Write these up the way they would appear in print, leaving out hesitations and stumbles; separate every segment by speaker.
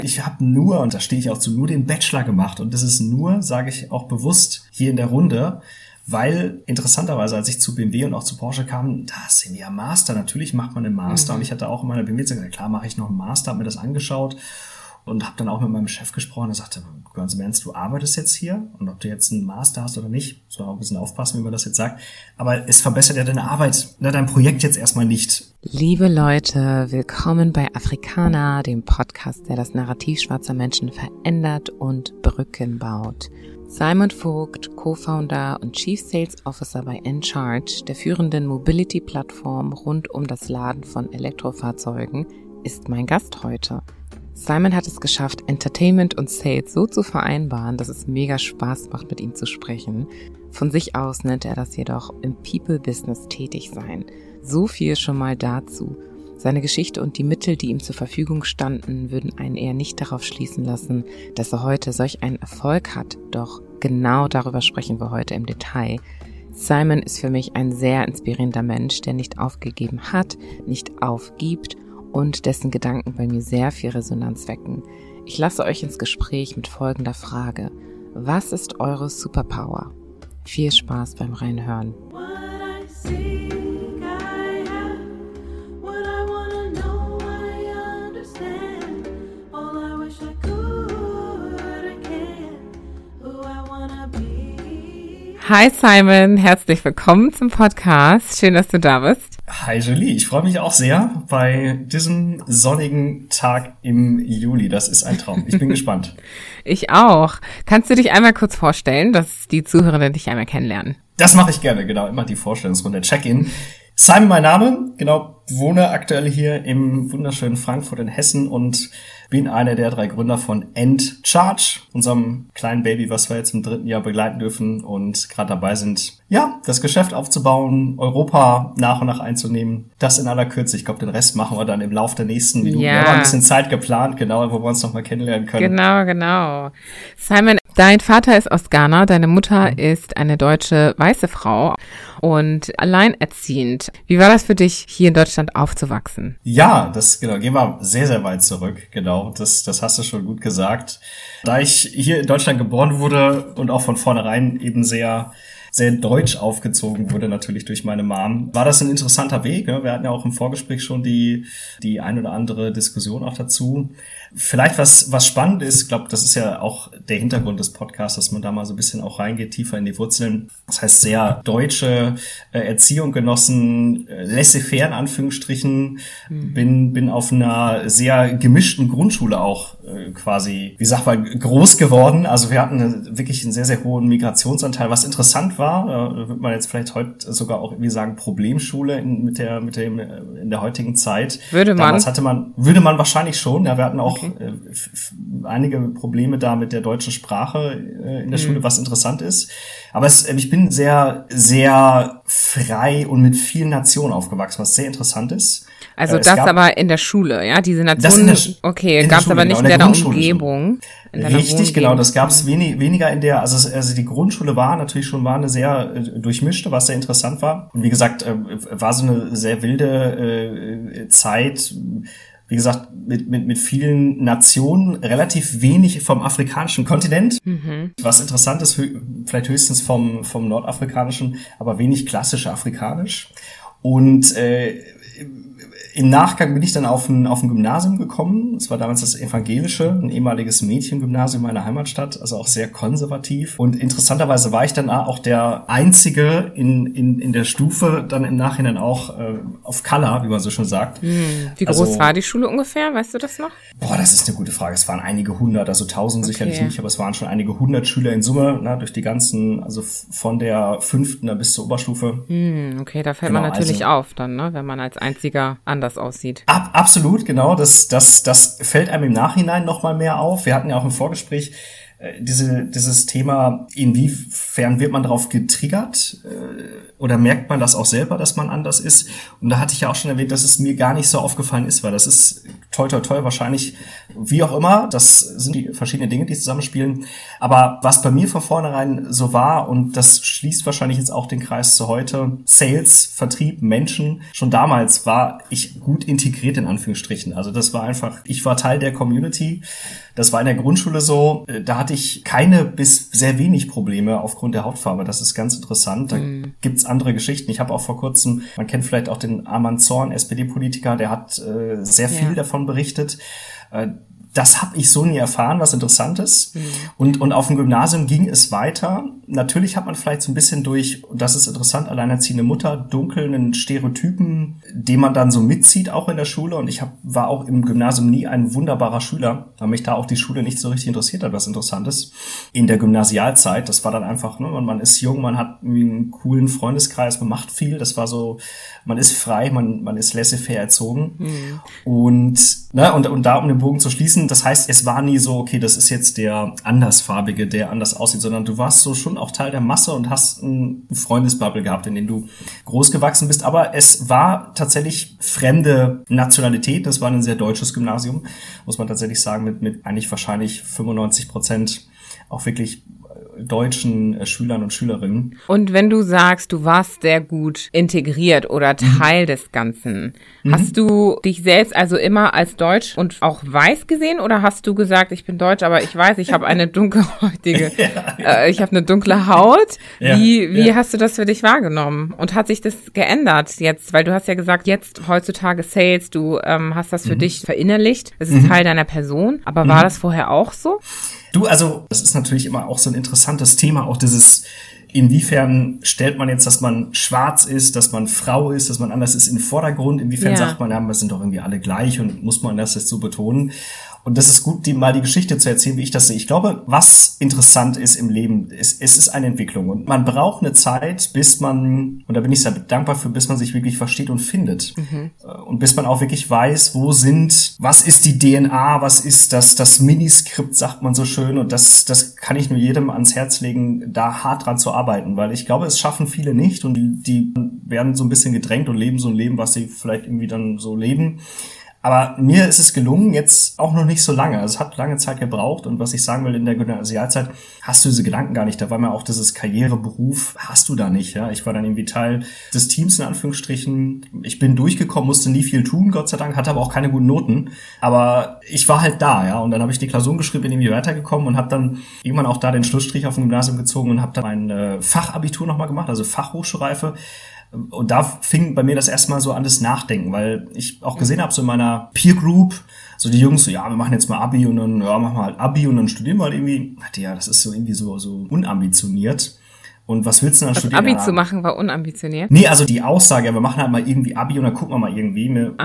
Speaker 1: Ich habe nur, und da stehe ich auch zu, nur den Bachelor gemacht. Und das ist nur, sage ich auch bewusst hier in der Runde, weil interessanterweise, als ich zu BMW und auch zu Porsche kam, da sind ja Master. Natürlich macht man einen Master. Und ich hatte auch in meiner BMW gesagt, klar mache ich noch einen Master, habe mir das angeschaut. Und habe dann auch mit meinem Chef gesprochen, der sagte, ganz im Ernst, du arbeitest jetzt hier und ob du jetzt einen Master hast oder nicht, muss man auch ein bisschen aufpassen, wie man das jetzt sagt, aber es verbessert ja deine Arbeit, dein Projekt jetzt erstmal nicht.
Speaker 2: Liebe Leute, willkommen bei Afrikaner, dem Podcast, der das Narrativ schwarzer Menschen verändert und Brücken baut. Simon Vogt, Co-Founder und Chief Sales Officer bei InCharge, der führenden Mobility-Plattform rund um das Laden von Elektrofahrzeugen, ist mein Gast heute. Simon hat es geschafft, Entertainment und Sales so zu vereinbaren, dass es mega Spaß macht, mit ihm zu sprechen. Von sich aus nennt er das jedoch im People-Business tätig sein. So viel schon mal dazu. Seine Geschichte und die Mittel, die ihm zur Verfügung standen, würden einen eher nicht darauf schließen lassen, dass er heute solch einen Erfolg hat. Doch genau darüber sprechen wir heute im Detail. Simon ist für mich ein sehr inspirierender Mensch, der nicht aufgegeben hat, nicht aufgibt und dessen Gedanken bei mir sehr viel Resonanz wecken. Ich lasse euch ins Gespräch mit folgender Frage. Was ist eure Superpower? Viel Spaß beim Reinhören. Hi Simon, herzlich willkommen zum Podcast. Schön, dass du da bist.
Speaker 1: Hi Julie, ich freue mich auch sehr bei diesem sonnigen Tag im Juli. Das ist ein Traum. Ich bin gespannt.
Speaker 2: Ich auch. Kannst du dich einmal kurz vorstellen, dass die Zuhörerinnen dich einmal kennenlernen?
Speaker 1: Das mache ich gerne, genau. Immer die Vorstellungsrunde. Check-in. Simon, mein Name. Genau, wohne aktuell hier im wunderschönen Frankfurt in Hessen und bin einer der 3 Gründer von InCharge, unserem kleinen Baby, was wir jetzt im 3. Jahr begleiten dürfen und gerade dabei sind, ja, das Geschäft aufzubauen, Europa nach und nach einzunehmen. Das in aller Kürze. Ich glaube, den Rest machen wir dann im Laufe der nächsten Minuten.
Speaker 2: Ja.
Speaker 1: Wir haben ein bisschen Zeit geplant, genau, wo wir uns nochmal kennenlernen können.
Speaker 2: Genau. Simon, dein Vater ist aus Ghana, deine Mutter ist eine deutsche weiße Frau und alleinerziehend. Wie war das für dich, hier in Deutschland aufzuwachsen?
Speaker 1: Ja, gehen wir sehr, sehr weit zurück, genau. Das hast du schon gut gesagt. Da ich hier in Deutschland geboren wurde und auch von vornherein eben sehr deutsch aufgezogen wurde, natürlich durch meine Mom, war das ein interessanter Weg. Ne? Wir hatten ja auch im Vorgespräch schon die ein oder andere Diskussion auch dazu. Vielleicht was spannend ist, ich glaube, das ist ja auch der Hintergrund des Podcasts, dass man da mal so ein bisschen auch reingeht, tiefer in die Wurzeln. Das heißt, sehr deutsche Erziehung genossen, laissez-faire in Anführungsstrichen, bin auf einer sehr gemischten Grundschule auch quasi, wie sagt man, groß geworden. Also wir hatten wirklich einen sehr, sehr hohen Migrationsanteil, was interessant war. Würde man jetzt vielleicht heute sogar auch irgendwie sagen, Problemschule in der heutigen Zeit.
Speaker 2: Würde
Speaker 1: man wahrscheinlich schon. Ja, wir hatten auch einige Probleme da mit der deutschen Sprache in der Schule, was interessant ist. Aber ich bin sehr, sehr frei und mit vielen Nationen aufgewachsen, was sehr interessant ist.
Speaker 2: Also aber in der Schule, ja? Diese Nationen, gab es aber nicht in deiner Umgebung.
Speaker 1: Richtig, genau, das gab es weniger in der, also die Grundschule war eine sehr durchmischte, was sehr interessant war. Und wie gesagt, war so eine sehr wilde Zeit, wie gesagt, mit vielen Nationen, relativ wenig vom afrikanischen Kontinent. Was interessant ist, vielleicht höchstens vom nordafrikanischen, aber wenig klassisch afrikanisch. Und im Nachgang bin ich dann auf ein Gymnasium gekommen. Es war damals das evangelische, ein ehemaliges Mädchengymnasium meiner Heimatstadt, also auch sehr konservativ. Und interessanterweise war ich dann auch der Einzige in der Stufe, dann im Nachhinein auch auf Color, wie man so schon sagt.
Speaker 2: Wie groß war die Schule ungefähr? Weißt du das noch?
Speaker 1: Boah, das ist eine gute Frage. Es waren einige hundert, also 1000 sicherlich nicht, aber es waren schon einige hundert Schüler in Summe, durch die ganzen, also von der 5. bis zur Oberstufe.
Speaker 2: Okay, da fällt man natürlich auf dann, ne, wenn man als einziger anders aussieht.
Speaker 1: Absolut, genau. Das fällt einem im Nachhinein noch mal mehr auf. Wir hatten ja auch im Vorgespräch dieses Thema, inwiefern wird man darauf getriggert oder merkt man das auch selber, dass man anders ist? Und da hatte ich ja auch schon erwähnt, dass es mir gar nicht so aufgefallen ist, weil das ist toi toi toi wahrscheinlich, wie auch immer, das sind die verschiedenen Dinge, die zusammenspielen. Aber was bei mir von vornherein so war, und das schließt wahrscheinlich jetzt auch den Kreis zu heute, Sales, Vertrieb, Menschen, schon damals war ich gut integriert in Anführungsstrichen. Also das war einfach, ich war Teil der Community. Das war in der Grundschule so, da hatte ich keine bis sehr wenig Probleme aufgrund der Hautfarbe. Das ist ganz interessant. Da gibt's andere Geschichten. Ich habe auch vor kurzem, man kennt vielleicht auch den Arman Zorn, SPD-Politiker, der hat sehr viel davon berichtet. Das habe ich so nie erfahren, was Interessantes. Und auf dem Gymnasium ging es weiter. Natürlich hat man vielleicht so ein bisschen durch, und das ist interessant, alleinerziehende Mutter, dunklen Stereotypen, den man dann so mitzieht, auch in der Schule. Und ich war auch im Gymnasium nie ein wunderbarer Schüler, weil mich da auch die Schule nicht so richtig interessiert hat, was Interessantes. In der Gymnasialzeit, das war dann einfach, ne, man ist jung, man hat irgendwie einen coolen Freundeskreis, man macht viel. Das war so, man ist frei, man ist laissez-faire erzogen. Und da, um den Bogen zu schließen, das heißt, es war nie so, okay, das ist jetzt der Andersfarbige, der anders aussieht, sondern du warst so schon auch Teil der Masse und hast einen Freundesbubble gehabt, in dem du groß gewachsen bist. Aber es war tatsächlich fremde Nationalität. Das war ein sehr deutsches Gymnasium, muss man tatsächlich sagen, mit eigentlich wahrscheinlich 95% auch wirklich deutschen Schülern und Schülerinnen.
Speaker 2: Und wenn du sagst, du warst sehr gut integriert oder Teil des Ganzen, hast du dich selbst also immer als deutsch und auch weiß gesehen oder hast du gesagt, ich bin deutsch, aber ich weiß, ich habe eine dunkelhäutige, ich habe eine dunkle Haut. Wie hast du das für dich wahrgenommen? Und hat sich das geändert jetzt? Weil du hast ja gesagt, jetzt heutzutage Sales, du hast das für dich verinnerlicht, das ist Teil deiner Person, aber war das vorher auch so?
Speaker 1: Du, also das ist natürlich immer auch so ein interessantes Thema, auch dieses, inwiefern stellt man jetzt, dass man schwarz ist, dass man Frau ist, dass man anders ist, in den Vordergrund, inwiefern sagt man, ja, wir sind doch irgendwie alle gleich und muss man das jetzt so betonen? Und das ist gut, mal die Geschichte zu erzählen, wie ich das sehe. Ich glaube, was interessant ist im Leben, es ist eine Entwicklung. Und man braucht eine Zeit, bis man, und da bin ich sehr dankbar für, bis man sich wirklich versteht und findet. Und bis man auch wirklich weiß, was ist die DNA, was ist das Miniskript, sagt man so schön. Und das kann ich nur jedem ans Herz legen, da hart dran zu arbeiten. Weil ich glaube, es schaffen viele nicht und die werden so ein bisschen gedrängt und leben so ein Leben, was sie vielleicht irgendwie dann so leben. Aber mir ist es gelungen, jetzt auch noch nicht so lange. Also es hat lange Zeit gebraucht. Und was ich sagen will, in der Gymnasialzeit hast du diese Gedanken gar nicht. Da war mir auch dieses Karriereberuf, hast du da nicht. Ja, ich war dann irgendwie Teil des Teams, in Anführungsstrichen. Ich bin durchgekommen, musste nie viel tun, Gott sei Dank, hatte aber auch keine guten Noten. Aber ich war halt da, ja. Und dann habe ich die Klausuren geschrieben, bin irgendwie weitergekommen und habe dann irgendwann auch da den Schlussstrich auf dem Gymnasium gezogen und habe dann mein Fachabitur nochmal gemacht, also Fachhochschulreife. Und da fing bei mir das erstmal so an, das Nachdenken, weil ich auch gesehen habe, so in meiner Peer Group, so die Jungs so, ja, wir machen jetzt mal Abi und dann, ja, machen wir halt Abi und dann studieren wir halt irgendwie. Ja, das ist so irgendwie so unambitioniert. Und was willst du dann studieren?
Speaker 2: Abi zu machen war unambitioniert?
Speaker 1: Nee, also die Aussage, ja, wir machen halt mal irgendwie Abi und dann gucken wir mal irgendwie.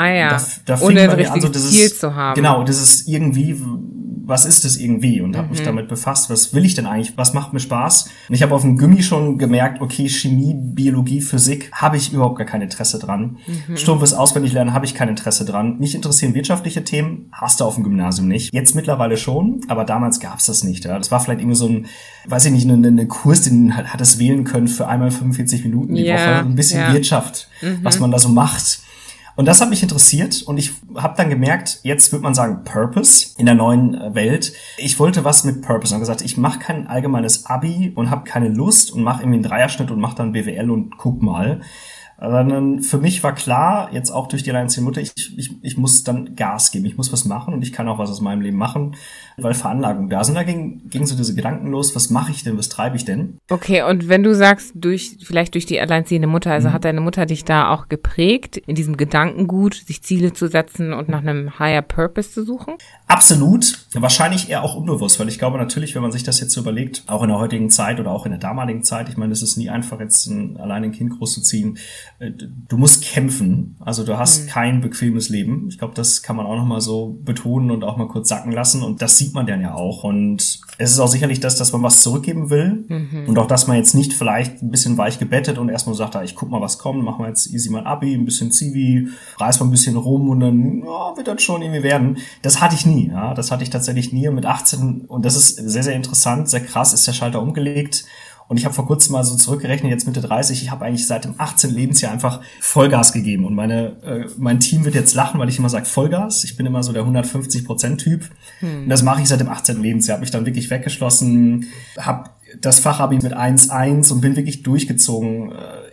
Speaker 1: Da fing
Speaker 2: ohne ein
Speaker 1: bei mir an, so
Speaker 2: richtiges Ziel zu haben.
Speaker 1: Genau, dieses irgendwie, was ist das irgendwie? Und habe mich damit befasst, was will ich denn eigentlich? Was macht mir Spaß? Und ich habe auf dem Gymi schon gemerkt, okay, Chemie, Biologie, Physik, habe ich überhaupt gar kein Interesse dran. Stumpfes Auswendiglernen habe ich kein Interesse dran. Mich interessieren wirtschaftliche Themen, hast du auf dem Gymnasium nicht. Jetzt mittlerweile schon, aber damals gab es das nicht. Ja. Das war vielleicht irgendwie so ein, weiß ich nicht, eine Kurs, den hat es wählen können für einmal 45 Minuten die Woche. Ein bisschen Wirtschaft, was man da so macht. Und das hat mich interessiert und ich habe dann gemerkt, jetzt würde man sagen Purpose in der neuen Welt. Ich wollte was mit Purpose und habe gesagt, ich mache kein allgemeines Abi und habe keine Lust und mache irgendwie einen Dreierschnitt und mache dann BWL und guck mal. Sondern für mich war klar, jetzt auch durch die alleinerziehende Mutter, ich muss dann Gas geben, ich muss was machen und ich kann auch was aus meinem Leben machen, weil Veranlagungen da sind. Da gingen so diese Gedanken los, was mache ich denn, was treibe ich denn?
Speaker 2: Okay, und wenn du sagst, vielleicht durch die alleinerziehende Mutter, also hat deine Mutter dich da auch geprägt, in diesem Gedankengut, sich Ziele zu setzen und nach einem Higher Purpose zu suchen?
Speaker 1: Absolut, wahrscheinlich eher auch unbewusst, weil ich glaube natürlich, wenn man sich das jetzt so überlegt, auch in der heutigen Zeit oder auch in der damaligen Zeit, ich meine, es ist nie einfach, jetzt allein ein Kind großzuziehen, du musst kämpfen. Also du hast kein bequemes Leben. Ich glaube, das kann man auch nochmal so betonen und auch mal kurz sacken lassen. Und das sieht man dann ja auch. Und es ist auch sicherlich das, dass man was zurückgeben will. Und auch, dass man jetzt nicht vielleicht ein bisschen weich gebettet und erstmal sagt, ich guck mal, was kommt, machen wir jetzt easy mal ein Abi, ein bisschen Zivi, reiß mal ein bisschen rum und dann wird das schon irgendwie werden. Das hatte ich nie. Ja, das hatte ich tatsächlich nie. Und mit 18, und das ist sehr, sehr interessant, sehr krass, ist der Schalter umgelegt. Und ich habe vor kurzem mal so zurückgerechnet, jetzt Mitte 30, ich habe eigentlich seit dem 18. Lebensjahr einfach Vollgas gegeben. Und mein Team wird jetzt lachen, weil ich immer sage Vollgas. Ich bin immer so der 150%-Typ. Und das mache ich seit dem 18. Lebensjahr. Habe ich dann wirklich weggeschlossen, habe das Fachabi mit 1,1 und bin wirklich durchgezogen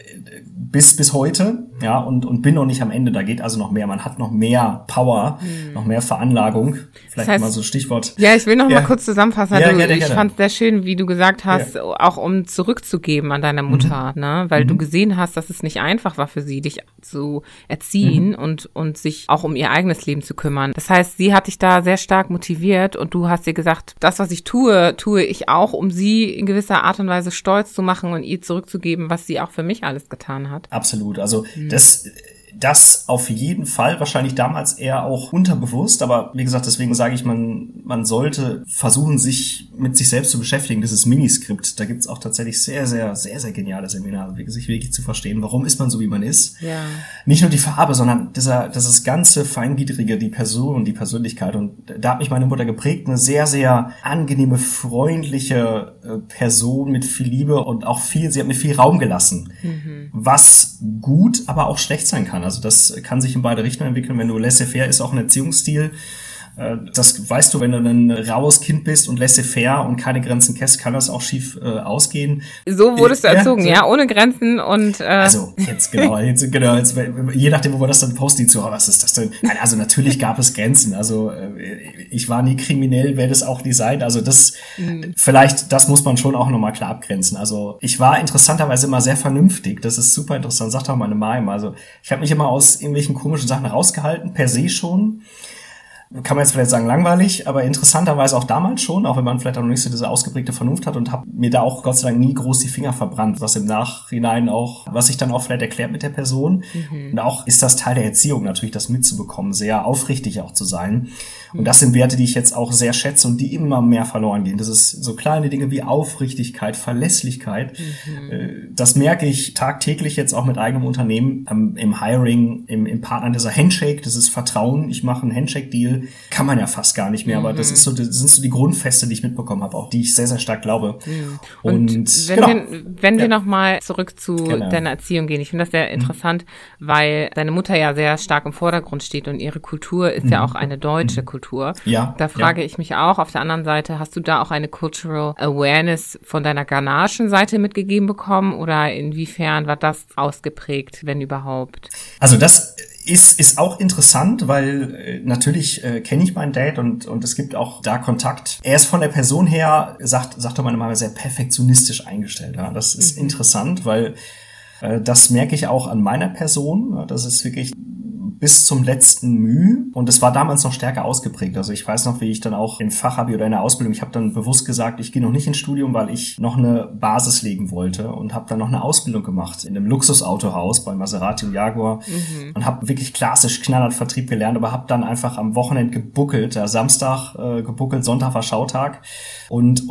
Speaker 1: bis heute, ja, und bin noch nicht am Ende. Da geht also noch mehr. Man hat noch mehr Power, noch mehr Veranlagung. Vielleicht das heißt, mal so Stichwort.
Speaker 2: Ja, ich will noch mal kurz zusammenfassen. Ja, ich fand es sehr schön, wie du gesagt hast, auch um zurückzugeben an deine Mutter, ne, weil du gesehen hast, dass es nicht einfach war für sie, dich zu erziehen und sich auch um ihr eigenes Leben zu kümmern. Das heißt, sie hat dich da sehr stark motiviert und du hast ihr gesagt, das, was ich tue ich auch, um sie in gewisser Art und Weise stolz zu machen und ihr zurückzugeben, was sie auch für mich alles getan hat.
Speaker 1: Absolut. Also das auf jeden Fall, wahrscheinlich damals eher auch unterbewusst, aber wie gesagt, deswegen sage ich, man sollte versuchen, sich mit sich selbst zu beschäftigen. Das ist Miniskript. Da gibt's auch tatsächlich sehr, sehr, sehr, sehr geniale Seminare, sich wirklich zu verstehen, warum ist man so, wie man ist.
Speaker 2: Ja.
Speaker 1: Nicht nur die Farbe, sondern das ganze Feingliedrige, die Person und die Persönlichkeit. Und da hat mich meine Mutter geprägt, eine sehr, sehr angenehme, freundliche Person mit viel Liebe und auch sie hat mir viel Raum gelassen, was gut, aber auch schlecht sein kann. Also das kann sich in beide Richtungen entwickeln. Wenn du laissez-faire ist auch ein Erziehungsstil. Das weißt du, wenn du ein raues Kind bist und laissez-faire und keine Grenzen kennst, kann das auch schief ausgehen.
Speaker 2: So wurdest du erzogen, ja, ohne Grenzen und
Speaker 1: Also jetzt je nachdem, wo wir das dann posten, so, was ist das denn? Nein, also natürlich gab es Grenzen. Also ich war nie kriminell, werde es auch nie sein. Also das vielleicht, das muss man schon auch nochmal klar abgrenzen. Also ich war interessanterweise immer sehr vernünftig. Das ist super interessant, sagt auch meine Mom. Also ich habe mich immer aus irgendwelchen komischen Sachen rausgehalten, per se schon. Kann man jetzt vielleicht sagen langweilig, aber interessanterweise auch damals schon, auch wenn man vielleicht auch noch nicht so diese ausgeprägte Vernunft hat und habe mir da auch Gott sei Dank nie groß die Finger verbrannt, was im Nachhinein auch, was sich dann auch vielleicht erklärt mit der Person. Und auch ist das Teil der Erziehung natürlich, das mitzubekommen, sehr aufrichtig auch zu sein. Und das sind Werte, die ich jetzt auch sehr schätze und die immer mehr verloren gehen. Das ist so kleine Dinge wie Aufrichtigkeit, Verlässlichkeit. Das merke ich tagtäglich jetzt auch mit eigenem Unternehmen, im Hiring, im Partner, dieser Handshake, das ist Vertrauen. Ich mache einen Handshake-Deal, kann man ja fast gar nicht mehr, aber das sind so die Grundfeste, die ich mitbekommen habe, auch die ich sehr, sehr stark glaube.
Speaker 2: Und wenn wir nochmal zurück zu deiner Erziehung gehen, ich finde das sehr interessant, weil deine Mutter ja sehr stark im Vordergrund steht und ihre Kultur ist ja auch eine deutsche Kultur.
Speaker 1: Ja,
Speaker 2: da frage ich mich auch, auf der anderen Seite, hast du da auch eine Cultural Awareness von deiner ghanaischen Seite mitgegeben bekommen oder inwiefern war das ausgeprägt, wenn überhaupt?
Speaker 1: Also das ist auch interessant, weil natürlich kenne ich meinen Dad und es gibt auch da Kontakt. Er ist von der Person her, sagt doch meine Mama, sehr perfektionistisch eingestellt. Ja? Das ist interessant, weil das merke ich auch an meiner Person. Ja? Das ist wirklich bis zum letzten Mühe. Und es war damals noch stärker ausgeprägt. Also ich weiß noch, wie ich dann auch im Fachabi oder in der Ausbildung, ich habe dann bewusst gesagt, ich gehe noch nicht ins Studium, weil ich noch eine Basis legen wollte und habe dann noch eine Ausbildung gemacht in einem Luxusautohaus bei Maserati und Jaguar und habe wirklich klassisch knallhart Vertrieb gelernt, aber habe dann einfach am Wochenende gebuckelt, Samstag gebuckelt, Sonntag war Schautag und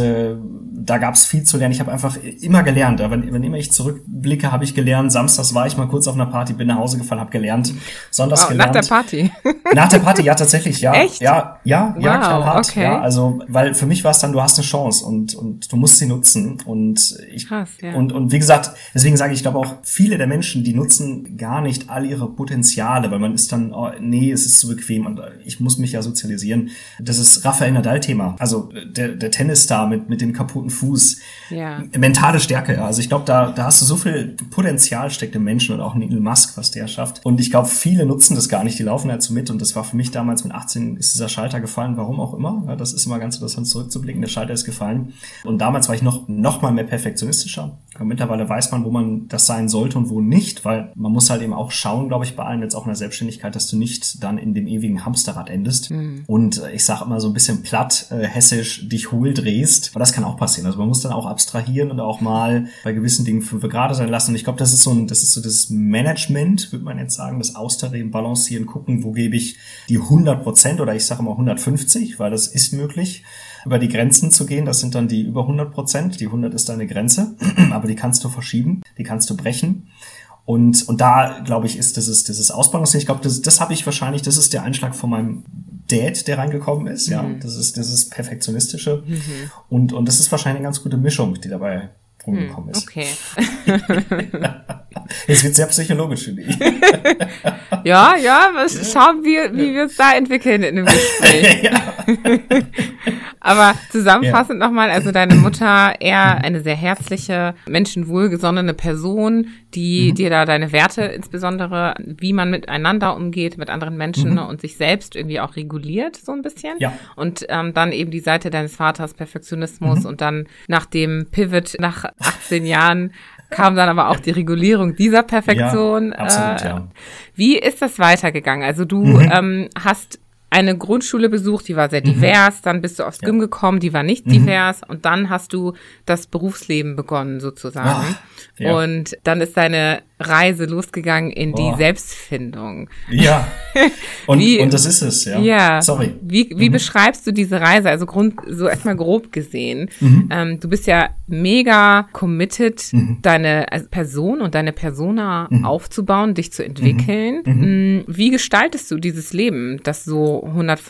Speaker 1: da gab es viel zu lernen. Ich habe einfach immer gelernt. Wenn immer ich zurückblicke, habe ich gelernt. Samstags war ich mal kurz auf einer Party, bin nach Hause gefahren, habe gelernt. Sonntags gelernt.
Speaker 2: Nach der Party?
Speaker 1: Nach der Party, ja, tatsächlich, ja.
Speaker 2: Echt?
Speaker 1: Ja, knallhart.
Speaker 2: Okay.
Speaker 1: Ja, also, weil für mich war es dann, du hast eine Chance und du musst sie nutzen. Und
Speaker 2: Krass, ja.
Speaker 1: Und wie gesagt, deswegen sage ich, glaube auch, viele der Menschen, die nutzen gar nicht all ihre Potenziale, weil man ist dann, es ist zu bequem und ich muss mich ja sozialisieren. Das ist Rafael Nadal-Thema. Also, der Tennisstar mit dem kaputten Fuß.
Speaker 2: Ja.
Speaker 1: Mentale Stärke, ja. Also ich glaube, da hast du so viel Potenzial steckt im Menschen und auch in Elon Musk, was der schafft. Und ich glaube, viele nutzen das gar nicht, die laufen halt so mit und das war für mich damals mit 18 ist dieser Schalter gefallen, warum auch immer. Ja, das ist immer ganz interessant zurückzublicken, der Schalter ist gefallen. Und damals war ich noch mal mehr perfektionistischer. Aber mittlerweile weiß man, wo man das sein sollte und wo nicht, weil man muss halt eben auch schauen, glaube ich, bei allem jetzt auch in der Selbstständigkeit, dass du nicht dann in dem ewigen Hamsterrad endest. Und ich sage immer so ein bisschen platt, hessisch, dich hohl drehst. Aber das kann auch passieren. Also man muss dann auch abstrahieren und auch mal bei gewissen Dingen 5 Grad sein lassen. Und ich glaube, das ist so das Management, würde man jetzt sagen, das Austarieren, Balancieren, gucken, wo gebe ich die 100% oder ich sage immer 150, weil das ist möglich, über die Grenzen zu gehen. Das sind dann die über 100%. Die 100 ist deine Grenze, aber die kannst du verschieben, die kannst du brechen. Und da, glaube ich, ist dieses Ausbalancieren. Ich glaube, das habe ich wahrscheinlich, das ist der Einschlag von meinem Dad, der reingekommen ist. Ja, das ist Perfektionistische. Und das ist wahrscheinlich eine ganz gute Mischung, die dabei rumgekommen ist.
Speaker 2: Okay.
Speaker 1: Jetzt wird sehr psychologisch, finde ich.
Speaker 2: Ja, schauen wir, wie wir es da entwickeln in dem Gespräch. Aber zusammenfassend nochmal, also deine Mutter eher eine sehr herzliche, menschenwohlgesonnene Person, die dir da deine Werte, insbesondere wie man miteinander umgeht, mit anderen Menschen und sich selbst irgendwie auch reguliert, so ein bisschen.
Speaker 1: Ja.
Speaker 2: Und dann eben die Seite deines Vaters, Perfektionismus und dann nach dem Pivot nach 18 Jahren kam dann aber auch die Regulierung dieser Perfektion.
Speaker 1: Ja, absolut, ja.
Speaker 2: Wie ist das weitergegangen? Also du hast eine Grundschule besucht, die war sehr divers, dann bist du aufs Gym gekommen, die war nicht divers und dann hast du das Berufsleben begonnen sozusagen.
Speaker 1: Ja.
Speaker 2: Und dann ist deine Reise losgegangen in die Selbstfindung.
Speaker 1: Ja, und das ist es, ja.
Speaker 2: Ja.
Speaker 1: Sorry.
Speaker 2: Wie beschreibst du diese Reise? Also so erstmal grob gesehen. Du bist ja mega committed, deine Person und deine Persona aufzubauen, dich zu entwickeln. Wie gestaltest du dieses Leben, das so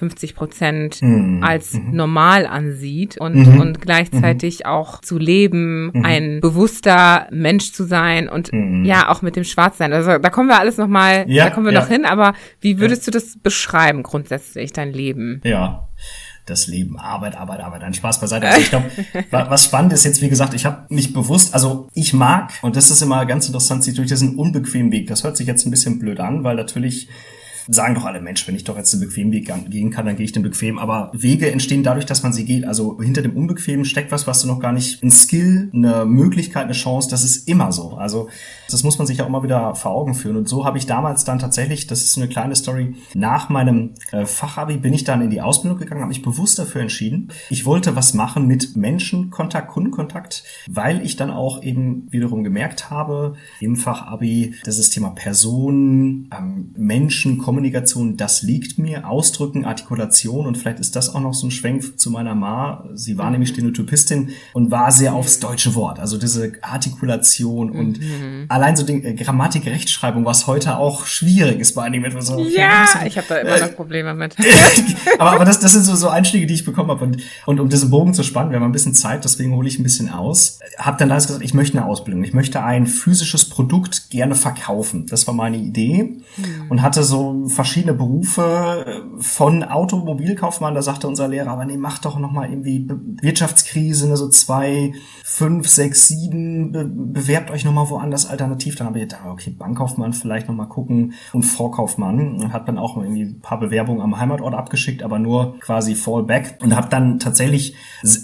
Speaker 2: 150% als normal ansieht und gleichzeitig auch zu leben, ein bewusster Mensch zu sein und ja, auch mit dem Schwarzsein. Also da kommen wir alles nochmal, da kommen wir noch hin, aber wie würdest du das beschreiben grundsätzlich, dein Leben?
Speaker 1: Ja, das Leben, Arbeit, ein Spaß beiseite. Also ich glaube, was spannend ist jetzt, wie gesagt, ich habe mich bewusst, also ich mag, und das ist immer ganz interessant, sich durch diesen unbequemen Weg, das hört sich jetzt ein bisschen blöd an, weil natürlich sagen doch alle, Mensch, wenn ich doch jetzt den bequemen Weg gehen kann, dann gehe ich den bequem. Aber Wege entstehen dadurch, dass man sie geht. Also hinter dem Unbequemen steckt was du noch gar nicht, ein Skill, eine Möglichkeit, eine Chance. Das ist immer so. Also das muss man sich auch immer wieder vor Augen führen. Und so habe ich damals dann tatsächlich, das ist eine kleine Story, nach meinem Fachabi bin ich dann in die Ausbildung gegangen, habe mich bewusst dafür entschieden. Ich wollte was machen mit Menschenkontakt, Kundenkontakt, weil ich dann auch eben wiederum gemerkt habe, im Fachabi, das Thema Personen, Menschen, Kommunikation, das liegt mir. Ausdrücken, Artikulation und vielleicht ist das auch noch so ein Schwenk zu meiner Ma. Sie war nämlich Stenotypistin und war sehr aufs deutsche Wort. Also diese Artikulation und allein so die Grammatik, Rechtschreibung, was heute auch schwierig ist bei einigen Menschen. So,
Speaker 2: ja, ich habe da immer noch Probleme mit.
Speaker 1: aber das sind so Einstiege, die ich bekommen habe. Und um diesen Bogen zu spannen, wir haben ein bisschen Zeit, deswegen hole ich ein bisschen aus. Habe dann damals gesagt, ich möchte eine Ausbildung. Ich möchte ein physisches Produkt gerne verkaufen. Das war meine Idee. Und hatte so verschiedene Berufe von Automobilkaufmann, da sagte unser Lehrer, aber nee, mach doch nochmal irgendwie Wirtschaftskrise, ne, so 2, 5, 6, 7, bewerbt euch nochmal woanders alternativ. Dann habe ich gedacht, okay, Bankkaufmann vielleicht nochmal gucken und Vorkaufmann und hat dann auch irgendwie ein paar Bewerbungen am Heimatort abgeschickt, aber nur quasi Fallback und habe dann tatsächlich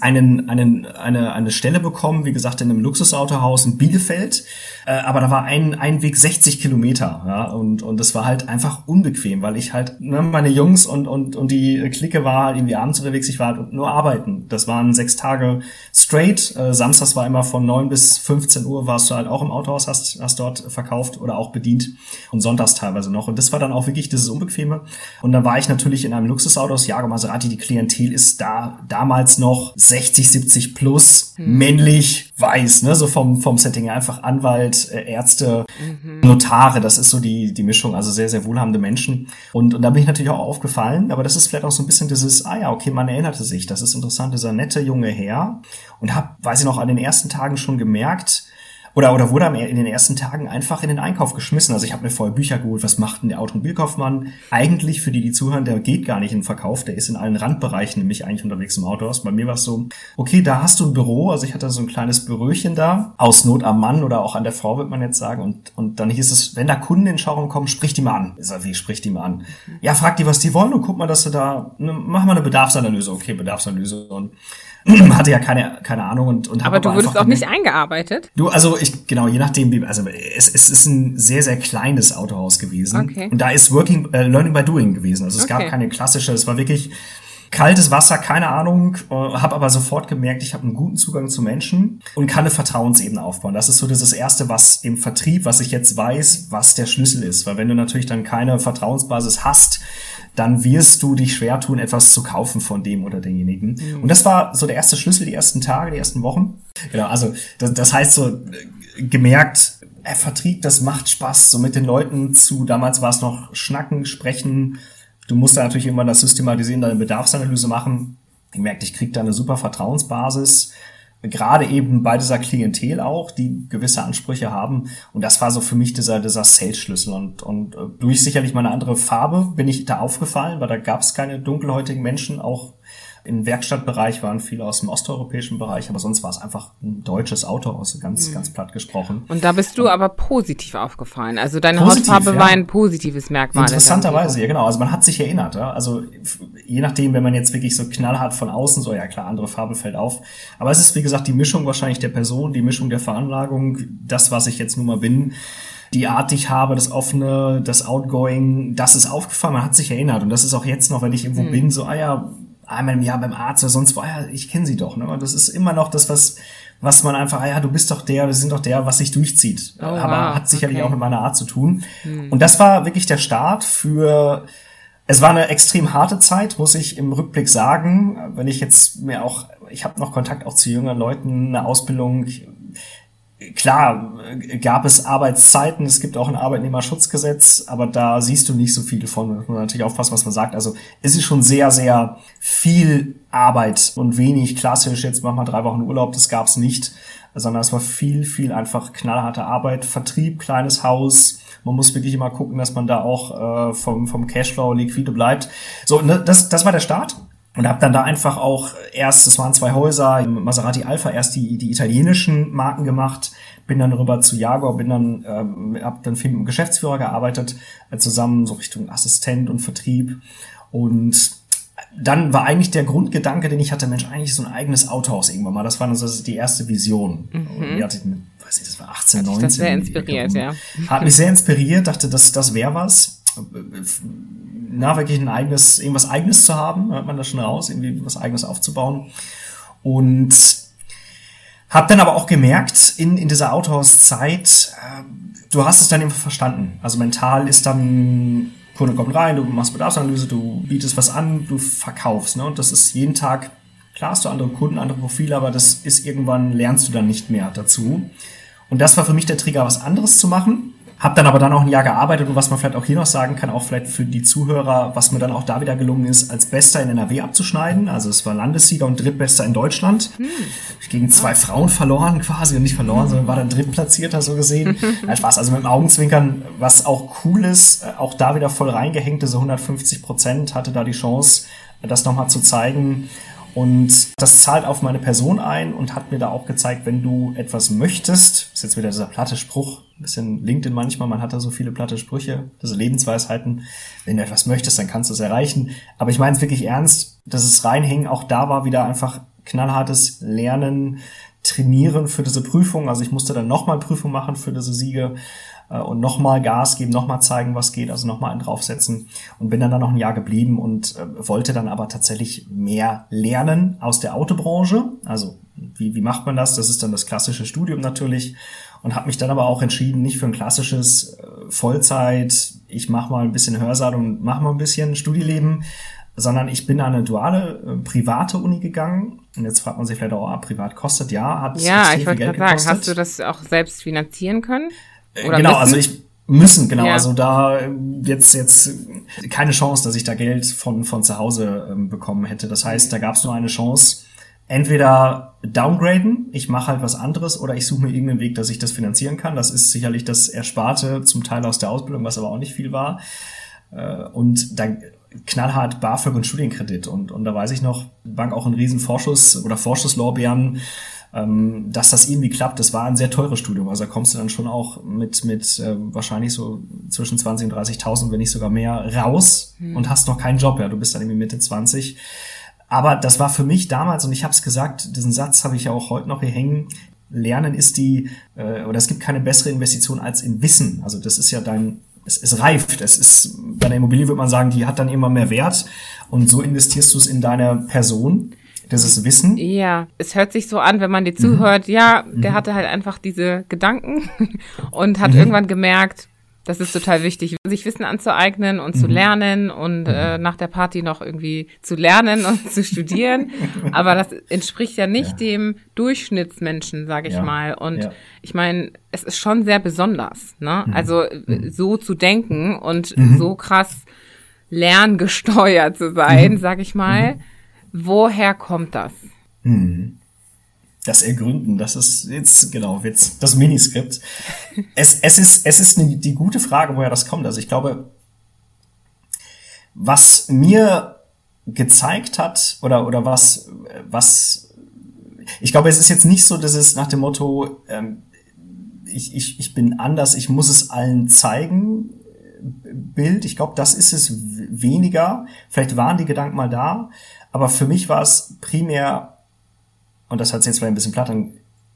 Speaker 1: eine Stelle bekommen, wie gesagt, in einem Luxusautohaus in Bielefeld, aber da war ein Weg 60 Kilometer, ja, und das war halt einfach unbequem, weil ich halt, ne, meine Jungs und die Clique war halt irgendwie abends unterwegs, ich war halt nur arbeiten. Das waren 6 Tage straight. Samstags war immer von 9 bis 15 Uhr warst du halt auch im Autohaus, hast dort verkauft oder auch bedient und sonntags teilweise noch. Und das war dann auch wirklich dieses Unbequeme. Und dann war ich natürlich in einem Luxusautohaus, Jaguar Maserati, die Klientel ist damals noch 60, 70 plus, männlich, weiß, ne, so vom Setting her, einfach Anwalt, Ärzte, Notare, das ist so die Mischung, also sehr, sehr wohlhabende Menschen. Und da bin ich natürlich auch aufgefallen, aber das ist vielleicht auch so ein bisschen dieses, okay, man erinnerte sich, das ist interessant, dieser nette junge Herr und weiß ich noch, an den ersten Tagen schon gemerkt, Oder wurde in den ersten Tagen einfach in den Einkauf geschmissen. Also ich habe mir vorher Bücher geholt, was macht denn der Automobilkaufmann? Eigentlich, für die zuhören, der geht gar nicht in den Verkauf, der ist in allen Randbereichen nämlich eigentlich unterwegs im Autohaus. Bei mir war es so, okay, da hast du ein Büro, also ich hatte so ein kleines Büröchen da, aus Not am Mann oder auch an der Frau, wird man jetzt sagen. Und dann hieß es, wenn da Kunden in den Showroom kommen, sprich die mal an. Ich sag, wie sprich die mal an? Ja, frag die, was die wollen und guck mal, dass du da, mach mal eine Bedarfsanalyse. Okay, Bedarfsanalyse und hatte ja keine Ahnung und
Speaker 2: aber du wurdest auch nicht eingearbeitet?
Speaker 1: Also je nachdem, also es ist ein sehr, sehr kleines Autohaus gewesen.
Speaker 2: Okay.
Speaker 1: Und da ist Learning by Doing gewesen. Also es gab keine klassische, es war wirklich kaltes Wasser, keine Ahnung, habe aber sofort gemerkt, ich habe einen guten Zugang zu Menschen und kann eine Vertrauensebene aufbauen. Das ist so das Erste, was im Vertrieb, was ich jetzt weiß, was der Schlüssel ist. Weil wenn du natürlich dann keine Vertrauensbasis hast, dann wirst du dich schwer tun, etwas zu kaufen von dem oder denjenigen. Und das war so der erste Schlüssel, die ersten Tage, die ersten Wochen. Genau, also das heißt so, gemerkt, Vertrieb, das macht Spaß, so mit den Leuten damals war es noch schnacken, sprechen. Du musst da natürlich irgendwann das Systematisieren, deine Bedarfsanalyse machen. Ich merkte, ich kriege da eine super Vertrauensbasis, gerade eben bei dieser Klientel auch, die gewisse Ansprüche haben. Und das war so für mich dieser Sales-Schlüssel. Und durch sicherlich meine andere Farbe bin ich da aufgefallen, weil da gab es keine dunkelhäutigen Menschen. Auch im Werkstattbereich waren viele aus dem osteuropäischen Bereich, aber sonst war es einfach ein deutsches Autohaus, ganz platt gesprochen.
Speaker 2: Und da bist du aber positiv aufgefallen. Also deine Hautfarbe war ein positives Merkmal.
Speaker 1: Interessanterweise, ja genau. Also man hat sich erinnert. Ja? Also je nachdem, wenn man jetzt wirklich so knallhart von außen, so ja klar, andere Farbe fällt auf. Aber es ist, wie gesagt, die Mischung wahrscheinlich der Person, die Mischung der Veranlagung, das, was ich jetzt nun mal bin. Die Art, die ich habe, das Offene, das Outgoing, das ist aufgefallen, man hat sich erinnert. Und das ist auch jetzt noch, wenn ich irgendwo bin, so, einmal im Jahr beim Arzt oder sonst wo, ich kenne sie doch. Ne? Und das ist immer noch das, was man einfach, du bist doch wir sind doch der, was sich durchzieht.
Speaker 2: Oh,
Speaker 1: aber hat sicherlich auch mit meiner Art zu tun. Und das war wirklich der Start es war eine extrem harte Zeit, muss ich im Rückblick sagen. Wenn ich jetzt ich habe noch Kontakt auch zu jüngeren Leuten, eine Ausbildung. Klar, gab es Arbeitszeiten, es gibt auch ein Arbeitnehmerschutzgesetz, aber da siehst du nicht so viel von. Da muss man natürlich aufpassen, was man sagt. Also es ist schon sehr, sehr viel Arbeit und wenig klassisch, jetzt mach mal 3 Wochen Urlaub, das gab's nicht, sondern es war viel, viel einfach knallharte Arbeit, Vertrieb, kleines Haus. Man muss wirklich immer gucken, dass man da auch vom Cashflow liquide bleibt. So, ne, das war der Start. Und habe dann da einfach auch das waren 2 Häuser, Maserati Alpha, erst die italienischen Marken gemacht, bin dann rüber zu Jaguar, hab dann viel mit dem Geschäftsführer gearbeitet, zusammen so Richtung Assistent und Vertrieb. Und dann war eigentlich der Grundgedanke, den ich hatte, Mensch, eigentlich so ein eigenes Autohaus irgendwann mal. Das war also die erste Vision. Und die hatte ich das war 18, 19.
Speaker 2: Das sehr inspiriert, ja.
Speaker 1: Hat mich sehr inspiriert, dachte, das wäre was. Wirklich irgendwas Eigenes zu haben, hört man das schon raus, irgendwie was Eigenes aufzubauen. Und habe dann aber auch gemerkt, in dieser Autohauszeit, du hast es dann eben verstanden. Also mental ist dann, Kunde kommt rein, du machst Bedarfsanalyse, du bietest was an, du verkaufst. Ne? Und das ist jeden Tag, klar hast du andere Kunden, andere Profile, aber das ist irgendwann, lernst du dann nicht mehr dazu. Und das war für mich der Trigger, was anderes zu machen. Hab dann aber auch ein Jahr gearbeitet und was man vielleicht auch hier noch sagen kann, auch vielleicht für die Zuhörer, was mir dann auch da wieder gelungen ist, als Bester in NRW abzuschneiden. Also es war Landessieger und Drittbester in Deutschland. Ich gegen 2 Frauen verloren quasi und nicht verloren, sondern war dann Drittplatzierter so gesehen. Spaß, also mit dem Augenzwinkern, was auch cool ist, auch da wieder voll reingehängt, diese 150%, hatte da die Chance, das nochmal zu zeigen. Und das zahlt auf meine Person ein und hat mir da auch gezeigt, wenn du etwas möchtest, ist jetzt wieder dieser platte Spruch, ein bisschen LinkedIn manchmal, man hat da so viele platte Sprüche, diese Lebensweisheiten, wenn du etwas möchtest, dann kannst du es erreichen. Aber ich meine es wirklich ernst, dass es reinhängen, auch da war wieder einfach knallhartes Lernen, Trainieren für diese Prüfung. Also ich musste dann nochmal Prüfung machen für diese Siege und nochmal Gas geben, nochmal zeigen, was geht, also nochmal einen draufsetzen und bin dann noch ein Jahr geblieben und wollte dann aber tatsächlich mehr lernen aus der Autobranche. Also wie macht man das? Das ist dann das klassische Studium natürlich und habe mich dann aber auch entschieden, nicht für ein klassisches Vollzeit, ich mache mal ein bisschen Hörsaal und mache mal ein bisschen Studieleben, sondern ich bin an eine duale, private Uni gegangen. Und jetzt fragt man sich vielleicht auch, privat kostet, hat
Speaker 2: ich wollte gerade sagen, hast du das auch selbst finanzieren können? Oder
Speaker 1: genau, also
Speaker 2: Ja.
Speaker 1: Also da jetzt keine Chance, dass ich da Geld von zu Hause bekommen hätte. Das heißt, da gab es nur eine Chance, entweder downgraden, ich mache halt was anderes, oder ich suche mir irgendeinen Weg, dass ich das finanzieren kann. Das ist sicherlich das Ersparte, zum Teil aus der Ausbildung, was aber auch nicht viel war. Und dann knallhart BAföG und Studienkredit. Und da weiß ich noch, die Bank auch einen riesen Vorschuss oder Vorschusslorbeeren, dass das irgendwie klappt. Das war ein sehr teures Studium. Also da kommst du dann schon auch mit wahrscheinlich so zwischen 20.000 und 30.000, wenn nicht sogar mehr, raus und hast noch keinen Job. Ja, du bist dann irgendwie Mitte 20. Aber das war für mich damals, und ich habe es gesagt, diesen Satz habe ich ja auch heute noch hier hängen, Lernen ist oder es gibt keine bessere Investition als in Wissen. Also das ist ja es reift. Es ist, bei der Immobilie würde man sagen, die hat dann immer mehr Wert. Und so investierst du es in deine Person, dieses Wissen.
Speaker 2: Ja, es hört sich so an, wenn man dir zuhört, der hatte halt einfach diese Gedanken und hat irgendwann gemerkt, das ist total wichtig, sich Wissen anzueignen und zu lernen und nach der Party noch irgendwie zu lernen und zu studieren. Aber das entspricht ja nicht dem Durchschnittsmenschen, sage ich mal. Und ich meine, es ist schon sehr besonders, ne? Also so zu denken und so krass lerngesteuert zu sein, sage ich mal. Woher kommt das?
Speaker 1: Das Ergründen, das ist jetzt das Miniskript. Es ist die gute Frage, woher das kommt. Also ich glaube, was mir gezeigt hat oder was ich glaube, es ist jetzt nicht so, dass es nach dem Motto ich bin anders, ich muss es allen zeigen, Bild. Ich glaube, das ist es weniger. Vielleicht waren die Gedanken mal da, aber für mich war es primär, und das hört sich jetzt vielleicht ein bisschen platt an,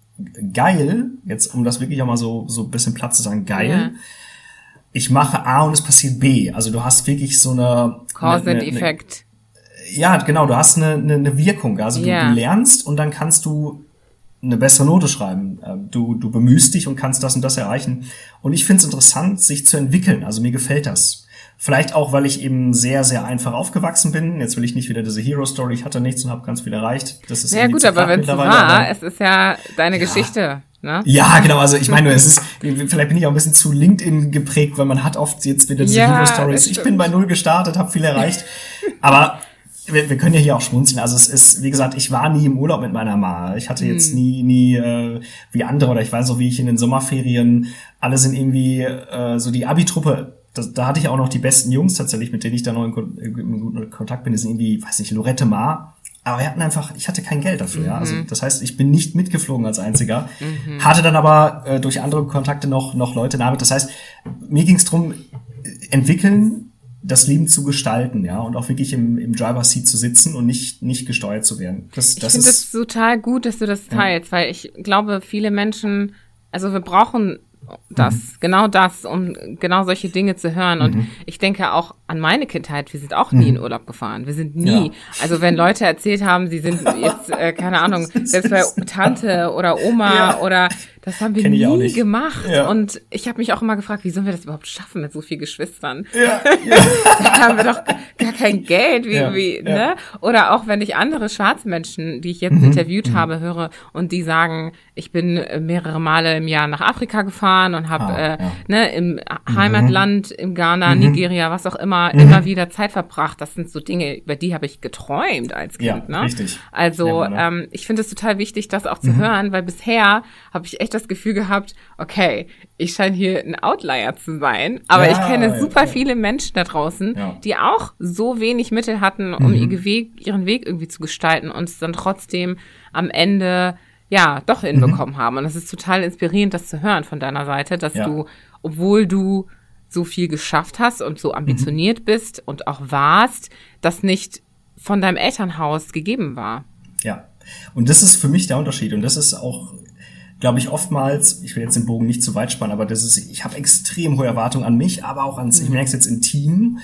Speaker 1: geil, jetzt um das wirklich auch mal so ein bisschen platt zu sagen, geil. Ich mache A und es passiert B. Also du hast wirklich so eine
Speaker 2: Cause-and-Effekt.
Speaker 1: Ja, genau, du hast eine Wirkung. Also du lernst und dann kannst du eine bessere Note schreiben. Du bemühst dich und kannst das und das erreichen. Und ich finde es interessant, sich zu entwickeln. Also mir gefällt das. Vielleicht auch, weil ich eben sehr, sehr einfach aufgewachsen bin. Jetzt will ich nicht wieder diese Hero-Story, ich hatte nichts und habe ganz viel erreicht. Das ist
Speaker 2: ja gut, aber wenn es war, es ist ja deine Geschichte. Ne?
Speaker 1: Ja, genau, also ich meine, vielleicht bin ich auch ein bisschen zu LinkedIn geprägt, weil man hat oft jetzt wieder diese Hero-Stories. Ich bin bei 0 gestartet, habe viel erreicht. Aber wir können ja hier auch schmunzeln. Also es ist, wie gesagt, ich war nie im Urlaub mit meiner Mama. Ich hatte jetzt nie wie andere, oder ich weiß auch, wie ich in den Sommerferien, alle sind irgendwie so die Abi-Truppe. Da hatte ich auch noch die besten Jungs tatsächlich, mit denen ich da noch in guten Kontakt bin. Das sind irgendwie, weiß nicht, Lorette Mar. Aber ich hatte kein Geld dafür. Ja. Also das heißt, ich bin nicht mitgeflogen als Einziger. Hatte dann aber durch andere Kontakte noch Leute damit. Das heißt, mir ging es darum, entwickeln, das Leben zu gestalten, ja, und auch wirklich im Driver's Seat zu sitzen und nicht gesteuert zu werden. Ich finde
Speaker 2: das total gut, dass du das teilst, weil ich glaube, viele Menschen, also wir brauchen genau das, um genau solche Dinge zu hören. Und ich denke auch an meine Kindheit, wir sind auch nie in Urlaub gefahren. Wir sind nie. Also wenn Leute erzählt haben, sie sind jetzt, keine Ahnung, selbst bei Tante oder Oma oder das haben wir nie gemacht. Ja. Und ich habe mich auch immer gefragt, wie sollen wir das überhaupt schaffen mit so vielen Geschwistern? Da haben wir doch gar kein Geld, ne? Oder auch wenn ich andere schwarze Menschen, die ich jetzt interviewt habe, höre und die sagen, ich bin mehrere Male im Jahr nach Afrika gefahren und habe im Heimatland, im Ghana, Nigeria, was auch immer, immer wieder Zeit verbracht. Das sind so Dinge, über die habe ich geträumt als Kind. Ne?
Speaker 1: Richtig.
Speaker 2: Also ich finde es total wichtig, das auch zu hören, weil bisher habe ich echt das Gefühl gehabt, okay, ich scheine hier ein Outlier zu sein, aber ich kenne super viele Menschen da draußen, die auch so wenig Mittel hatten, um ihren Weg irgendwie zu gestalten und es dann trotzdem am Ende doch hinbekommen haben. Und das ist total inspirierend, das zu hören von deiner Seite, dass du, obwohl du so viel geschafft hast und so ambitioniert bist und auch warst, das nicht von deinem Elternhaus gegeben war.
Speaker 1: Ja, und das ist für mich der Unterschied. Und das ist auch, glaube ich, oftmals, ich will jetzt den Bogen nicht zu weit spannen, aber ich habe extrem hohe Erwartungen an mich, aber auch ich merke es jetzt im Team.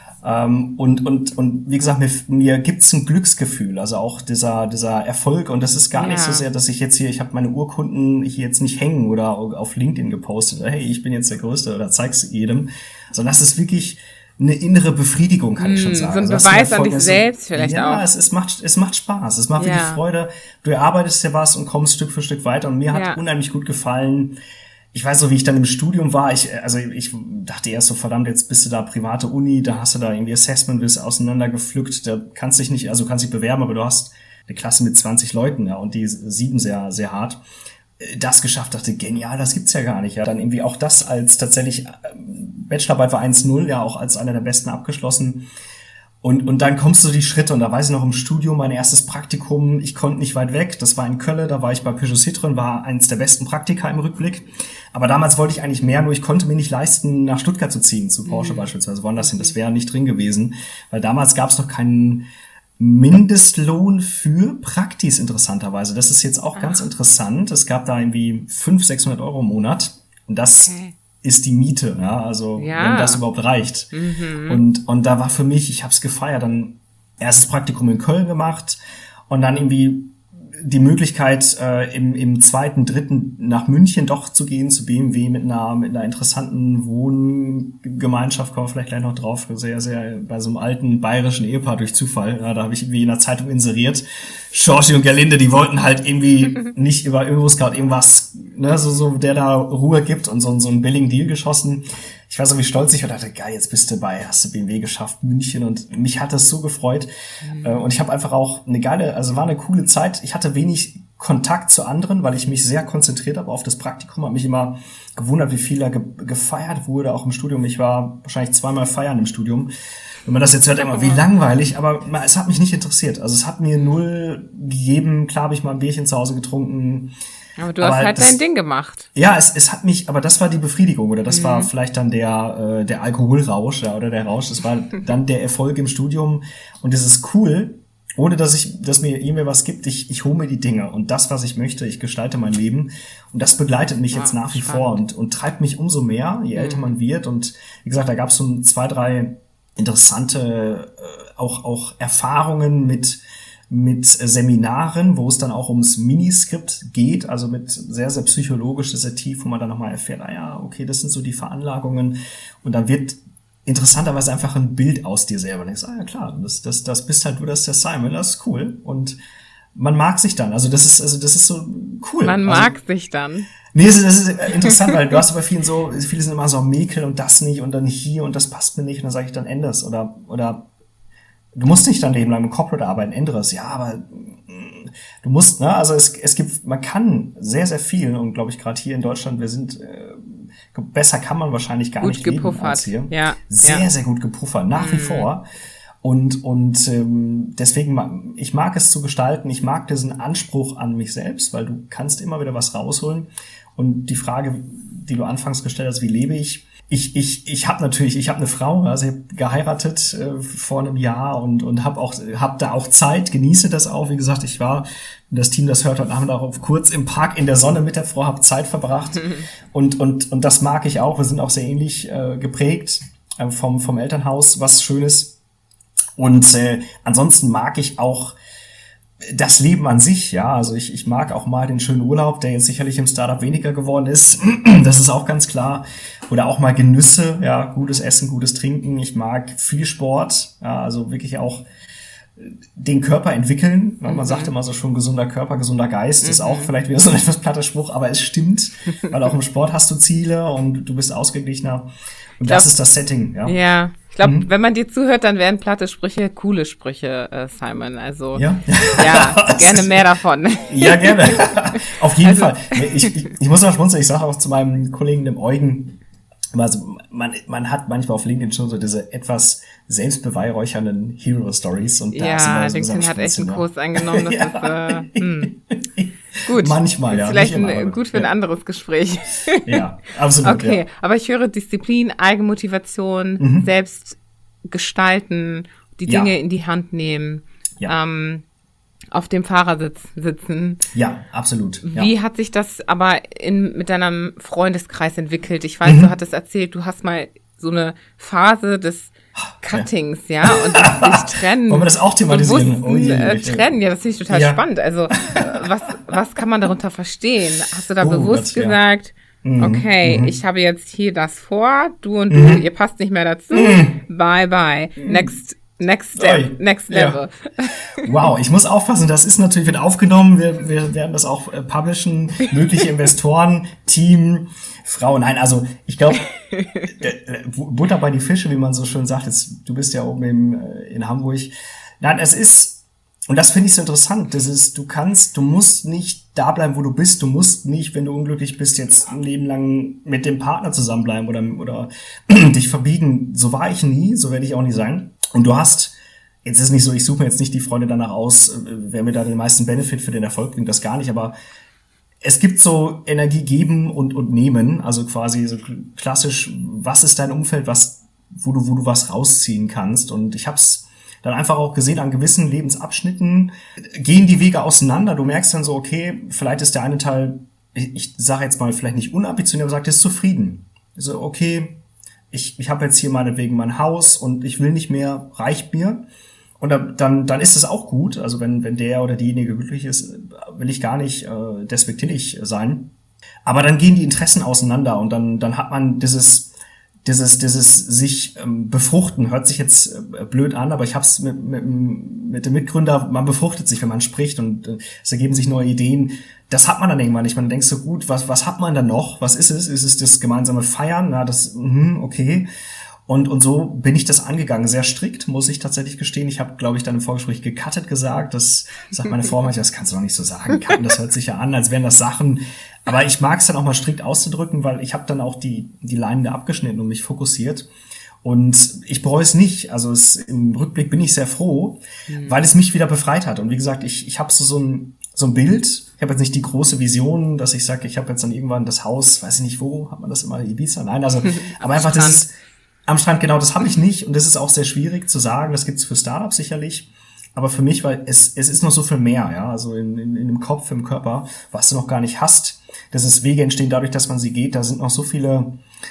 Speaker 1: Und wie gesagt, mir gibt's ein Glücksgefühl, also auch dieser Erfolg, und das ist gar nicht so sehr, dass ich jetzt hier, ich habe meine Urkunden hier jetzt nicht hängen oder auf LinkedIn gepostet, hey, ich bin jetzt der Größte oder zeig's jedem, sondern das ist wirklich eine innere Befriedigung, kann ich schon sagen.
Speaker 2: So ein Beweis an dich selbst vielleicht auch.
Speaker 1: Ja, es macht Spaß, es macht wirklich Freude, du erarbeitest dir was und kommst Stück für Stück weiter, und mir hat unheimlich gut gefallen. Ich weiß so, wie ich dann im Studium war, ich dachte erst so, verdammt, jetzt bist du da private Uni, da hast du da irgendwie Assessment, wirst auseinandergepflückt, da kannst dich bewerben, aber du hast eine Klasse mit 20 Leuten, ja, und die 7 sehr, sehr hart. Das geschafft, dachte, genial, das gibt's ja gar nicht. Ja, dann irgendwie auch das als tatsächlich Bachelorarbeit war 1,0, ja, auch als einer der besten abgeschlossen. Und dann kommst du die Schritte, und da weiß ich noch im Studium, mein erstes Praktikum, ich konnte nicht weit weg, das war in Köln, da war ich bei Peugeot Citroën, war eines der besten Praktika im Rückblick. Aber damals wollte ich eigentlich mehr, nur ich konnte mir nicht leisten, nach Stuttgart zu ziehen, zu Porsche beispielsweise, woanders hin, das wäre nicht drin gewesen, weil damals gab es noch keinen Mindestlohn für Praktis, interessanterweise. Das ist jetzt auch ganz interessant, es gab da irgendwie 500-600 Euro im Monat, und das ist die Miete, ja, also wenn das überhaupt reicht. Und da war für mich, ich habe es gefeiert, dann erstes Praktikum in Köln gemacht und dann irgendwie die Möglichkeit, im zweiten, dritten nach München doch zu gehen, zu BMW mit einer interessanten Wohngemeinschaft, kommen wir vielleicht gleich noch drauf, sehr, sehr bei so einem alten bayerischen Ehepaar durch Zufall. Ja, da habe ich irgendwie in der Zeitung inseriert, Schorsch und Gerlinde, die wollten halt irgendwie nicht über Euroscout irgendwas, ne, so der da Ruhe gibt, und so einen billigen Deal geschossen. Ich war so wie stolz, ich dachte, geil, jetzt hast du BMW geschafft, München, und mich hat das so gefreut. Und ich habe einfach auch war eine coole Zeit. Ich hatte wenig Kontakt zu anderen, weil ich mich sehr konzentriert habe auf das Praktikum, habe mich immer gewundert, wie viel da gefeiert wurde, auch im Studium. Ich war wahrscheinlich 2-mal feiern im Studium. Wenn man das jetzt hört, immer wie langweilig, aber es hat mich nicht interessiert. Also es hat mir null gegeben. Klar habe ich mal ein Bierchen zu Hause getrunken.
Speaker 2: Aber du hast halt dein Ding gemacht.
Speaker 1: Ja, es hat mich, aber das war die Befriedigung, oder das war vielleicht dann der Alkoholrausch, ja, oder der Rausch. Das war dann der Erfolg im Studium, und es ist cool, ohne dass mir irgendwer was gibt. Ich hole mir die Dinge und das, was ich möchte, ich gestalte mein Leben, und das begleitet mich jetzt nach wie vor und treibt mich umso mehr, je älter man wird. Und wie gesagt, da gab es so 2, 3 interessante auch Erfahrungen mit Seminaren, wo es dann auch ums Miniskript geht, also mit sehr, sehr psychologisch, sehr tief, wo man dann nochmal erfährt, okay, das sind so die Veranlagungen, und dann wird interessanterweise einfach ein Bild aus dir selber. Und denkst, ja klar, das bist halt du, das ist der Simon, das ist cool, und man mag sich dann, das ist so cool.
Speaker 2: Man mag sich dann.
Speaker 1: Nee, das ist interessant, weil du hast bei viele sind immer so Mäkel und das nicht und dann hier und das passt mir nicht, und dann sage ich, dann ändere es, oder du musst nicht dein Leben lang im Corporate arbeiten, ändere es, ja, aber du musst, ne, also man kann sehr, sehr viel, und glaube ich gerade hier in Deutschland, wir sind, besser kann man wahrscheinlich gar nicht leben als hier.
Speaker 2: Ja.
Speaker 1: Sehr, sehr gut gepuffert, nach wie vor. Und deswegen, ich mag es zu gestalten, ich mag diesen Anspruch an mich selbst, weil du kannst immer wieder was rausholen. Und die Frage, die du anfangs gestellt hast, wie lebe ich? Ich habe eine Frau, also ich habe geheiratet vor einem Jahr und hab da auch Zeit, genieße das auch. Wie gesagt, ich war, das Team, das hört heute Nachmittag auf, kurz im Park in der Sonne mit der Frau, habe Zeit verbracht und das mag ich auch. Wir sind auch sehr ähnlich geprägt vom Elternhaus, was Schönes. Und ansonsten mag ich auch das Leben an sich, ja, also ich mag auch mal den schönen Urlaub, der jetzt sicherlich im Startup weniger geworden ist, das ist auch ganz klar, oder auch mal Genüsse, ja, gutes Essen, gutes Trinken, ich mag viel Sport, ja, also wirklich auch den Körper entwickeln, man sagt immer so schon, gesunder Körper, gesunder Geist, ist auch vielleicht wieder so ein etwas platter Spruch, aber es stimmt, weil auch im Sport hast du Ziele und du bist ausgeglichener, und das ist das Setting, ja.
Speaker 2: Ja. Ich glaube, wenn man dir zuhört, dann wären platte Sprüche coole Sprüche, Simon. Also ja gerne mehr davon.
Speaker 1: Ja, gerne. Auf jeden Fall. Ich muss mal schmunzeln, ich sage auch zu meinem Kollegen, dem Eugen, also man hat manchmal auf LinkedIn schon so diese etwas selbstbeweihräuchernden Hero-Stories. Und da
Speaker 2: ja, LinkedIn hat echt einen Kurs eingenommen. Das ist gut.
Speaker 1: Manchmal, ja.
Speaker 2: Vielleicht gut für ein anderes Gespräch.
Speaker 1: Ja, absolut.
Speaker 2: Okay,
Speaker 1: ja.
Speaker 2: Aber ich höre Disziplin, Eigenmotivation, selbst gestalten, die Dinge in die Hand nehmen, auf dem Fahrersitz sitzen.
Speaker 1: Ja, absolut. Ja.
Speaker 2: Wie hat sich das aber mit deinem Freundeskreis entwickelt? Ich weiß, du hattest erzählt, du hast mal so eine Phase des Cuttings, und das sich trennen.
Speaker 1: Wollen wir das auch thematisieren?
Speaker 2: Trennen, das finde ich total spannend. Also, was kann man darunter verstehen? Hast du da bewusst gesagt, okay, ich habe jetzt hier das vor, du und du, ihr passt nicht mehr dazu, bye bye, next step, next level.
Speaker 1: Wow, ich muss aufpassen, das ist natürlich, wird aufgenommen, wir werden das auch publishen, mögliche Investoren, Team, Frauen, nein, also ich glaube, Butter bei die Fische, wie man so schön sagt, du bist ja oben in Hamburg. Nein, es ist Und das finde ich so interessant. Das ist, du musst nicht da bleiben, wo du bist. Du musst nicht, wenn du unglücklich bist, jetzt ein Leben lang mit dem Partner zusammenbleiben oder dich verbiegen. So war ich nie, so werde ich auch nie sein. Und du hast, jetzt ist es nicht so, ich suche mir jetzt nicht die Freunde danach aus, wer mir da den meisten Benefit für den Erfolg bringt, das gar nicht, aber es gibt so Energie geben und nehmen, also quasi so klassisch, was ist dein Umfeld, wo du was rausziehen kannst. Und ich habe es dann einfach auch gesehen, an gewissen Lebensabschnitten gehen die Wege auseinander. Du merkst dann so, okay, vielleicht ist der eine Teil, ich sage jetzt mal vielleicht nicht unambitioniert, aber sagt, ist zufrieden. Also okay, ich habe jetzt hier meinetwegen mein Haus und ich will nicht mehr, reicht mir. Und dann ist es auch gut. Also wenn der oder diejenige glücklich ist, will ich gar nicht despektierlich sein. Aber dann gehen die Interessen auseinander und dann hat man dieses sich befruchten, hört sich jetzt blöd an, aber ich habe es mit dem Mitgründer, man befruchtet sich, wenn man spricht und es ergeben sich neue Ideen. Das hat man dann irgendwann nicht. Man denkt so, gut, was hat man dann noch? Was ist es? Ist es das gemeinsame Feiern? Na, okay. Und so bin ich das angegangen. Sehr strikt, muss ich tatsächlich gestehen. Ich habe, glaube ich, dann im Vorgespräch gecuttet gesagt. Das sagt meine Frau manchmal, das kannst du doch nicht so sagen. Cutten, das hört sich ja an, als wären das Sachen. Aber ich mag es dann auch mal strikt auszudrücken, weil ich habe dann auch die Leinen da abgeschnitten und mich fokussiert. Und ich bereue es nicht. Also im Rückblick bin ich sehr froh, weil es mich wieder befreit hat. Und wie gesagt, ich habe so ein Bild. Ich habe jetzt nicht die große Vision, dass ich sage, ich habe jetzt dann irgendwann das Haus, weiß ich nicht wo, hat man das immer, Ibiza? Nein, also, aber einfach das ist am Strand, genau, das habe ich nicht. Und das ist auch sehr schwierig zu sagen. Das gibt's für Startups sicherlich. Aber für mich, weil es ist noch so viel mehr, ja. Also in dem Kopf, im Körper, was du noch gar nicht hast. Das ist, Wege entstehen dadurch, dass man sie geht. Da sind noch so viele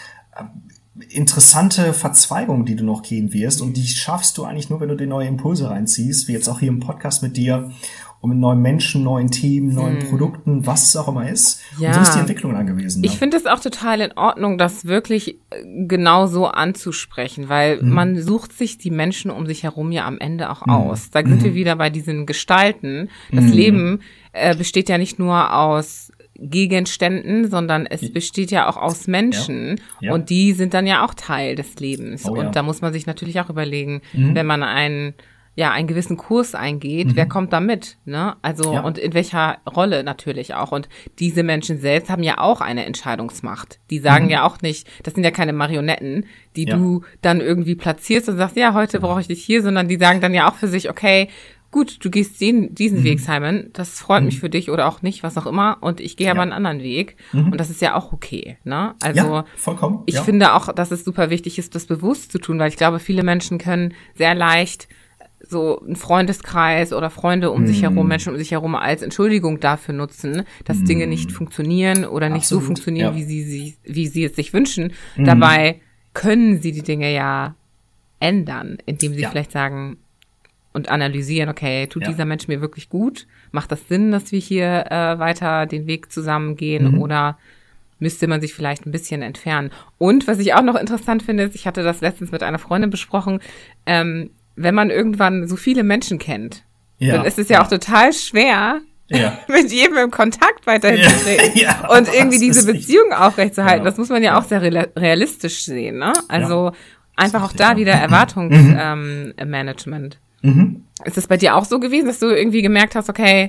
Speaker 1: interessante Verzweigungen, die du noch gehen wirst. Und die schaffst du eigentlich nur, wenn du dir neue Impulse reinziehst, wie jetzt auch hier im Podcast mit dir, und mit neuen Menschen, neuen Teams, neuen Produkten, was es auch immer ist.
Speaker 2: Ja.
Speaker 1: Und so ist die Entwicklung angewiesen.
Speaker 2: Ich finde es auch total in Ordnung, das wirklich genau so anzusprechen, weil man sucht sich die Menschen um sich herum ja am Ende auch aus. Da sind wir wieder bei diesen Gestalten. Das Leben besteht ja nicht nur aus Gegenständen, sondern es besteht ja auch aus Menschen und die sind dann ja auch Teil des Lebens. Und da muss man sich natürlich auch überlegen, wenn man einen gewissen Kurs eingeht, wer kommt da mit, ne? Also, und in welcher Rolle natürlich auch. Und diese Menschen selbst haben ja auch eine Entscheidungsmacht. Die sagen ja auch nicht, das sind ja keine Marionetten, die du dann irgendwie platzierst und sagst, ja, heute brauche ich dich hier, sondern die sagen dann ja auch für sich, okay, gut, du gehst diesen Weg, Simon, das freut mich für dich oder auch nicht, was auch immer, und ich gehe aber einen anderen Weg. Und das ist ja auch okay, ne? Also,
Speaker 1: vollkommen.
Speaker 2: Ich finde auch, dass es super wichtig ist, das bewusst zu tun, weil ich glaube, viele Menschen können sehr leicht so einen Freundeskreis oder Freunde um sich herum, Menschen um sich herum als Entschuldigung dafür nutzen, dass Dinge nicht funktionieren oder nicht so funktionieren, wie sie es sich wünschen. Dabei können sie die Dinge ja ändern, indem sie vielleicht sagen und analysieren, okay, tut dieser Mensch mir wirklich gut? Macht das Sinn, dass wir hier weiter den Weg zusammen gehen oder müsste man sich vielleicht ein bisschen entfernen? Und was ich auch noch interessant finde, ist, ich hatte das letztens mit einer Freundin besprochen, wenn man irgendwann so viele Menschen kennt, dann ist es ja auch total schwer, mit jedem im Kontakt weiterhin zu treten und irgendwie diese Beziehung aufrechtzuerhalten. Das muss man ja auch sehr realistisch sehen, ne? Also einfach auch da wieder Erwartungsmanagement. Ist es bei dir auch so gewesen, dass du irgendwie gemerkt hast, okay,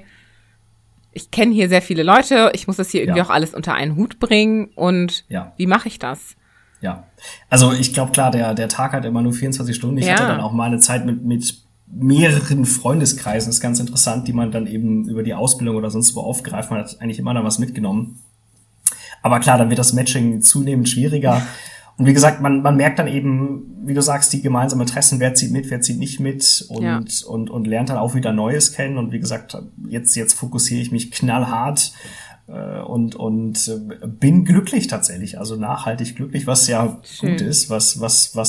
Speaker 2: ich kenne hier sehr viele Leute, ich muss das hier irgendwie auch alles unter einen Hut bringen und wie mache ich das?
Speaker 1: Ja, also ich glaube, klar, der Tag hat immer nur 24 Stunden. Ich hatte dann auch mal eine Zeit mit mehreren Freundeskreisen, das ist ganz interessant, die man dann eben über die Ausbildung oder sonst wo aufgreift. Man hat eigentlich immer da was mitgenommen. Aber klar, dann wird das Matching zunehmend schwieriger. Und wie gesagt, man merkt dann eben, wie du sagst, die gemeinsamen Interessen, wer zieht mit, wer zieht nicht mit und lernt dann auch wieder Neues kennen. Und wie gesagt, jetzt fokussiere ich mich knallhart und bin glücklich tatsächlich, also nachhaltig glücklich, was ja gut ist, was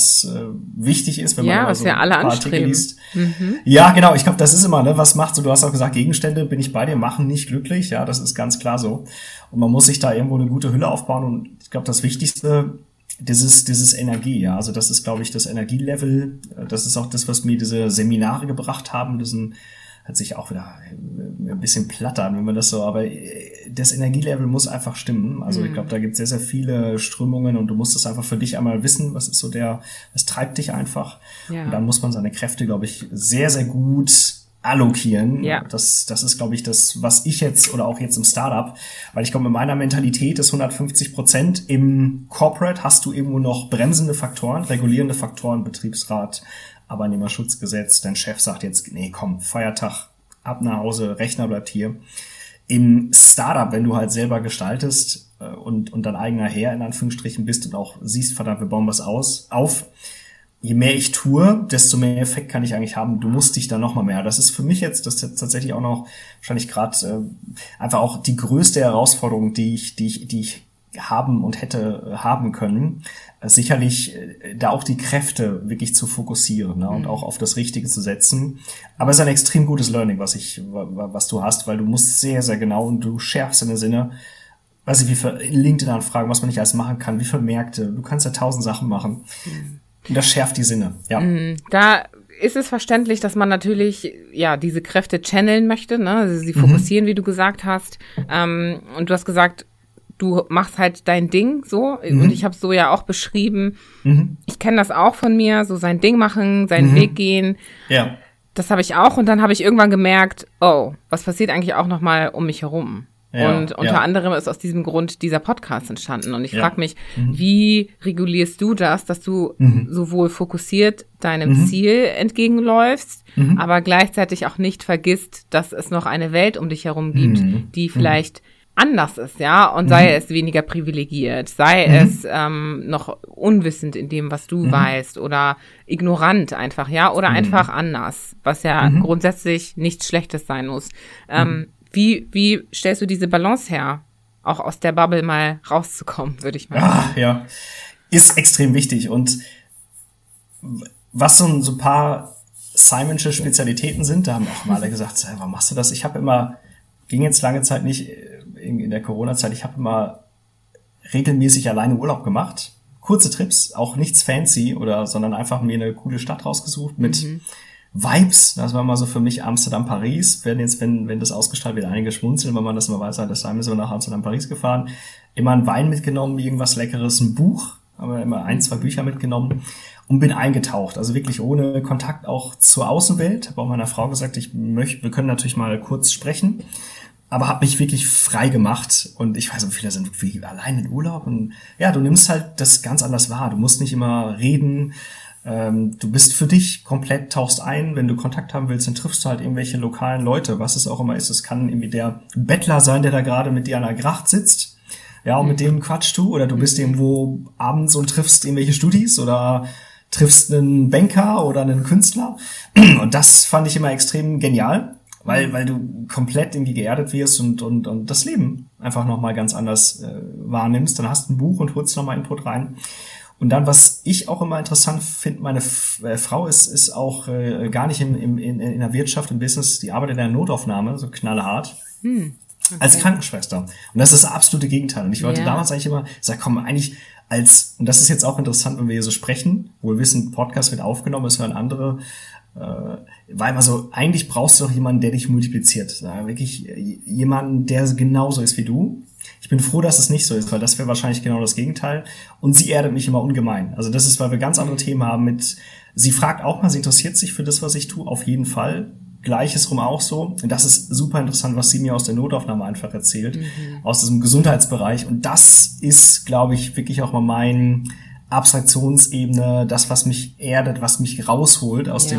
Speaker 1: wichtig ist, wenn man
Speaker 2: was
Speaker 1: so
Speaker 2: wir alle
Speaker 1: ein paar Artikel
Speaker 2: anstreben.
Speaker 1: liest. Ja, genau, ich glaube, das ist immer, ne, was macht so, du hast auch gesagt, Gegenstände, bin ich bei dir, machen nicht glücklich, ja, das ist ganz klar so. Und man muss sich da irgendwo eine gute Hülle aufbauen und ich glaube, das Wichtigste, dieses Energie, ja, also das ist, glaube ich, das Energielevel, das ist auch das, was mir diese Seminare gebracht haben, hört sich auch wieder ein bisschen platt an, wenn man das so, aber das Energielevel muss einfach stimmen. Also ich glaube, da gibt es sehr, sehr viele Strömungen und du musst es einfach für dich einmal wissen, was ist so was treibt dich einfach. Ja. Und dann muss man seine Kräfte, glaube ich, sehr, sehr gut allokieren.
Speaker 2: Ja.
Speaker 1: Das ist, glaube ich, das, was ich jetzt oder auch jetzt im Startup, weil ich glaube, mit meiner Mentalität ist 150%. Im Corporate hast du irgendwo noch bremsende Faktoren, regulierende Faktoren, Betriebsrat, Arbeitnehmerschutzgesetz. Dein Chef sagt jetzt, nee, komm, Feiertag, ab nach Hause, Rechner bleibt hier. Im Startup, wenn du halt selber gestaltest und dein eigener Herr in Anführungsstrichen bist und auch siehst, verdammt, wir bauen was auf, je mehr ich tue, desto mehr Effekt kann ich eigentlich haben. Du musst dich dann noch mal mehr. Das ist für mich jetzt das ist tatsächlich auch noch wahrscheinlich gerade einfach auch die größte Herausforderung, die ich haben und hätte haben können. Sicherlich da auch die Kräfte wirklich zu fokussieren, ne, und auch auf das Richtige zu setzen. Aber es ist ein extrem gutes Learning, was du hast, weil du musst sehr, sehr genau und du schärfst deine Sinne. Weiß ich, wie viele LinkedIn-Anfragen, was man nicht alles machen kann, wie viele Märkte. Du kannst ja 1000 Sachen machen. Und das schärft die Sinne, ja.
Speaker 2: Da ist es verständlich, dass man natürlich, ja, diese Kräfte channeln möchte, ne, also sie fokussieren, wie du gesagt hast. Und du hast gesagt, du machst halt dein Ding so. Und ich habe es so ja auch beschrieben. Ich kenne das auch von mir, so sein Ding machen, seinen Weg gehen.
Speaker 1: Ja.
Speaker 2: Das habe ich auch. Und dann habe ich irgendwann gemerkt, oh, was passiert eigentlich auch noch mal um mich herum? Ja, und unter anderem ist aus diesem Grund dieser Podcast entstanden. Und ich frage mich, wie regulierst du das, dass du sowohl fokussiert deinem Ziel entgegenläufst, aber gleichzeitig auch nicht vergisst, dass es noch eine Welt um dich herum gibt, die vielleicht anders ist, ja, und sei es weniger privilegiert, sei es noch unwissend in dem, was du weißt, oder ignorant einfach, ja, oder einfach anders, was ja grundsätzlich nichts Schlechtes sein muss. Wie stellst du diese Balance her, auch aus der Bubble mal rauszukommen, würde ich mal sagen.
Speaker 1: Ja, ist extrem wichtig. Und was so ein paar Simonsche Spezialitäten sind, da haben auch mal alle gesagt, warum machst du das? Ich habe immer, ging jetzt lange Zeit nicht, in der Corona-Zeit, ich habe immer regelmäßig alleine Urlaub gemacht. Kurze Trips, auch nichts fancy sondern einfach mir eine coole Stadt rausgesucht mit Vibes. Das war mal so für mich Amsterdam, Paris. Wenn das ausgestrahlt wird, einige schmunzeln, wenn man das immer weiß, das Time ist immer nach Amsterdam, Paris gefahren. Immer einen Wein mitgenommen, irgendwas Leckeres, ein Buch, aber immer 1, 2 Bücher mitgenommen und bin eingetaucht. Also wirklich ohne Kontakt auch zur Außenwelt. Habe auch meiner Frau gesagt, wir können natürlich mal kurz sprechen. Aber habe mich wirklich frei gemacht und ich weiß nicht, wie viele sind wie allein in Urlaub und ja, du nimmst halt das ganz anders wahr. Du musst nicht immer reden, du bist für dich komplett, tauchst ein. Wenn du Kontakt haben willst, dann triffst du halt irgendwelche lokalen Leute, was es auch immer ist. Es kann irgendwie der Bettler sein, der da gerade mit dir an der Gracht sitzt, ja, und mit dem quatschst du, oder du bist irgendwo abends und triffst irgendwelche Studis oder triffst einen Banker oder einen Künstler und das fand ich immer extrem genial. Weil du komplett irgendwie geerdet wirst und das Leben einfach nochmal ganz anders wahrnimmst. Dann hast du ein Buch und holst nochmal Input rein. Und dann, was ich auch immer interessant finde, meine Frau ist auch gar nicht in der Wirtschaft, im Business, die arbeitet in der Notaufnahme, so knallhart, als Krankenschwester. Und das ist das absolute Gegenteil. Und ich wollte damals eigentlich immer sagen, komm, eigentlich und das ist jetzt auch interessant, wenn wir hier so sprechen, wo wir wissen, Podcast wird aufgenommen, es hören andere, war immer so, eigentlich brauchst du doch jemanden, der dich multipliziert. Wirklich jemanden, der genauso ist wie du. Ich bin froh, dass es nicht so ist, weil das wäre wahrscheinlich genau das Gegenteil. Und sie erdet mich immer ungemein. Also das ist, weil wir ganz andere Themen haben sie fragt auch mal, sie interessiert sich für das, was ich tue, auf jeden Fall. Gleiches rum auch so. Und das ist super interessant, was sie mir aus der Notaufnahme einfach erzählt, aus diesem Gesundheitsbereich. Und das ist, glaube ich, wirklich auch mal mein Abstraktionsebene, das, was mich erdet, was mich rausholt aus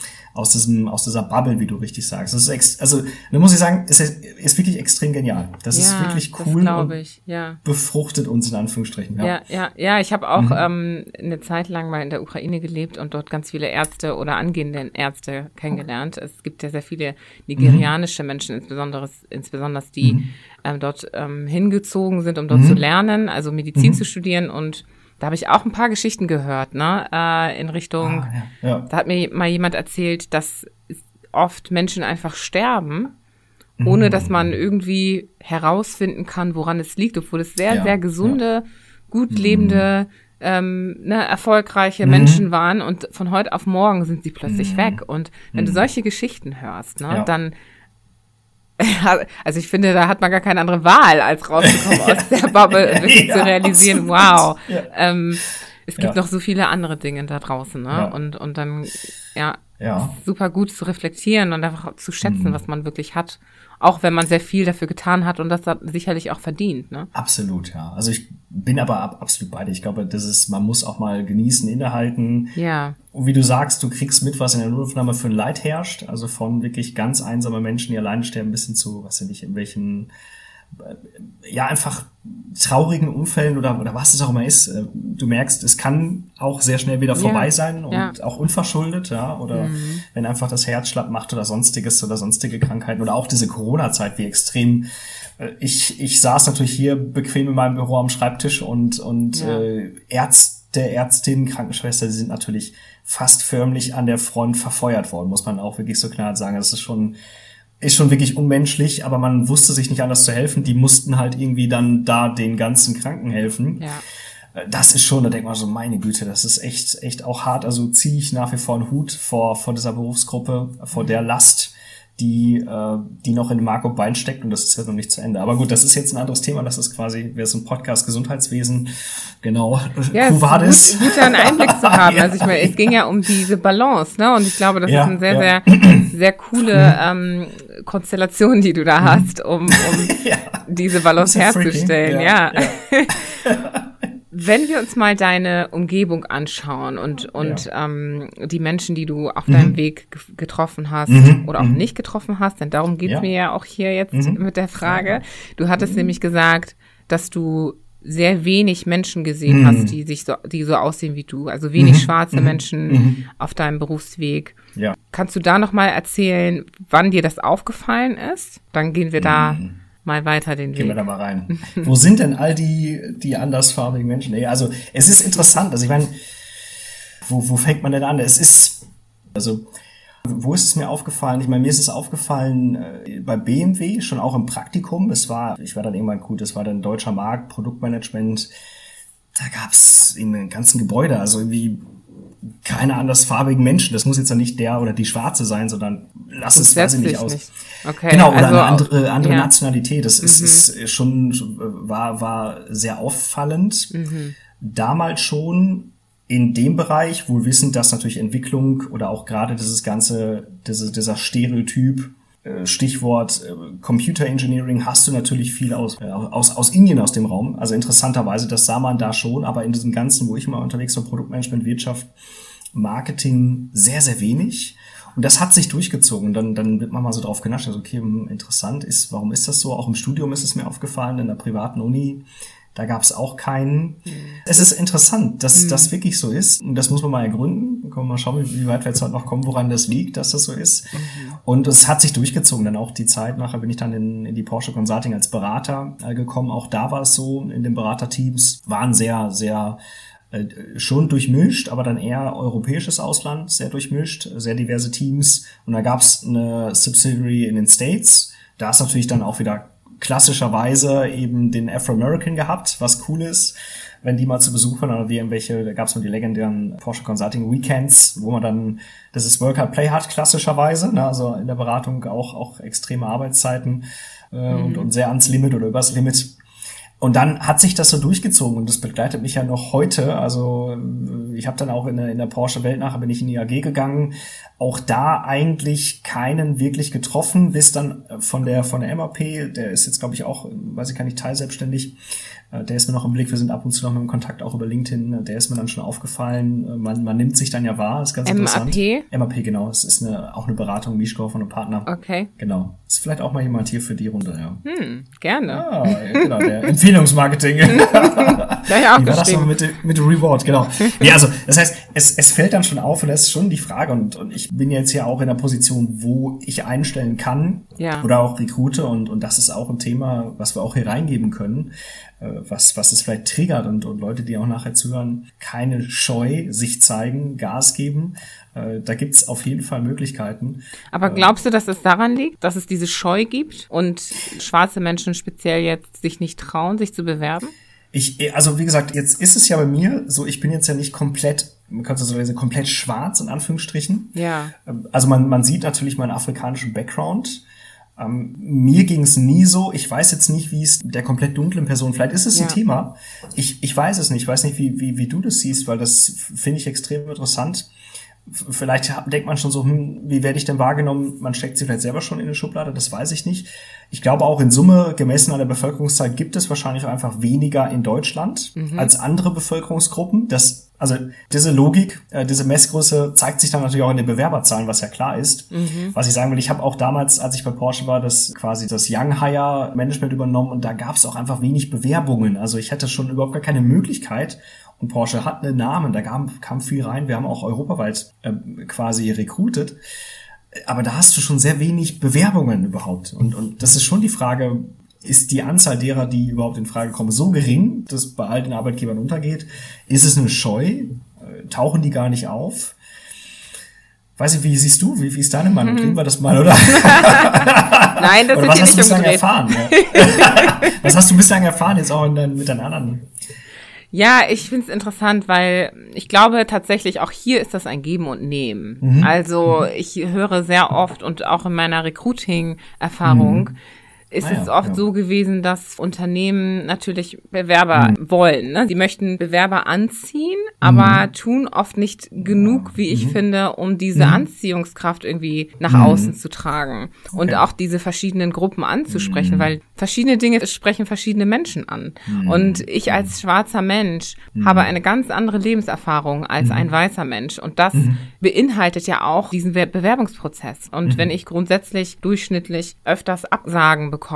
Speaker 1: dieser Bubble, wie du richtig sagst. Das ist also, da muss ich sagen, ist wirklich extrem genial. Das ist wirklich cool und befruchtet uns in Anführungsstrichen.
Speaker 2: Ja, ich habe auch eine Zeit lang mal in der Ukraine gelebt und dort ganz viele Ärzte oder angehende Ärzte kennengelernt. Es gibt ja sehr viele nigerianische Menschen, insbesondere die dort hingezogen sind, um dort zu lernen, also Medizin zu studieren, und da habe ich auch ein paar Geschichten gehört, ne, in Richtung, da hat mir mal jemand erzählt, dass oft Menschen einfach sterben, ohne dass man irgendwie herausfinden kann, woran es liegt, obwohl es sehr, sehr gesunde, gut lebende, erfolgreiche Menschen waren, und von heute auf morgen sind sie plötzlich weg. Und wenn du solche Geschichten hörst, ne, dann, also ich finde, da hat man gar keine andere Wahl, als rauszukommen aus der Bubble und wirklich zu realisieren, es gibt noch so viele andere Dinge da draußen, ne? Und dann,
Speaker 1: Ja.
Speaker 2: Super gut zu reflektieren und einfach zu schätzen, was man wirklich hat. Auch wenn man sehr viel dafür getan hat und das sicherlich auch verdient, ne?
Speaker 1: Absolut, ja. Also ich bin aber absolut bei dir. Ich glaube, man muss auch mal genießen, innehalten.
Speaker 2: Ja.
Speaker 1: Und wie du sagst, du kriegst mit, was in der Notaufnahme für ein Leid herrscht. Also von wirklich ganz einsamen Menschen, die alleine sterben, bis hin zu, was weiß ich, in welchen, ja, einfach traurigen Unfällen oder was es auch immer ist. Du merkst, es kann auch sehr schnell wieder vorbei sein und auch unverschuldet, ja, oder wenn einfach das Herz schlapp macht oder sonstiges oder sonstige Krankheiten oder auch diese Corona-Zeit, wie extrem. Ich saß natürlich hier bequem in meinem Büro am Schreibtisch und Ärzte, Ärztinnen, Krankenschwester, die sind natürlich fast förmlich an der Front verfeuert worden, muss man auch wirklich so klar sagen. Das ist schon wirklich unmenschlich, aber man wusste sich nicht anders zu helfen. Die mussten halt irgendwie dann da den ganzen Kranken helfen.
Speaker 2: Ja.
Speaker 1: Das ist schon, da denkt man so, meine Güte, das ist echt auch hart. Also ziehe ich nach wie vor einen Hut vor dieser Berufsgruppe, vor der Last, die noch in Mark und Bein steckt, und das ist jetzt noch nicht zu Ende. Aber gut, das ist jetzt ein anderes Thema. Das ist quasi, wäre so ein Podcast Gesundheitswesen. Genau.
Speaker 2: Ja, es ist gut, einen Einblick zu haben. Also ich meine, es ging ja um diese Balance, ne? Und ich glaube, das ist eine sehr, sehr coole Konstellation, die du da hast, um diese Balance herzustellen. Ja. Wenn wir uns mal deine Umgebung anschauen und die Menschen, die du auf deinem Weg getroffen hast oder auch nicht getroffen hast, denn darum geht's mir ja auch hier jetzt mit der Frage. Du hattest nämlich gesagt, dass du sehr wenig Menschen gesehen hast, die so aussehen wie du, also wenig schwarze Menschen auf deinem Berufsweg.
Speaker 1: Ja.
Speaker 2: Kannst du da noch mal erzählen, wann dir das aufgefallen ist? Dann gehen wir da mal weiter den Weg.
Speaker 1: Gehen wir da mal rein. Wo sind denn all die andersfarbigen Menschen? Nee, also es ist interessant. Also ich meine, wo fängt man denn an? Wo ist es mir aufgefallen? Ich meine, mir ist es aufgefallen bei BMW, schon auch im Praktikum. Ich war dann irgendwann gut, das war dann deutscher Markt, Produktmanagement. Da gab's im ganzen Gebäude, also irgendwie keine andersfarbigen Menschen. Das muss jetzt ja nicht der oder die Schwarze sein, sondern lass es, weiß ich nicht, aus.
Speaker 2: Nicht. Okay,
Speaker 1: genau, oder
Speaker 2: also,
Speaker 1: eine andere Nationalität. Das ist schon, war sehr auffallend. Damals schon in dem Bereich, wohl wissend, dass natürlich Entwicklung oder auch gerade dieser Stereotyp, Stichwort Computer Engineering, hast du natürlich viel aus Indien aus dem Raum. Also interessanterweise, das sah man da schon, aber in diesem Ganzen, wo ich mal unterwegs war, Produktmanagement, Wirtschaft, Marketing, sehr, sehr wenig. Und das hat sich durchgezogen. Dann wird man mal so drauf genascht, also okay, interessant warum ist das so? Auch im Studium ist es mir aufgefallen, in der privaten Uni. Da gab es auch keinen. Es ist interessant, dass das wirklich so ist. Und das muss man mal ergründen. Dann können wir mal schauen, wie weit wir jetzt heute noch kommen, woran das liegt, dass das so ist. Und es hat sich durchgezogen. Dann auch die Zeit, nachher bin ich dann in die Porsche Consulting als Berater gekommen. Auch da war es so, in den Beraterteams waren sehr, sehr schon durchmischt, aber dann eher europäisches Ausland, sehr durchmischt, sehr diverse Teams. Und da gab es eine Subsidiary in den States. Da ist natürlich dann auch wieder klassischerweise eben den Afro-American gehabt, was cool ist, wenn die mal zu Besuch waren, oder da gab es mal die legendären Porsche Consulting Weekends, wo man dann, das ist Work Hard, Play Hard klassischerweise, ne, also in der Beratung auch extreme Arbeitszeiten und sehr ans Limit oder übers Limit. Und dann hat sich das so durchgezogen und das begleitet mich ja noch heute. Also ich habe dann auch in der Porsche-Welt, nachher bin ich in die AG gegangen, auch da eigentlich keinen wirklich getroffen, bis dann von der MAP, der ist jetzt, glaube ich, auch, weiß ich gar nicht, teilselbstständig, der ist mir noch im Blick, wir sind ab und zu noch mit dem Kontakt auch über LinkedIn, der ist mir dann schon aufgefallen, man nimmt sich dann ja wahr, ist ganz interessant. MAP, genau, es ist auch eine Beratung, Mischko von einem Partner.
Speaker 2: Okay.
Speaker 1: Genau, ist vielleicht auch mal jemand hier für die Runde, ja.
Speaker 2: Gerne.
Speaker 1: Ah, genau, der Empfehlungsmarketing.
Speaker 2: Gleich auch
Speaker 1: wie war das noch mit Reward, genau. Ja, also, das heißt, es fällt dann schon auf und das ist schon die Frage und ich bin jetzt ja auch in der Position, wo ich einstellen kann oder auch rekrute und das ist auch ein Thema, was wir auch hier reingeben können, was es vielleicht triggert und Leute, die auch nachher zuhören, keine Scheu, sich zeigen, Gas geben. Da gibt's auf jeden Fall Möglichkeiten.
Speaker 2: Aber glaubst du, dass es daran liegt, dass es diese Scheu gibt und schwarze Menschen speziell jetzt sich nicht trauen, sich zu bewerben?
Speaker 1: Also wie gesagt, jetzt ist es ja bei mir so, ich bin jetzt ja nicht komplett, man kann so sagen, komplett schwarz in Anführungsstrichen.
Speaker 2: Ja.
Speaker 1: Also man sieht natürlich meinen afrikanischen Background. Mir ging es nie so. Ich weiß jetzt nicht, wie es der komplett dunklen Person, vielleicht ist es ein Thema. Ich weiß es nicht. Ich weiß nicht, wie du das siehst, weil das finde ich extrem interessant. Vielleicht denkt man schon so, wie werde ich denn wahrgenommen? Man steckt sie vielleicht selber schon in eine Schublade, das weiß ich nicht. Ich glaube auch in Summe, gemessen an der Bevölkerungszahl, gibt es wahrscheinlich auch einfach weniger in Deutschland als andere Bevölkerungsgruppen. Also diese Logik, diese Messgröße zeigt sich dann natürlich auch in den Bewerberzahlen, was ja klar ist. Was ich sagen will, ich habe auch damals, als ich bei Porsche war, das Young Hire Management übernommen und da gab es auch einfach wenig Bewerbungen. Also ich hatte schon überhaupt gar keine Möglichkeit. Und Porsche hat einen Namen, da kam viel rein. Wir haben auch europaweit quasi recruited. Aber da hast du schon sehr wenig Bewerbungen überhaupt. Und das ist schon die Frage, ist die Anzahl derer, die überhaupt in Frage kommen, so gering, dass bei all den Arbeitgebern untergeht? Ist es eine Scheu? Tauchen die gar nicht auf? Weiß ich, wie siehst du? Wie ist deine Meinung? Kriegen wir das mal, oder?
Speaker 2: Nein, das
Speaker 1: oder
Speaker 2: ist
Speaker 1: was
Speaker 2: nicht
Speaker 1: hast du bislang
Speaker 2: umgedreht.
Speaker 1: Erfahren? Ja? Was hast du bislang erfahren jetzt auch mit deinen anderen?
Speaker 2: Ja, ich finde es interessant, weil ich glaube tatsächlich, auch hier ist das ein Geben und Nehmen. Also ich höre sehr oft und auch in meiner Recruiting-Erfahrung ist es oft so gewesen, dass Unternehmen natürlich Bewerber wollen. Ne? Sie möchten Bewerber anziehen, aber tun oft nicht genug, wie ich finde, um diese Anziehungskraft irgendwie nach außen zu tragen und auch diese verschiedenen Gruppen anzusprechen, weil verschiedene Dinge sprechen verschiedene Menschen an. Und ich als schwarzer Mensch habe eine ganz andere Lebenserfahrung als ein weißer Mensch und das beinhaltet ja auch diesen Bewerbungsprozess. Und wenn ich grundsätzlich durchschnittlich öfters Absagen bekomme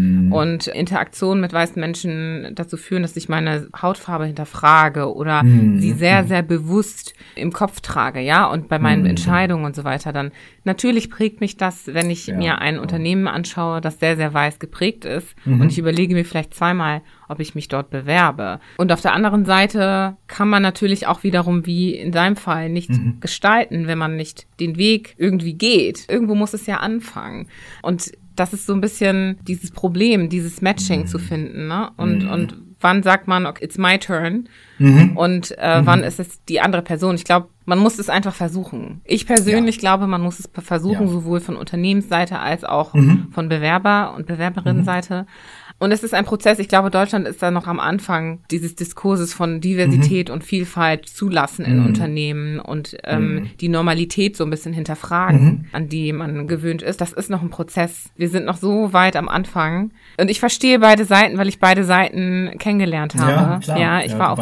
Speaker 2: und Interaktionen mit weißen Menschen dazu führen, dass ich meine Hautfarbe hinterfrage oder sie sehr, sehr bewusst im Kopf trage, ja, und bei meinen Entscheidungen und so weiter, dann natürlich prägt mich das, wenn ich mir ein Unternehmen anschaue, das sehr, sehr weiß geprägt ist und ich überlege mir vielleicht zweimal, ob ich mich dort bewerbe. Und auf der anderen Seite kann man natürlich auch wiederum, wie in deinem Fall, nicht gestalten, wenn man nicht den Weg irgendwie geht. Irgendwo muss es ja anfangen. Und das ist so ein bisschen dieses Problem, dieses Matching zu finden, ne? Und wann sagt man, okay, it's my turn? Und wann ist es die andere Person? Ich glaube, man muss es einfach versuchen. Ich persönlich glaube, man muss es versuchen, sowohl von Unternehmensseite als auch von Bewerber- und Bewerberinnenseite. Und es ist ein Prozess, ich glaube, Deutschland ist da noch am Anfang dieses Diskurses von Diversität und Vielfalt zulassen in Unternehmen und die Normalität so ein bisschen hinterfragen, an die man gewöhnt ist. Das ist noch ein Prozess. Wir sind noch so weit am Anfang. Und ich verstehe beide Seiten, weil ich beide Seiten kennengelernt habe.
Speaker 1: Ja, klar.
Speaker 2: Ja, ich war auf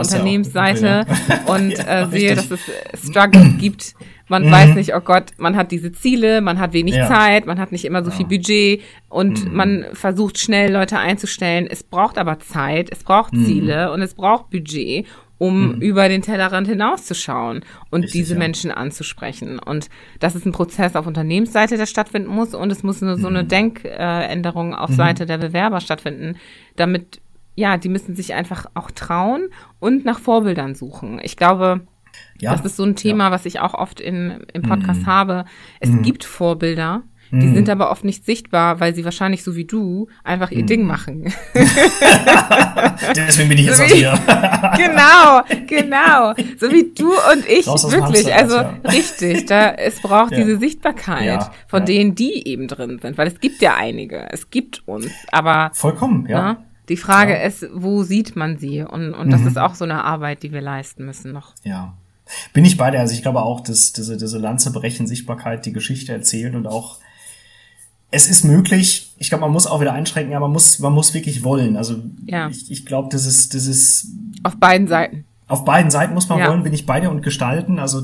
Speaker 1: Ja
Speaker 2: Unternehmensseite und sehe,
Speaker 1: Richtig.
Speaker 2: dass es Struggles gibt. Man weiß nicht, oh Gott, man hat diese Ziele, man hat wenig Zeit, man hat nicht immer so viel Budget und man versucht schnell Leute einzustellen. Es braucht aber Zeit, es braucht Ziele und es braucht Budget, um über den Tellerrand hinauszuschauen und
Speaker 1: Richtig,
Speaker 2: diese Menschen anzusprechen. Und das ist ein Prozess auf Unternehmensseite, der stattfinden muss und es muss so eine Denkänderung auf Seite der Bewerber stattfinden, damit, ja, die müssen sich einfach auch trauen und nach Vorbildern suchen. Ich glaube, das ist so ein Thema, was ich auch oft im Podcast habe. Es gibt Vorbilder, die sind aber oft nicht sichtbar, weil sie wahrscheinlich so wie du einfach ihr Ding machen.
Speaker 1: Deswegen bin ich jetzt auch hier.
Speaker 2: Genau. So wie du und ich,
Speaker 1: Raus aus dem
Speaker 2: wirklich.
Speaker 1: Hamsterrad,
Speaker 2: Also richtig, es braucht diese Sichtbarkeit von denen, die eben drin sind. Weil es gibt ja einige, es gibt uns, aber
Speaker 1: Vollkommen,
Speaker 2: na, die Frage ist, wo sieht man sie? Und das ist auch so eine Arbeit, die wir leisten müssen noch.
Speaker 1: Ja. Bin ich bei dir. Also ich glaube auch, dass diese Lanze brechen, Sichtbarkeit, die Geschichte erzählen und auch, es ist möglich. Ich glaube, man muss auch wieder einschränken, aber man muss wirklich wollen. Also ich glaube, das ist
Speaker 2: auf beiden Seiten.
Speaker 1: Auf beiden Seiten muss man wollen, bin ich bei dir und gestalten. Also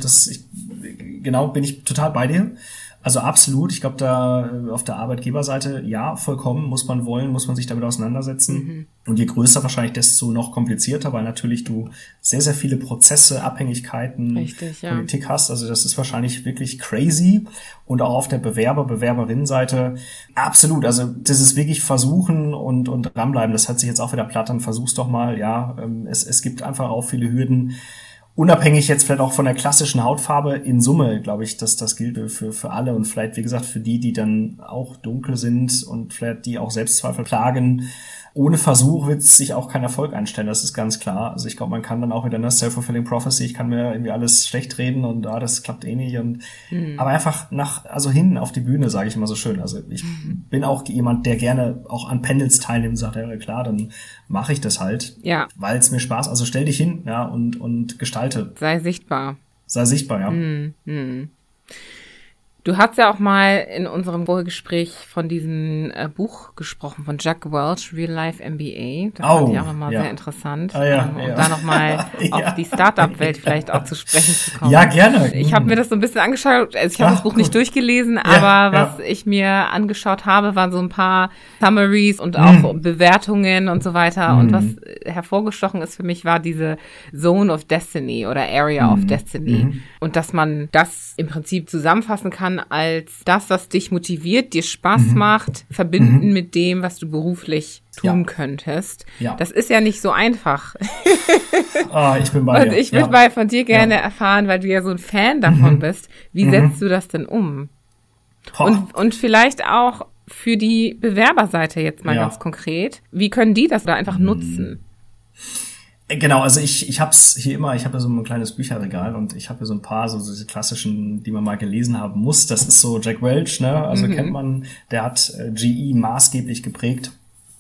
Speaker 1: bin ich total bei dir. Also absolut. Ich glaube, da auf der Arbeitgeberseite, ja, vollkommen, muss man wollen, muss man sich damit auseinandersetzen. Und je größer wahrscheinlich, desto noch komplizierter, weil natürlich du sehr, sehr viele Prozesse, Abhängigkeiten, Politik hast. Also das ist wahrscheinlich wirklich crazy. Und auch auf der Bewerberinnenseite absolut. Also das ist wirklich versuchen und dranbleiben. Das hört sich jetzt auch wieder platt an. Versuch's doch mal. Ja, es gibt einfach auch viele Hürden. Unabhängig jetzt vielleicht auch von der klassischen Hautfarbe, in Summe, glaube ich, dass das gilt für alle und vielleicht, wie gesagt, für die dann auch dunkel sind und vielleicht die auch Selbstzweifel plagen. Ohne Versuch wird sich auch kein Erfolg einstellen, das ist ganz klar. Also ich glaube, man kann dann auch wieder eine Self-fulfilling Prophecy, ich kann mir irgendwie alles schlecht reden und das klappt eh nicht. Aber einfach hin auf die Bühne, sage ich immer so schön. Also ich bin auch jemand, der gerne auch an Panels teilnimmt und sagt, ja klar, dann mache ich das halt, weil es mir Spaß. Also stell dich hin, und gestalte.
Speaker 2: Sei sichtbar.
Speaker 1: sei sichtbar, ja.
Speaker 2: Du hast ja auch mal in unserem Vorgespräch von diesem Buch gesprochen, von Jack Welch, Real Life MBA. Das fand ich auch nochmal sehr interessant. Und da nochmal auf die Startup-Welt vielleicht auch zu sprechen zu kommen.
Speaker 1: Ja, gerne.
Speaker 2: Ich habe mir das so ein bisschen angeschaut. Also ich habe das Buch nicht durchgelesen, aber was ich mir angeschaut habe, waren so ein paar Summaries und auch Bewertungen und so weiter. Und was hervorgestochen ist für mich, war diese Zone of Destiny oder Area of Destiny. Und dass man das im Prinzip zusammenfassen kann als das, was dich motiviert, dir Spaß macht, verbinden mit dem, was du beruflich tun könntest. Ja. Das ist ja nicht so einfach.
Speaker 1: Ich bin bei dir.
Speaker 2: Und ich würde mal von dir gerne erfahren, weil du ja so ein Fan davon bist, wie setzt du das denn um? Und vielleicht auch für die Bewerberseite jetzt mal ganz konkret. Wie können die das da einfach nutzen?
Speaker 1: Genau, also ich hab's hier immer, ich habe ja so ein kleines Bücherregal und ich habe hier so ein paar so diese klassischen, die man mal gelesen haben muss. Das ist so Jack Welch, ne? Also kennt man, der hat GE maßgeblich geprägt.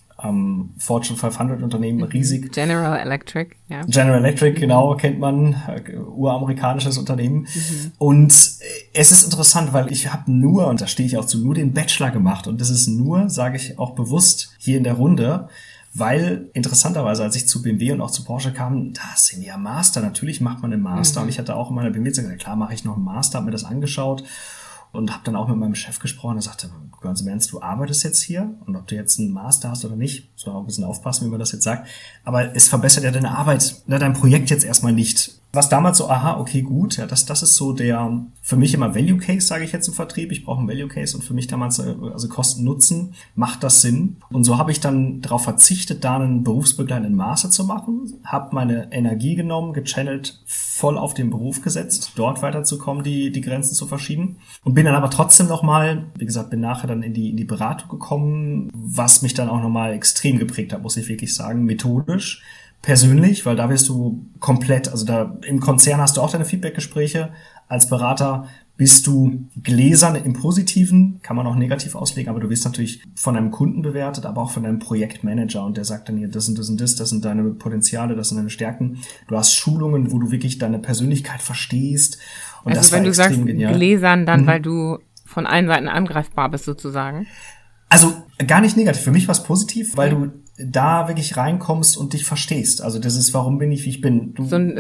Speaker 1: Fortune 500 Unternehmen, riesig.
Speaker 2: General Electric, ja.
Speaker 1: General Electric, genau, kennt man, uramerikanisches Unternehmen. Und es ist interessant, weil ich habe nur, und da stehe ich auch zu, nur den Bachelor gemacht. Und das ist nur, sage ich auch bewusst hier in der Runde, weil interessanterweise, als ich zu BMW und auch zu Porsche kam, da sind ja Master, natürlich macht man einen Master. Und ich hatte auch in meiner BMW gesagt, klar mache ich noch einen Master, habe mir das angeschaut und habe dann auch mit meinem Chef gesprochen. Er sagte, ganz im Ernst, du arbeitest jetzt hier und ob du jetzt einen Master hast oder nicht, soll auch ein bisschen aufpassen, wie man das jetzt sagt. Aber es verbessert ja deine Arbeit, dein Projekt jetzt erstmal nicht. Was damals so, okay, gut, ja, das ist so der, für mich immer Value Case, sage ich jetzt im Vertrieb. Ich brauche einen Value Case und für mich damals, also Kosten-Nutzen, macht das Sinn. Und so habe ich dann darauf verzichtet, da einen berufsbegleitenden Master zu machen, habe meine Energie genommen, gechannelt, voll auf den Beruf gesetzt, dort weiterzukommen, die Grenzen zu verschieben. Und bin dann aber trotzdem nochmal, wie gesagt, bin nachher dann in die Beratung gekommen, was mich dann auch nochmal extrem geprägt hat, muss ich wirklich sagen, methodisch. Persönlich, weil da wirst du komplett, also da im Konzern hast du auch deine Feedbackgespräche. Als Berater bist du gläsern im Positiven, kann man auch negativ auslegen, aber du wirst natürlich von deinem Kunden bewertet, aber auch von deinem Projektmanager und der sagt dann hier, das und das und das sind deine Potenziale, das sind deine Stärken. Du hast Schulungen, wo du wirklich deine Persönlichkeit verstehst. Und
Speaker 2: also
Speaker 1: das
Speaker 2: wenn
Speaker 1: war
Speaker 2: du sagst
Speaker 1: genial.
Speaker 2: Gläsern, dann weil du von allen Seiten angreifbar bist sozusagen?
Speaker 1: Also gar nicht negativ. Für mich war es positiv, weil du da wirklich reinkommst und dich verstehst. Also das ist, warum bin ich, wie ich bin.
Speaker 2: So ein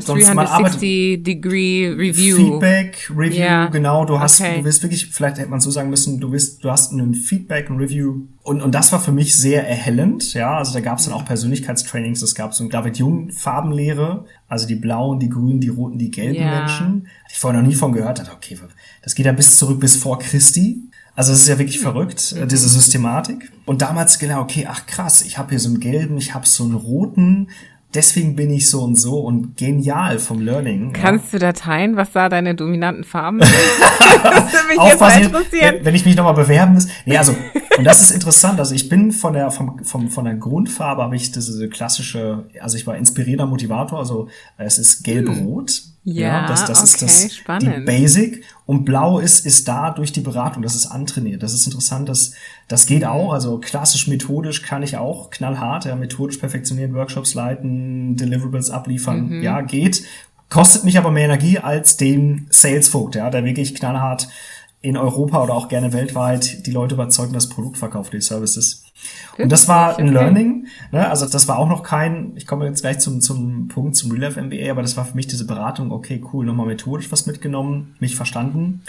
Speaker 2: 360-Degree-Review.
Speaker 1: Feedback, Review, genau. Du
Speaker 2: Okay.
Speaker 1: wirst wirklich, vielleicht hätte man so sagen müssen, du hast einen Feedback, ein Review. Und das war für mich sehr erhellend. Ja, also da gab es dann auch Persönlichkeitstrainings. Es gab so ein David Jung Farbenlehre. Also die blauen, die grünen, die roten, die gelben Menschen. Die ich vorher noch nie von gehört hatte. Okay, das geht ja bis vor Christi. Also es ist ja wirklich verrückt, diese Systematik. Und damals genau, okay, ach krass, ich habe hier so einen gelben, ich habe so einen roten, deswegen bin ich so und genial vom Learning.
Speaker 2: Kannst du Dateien, was da deine dominanten Farben sind? Das würde mich
Speaker 1: Aufpassen,
Speaker 2: jetzt mal interessieren.
Speaker 1: wenn ich mich nochmal bewerben muss. Nee, also, und das ist interessant, also ich bin von der Grundfarbe habe ich diese klassische, also ich war inspirierender Motivator, also es ist gelb-rot.
Speaker 2: Ja,
Speaker 1: das
Speaker 2: okay,
Speaker 1: ist das,
Speaker 2: spannend.
Speaker 1: die Basic. Und blau ist da durch die Beratung, das ist antrainiert. Das ist interessant, das geht auch, also klassisch methodisch kann ich auch knallhart, ja, methodisch perfektionieren, Workshops leiten, Deliverables abliefern, ja, geht. Kostet mich aber mehr Energie als den Salesvogt, ja, der wirklich knallhart in Europa oder auch gerne weltweit die Leute überzeugen, das Produkt verkauft, die Services. Und das war ein Learning, ne? Also das war auch noch ich komme jetzt gleich zum Punkt, zum Real Life MBA, aber das war für mich diese Beratung, okay, cool, nochmal methodisch was mitgenommen, mich verstanden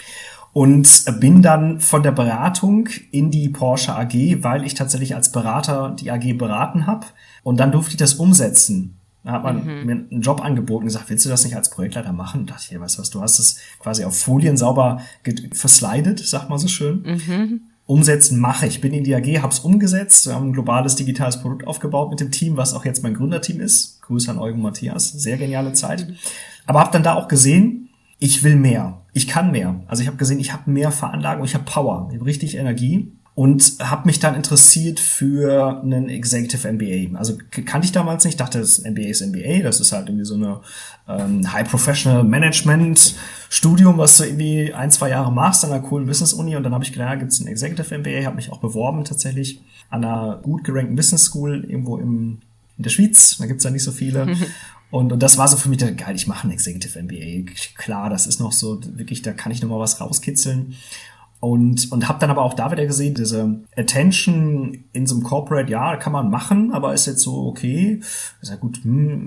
Speaker 1: und bin dann von der Beratung in die Porsche AG, weil ich tatsächlich als Berater die AG beraten habe und dann durfte ich das umsetzen. Da hat man mir einen Job angeboten und gesagt, willst du das nicht als Projektleiter machen? Und dachte ich, weißt du was, du hast es quasi auf Folien sauber verslidet, sagt man so schön. Umsetzen mache ich. Bin in die AG, hab's umgesetzt. Wir haben ein globales digitales Produkt aufgebaut mit dem Team, was auch jetzt mein Gründerteam ist. Grüße an Eugen Matthias. Sehr geniale Zeit. Aber habe dann da auch gesehen, ich will mehr. Ich kann mehr. Also ich habe gesehen, ich habe mehr Veranlagung, ich habe Power, ich habe richtig Energie. Und habe mich dann interessiert für einen Executive MBA. Also kannte ich damals nicht, dachte, das MBA ist MBA, das ist halt irgendwie so eine High Professional Management Studium, was du irgendwie 1-2 Jahre machst an einer coolen Business Uni. Und dann habe ich gedacht, gibt es ein Executive MBA, habe mich auch beworben tatsächlich an einer gut gerankten Business School irgendwo in der Schweiz. Da gibt's ja nicht so viele. Und das war so für mich geil, ich mache ein Executive MBA. Klar, das ist noch so, wirklich, da kann ich noch mal was rauskitzeln. Und habe dann aber auch da wieder gesehen, diese Attention in so einem Corporate, ja, kann man machen, aber ist jetzt so, okay, ist ja gut,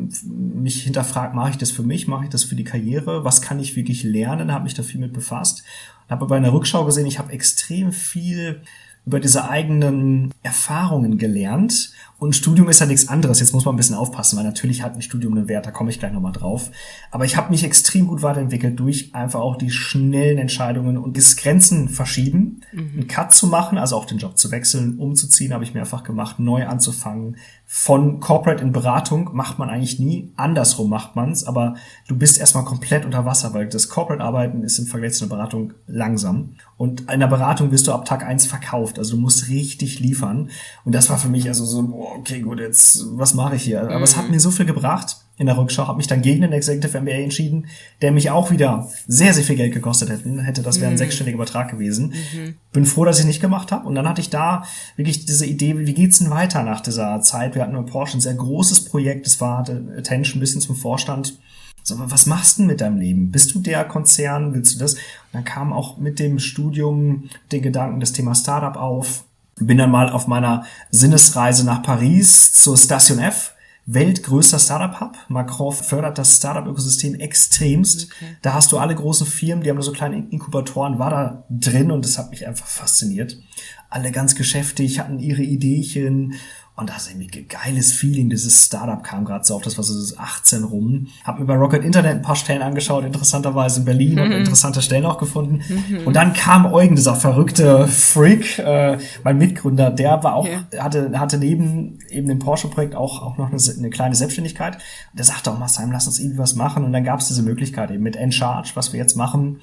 Speaker 1: mich hinterfragt, mache ich das für mich, mache ich das für die Karriere, was kann ich wirklich lernen, habe mich da viel mit befasst. Habe aber in der Rückschau gesehen, ich habe extrem viel über diese eigenen Erfahrungen gelernt. Und Studium ist ja nichts anderes. Jetzt muss man ein bisschen aufpassen, weil natürlich hat ein Studium einen Wert, da komme ich gleich nochmal drauf. Aber ich habe mich extrem gut weiterentwickelt durch einfach auch die schnellen Entscheidungen und das Grenzen verschieben, einen Cut zu machen, also auch den Job zu wechseln, umzuziehen, habe ich mehrfach gemacht, neu anzufangen. Von Corporate in Beratung macht man eigentlich nie, andersrum macht man's, aber du bist erstmal komplett unter Wasser, weil das Corporate-Arbeiten ist im Vergleich zu einer Beratung langsam. Und in der Beratung wirst du ab Tag 1 verkauft, also du musst richtig liefern. Und das war für mich also so, okay, gut, jetzt, was mache ich hier? Aber es hat mir so viel gebracht in der Rückschau, habe mich dann gegen den Executive MBA entschieden, der mich auch wieder sehr, sehr viel Geld gekostet hätte. Das wäre ein sechsstelliger Betrag gewesen. Bin froh, dass ich nicht gemacht habe. Und dann hatte ich da wirklich diese Idee, wie geht's denn weiter nach dieser Zeit? Wir hatten mit Porsche ein sehr großes Projekt, das war Attention bis hin zum Vorstand. So, was machst du denn mit deinem Leben? Bist du der Konzern? Willst du das? Und dann kam auch mit dem Studium den Gedanken, das Thema Startup auf. Bin dann mal auf meiner Sinnesreise nach Paris zur Station F, weltgrößter Startup-Hub. Macron fördert das Startup-Ökosystem extremst. Okay. Da hast du alle großen Firmen, die haben so kleine Inkubatoren, war da drin und das hat mich einfach fasziniert. Alle ganz geschäftig, hatten ihre Ideechen. Und das ist irgendwie ein geiles Feeling, dieses Startup kam gerade so auf, das war so 18 rum. Hab mir bei Rocket Internet ein paar Stellen angeschaut, interessanterweise in Berlin und interessante Stellen auch gefunden. Und dann kam Eugen, dieser verrückte Freak, mein Mitgründer, der war auch, hatte neben eben dem Porsche-Projekt auch noch eine kleine Selbstständigkeit. Und der sagte auch mal, Simon, lass uns irgendwie was machen. Und dann gab es diese Möglichkeit eben mit Encharge, was wir jetzt machen,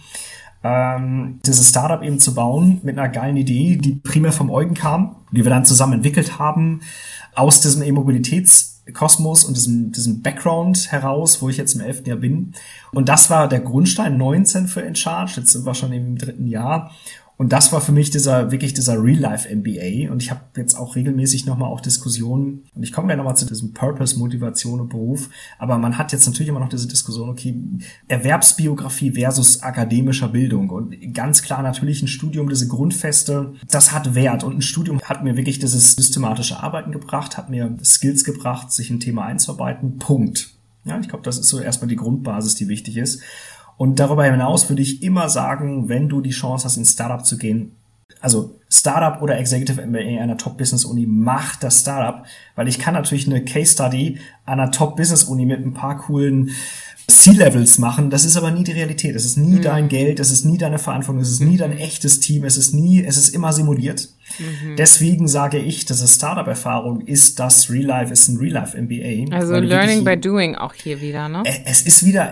Speaker 1: dieses Startup eben zu bauen mit einer geilen Idee, die primär vom Eugen kam, die wir dann zusammen entwickelt haben, aus diesem E-Mobilitätskosmos und diesem Background heraus, wo ich jetzt im 11. Jahr bin. Und das war der Grundstein 19 für Encharge, jetzt sind wir schon im 3. Jahr. Und das war für mich dieser Real-Life-MBA. Und ich habe jetzt auch regelmäßig nochmal auch Diskussionen. Und ich komme gleich nochmal zu diesem Purpose, Motivation und Beruf. Aber man hat jetzt natürlich immer noch diese Diskussion, okay, Erwerbsbiografie versus akademischer Bildung. Und ganz klar natürlich ein Studium, diese Grundfeste, das hat Wert. Und ein Studium hat mir wirklich dieses systematische Arbeiten gebracht, hat mir Skills gebracht, sich ein Thema einzuarbeiten. Punkt. Ja, ich glaube, das ist so erstmal die Grundbasis, die wichtig ist. Und darüber hinaus würde ich immer sagen, wenn du die Chance hast, ins Startup zu gehen, also Startup oder Executive MBA einer Top-Business-Uni, mach das Startup, weil ich kann natürlich eine Case-Study an einer Top-Business-Uni mit ein paar coolen C-Levels machen, das ist aber nie die Realität, es ist nie dein Geld, es ist nie deine Verantwortung, es ist nie dein echtes Team, es ist immer simuliert. Deswegen sage ich, diese Startup-Erfahrung ist das Real-Life, ist ein Real-Life-MBA.
Speaker 2: Also Learning by Doing auch hier wieder, ne?
Speaker 1: Es ist wieder,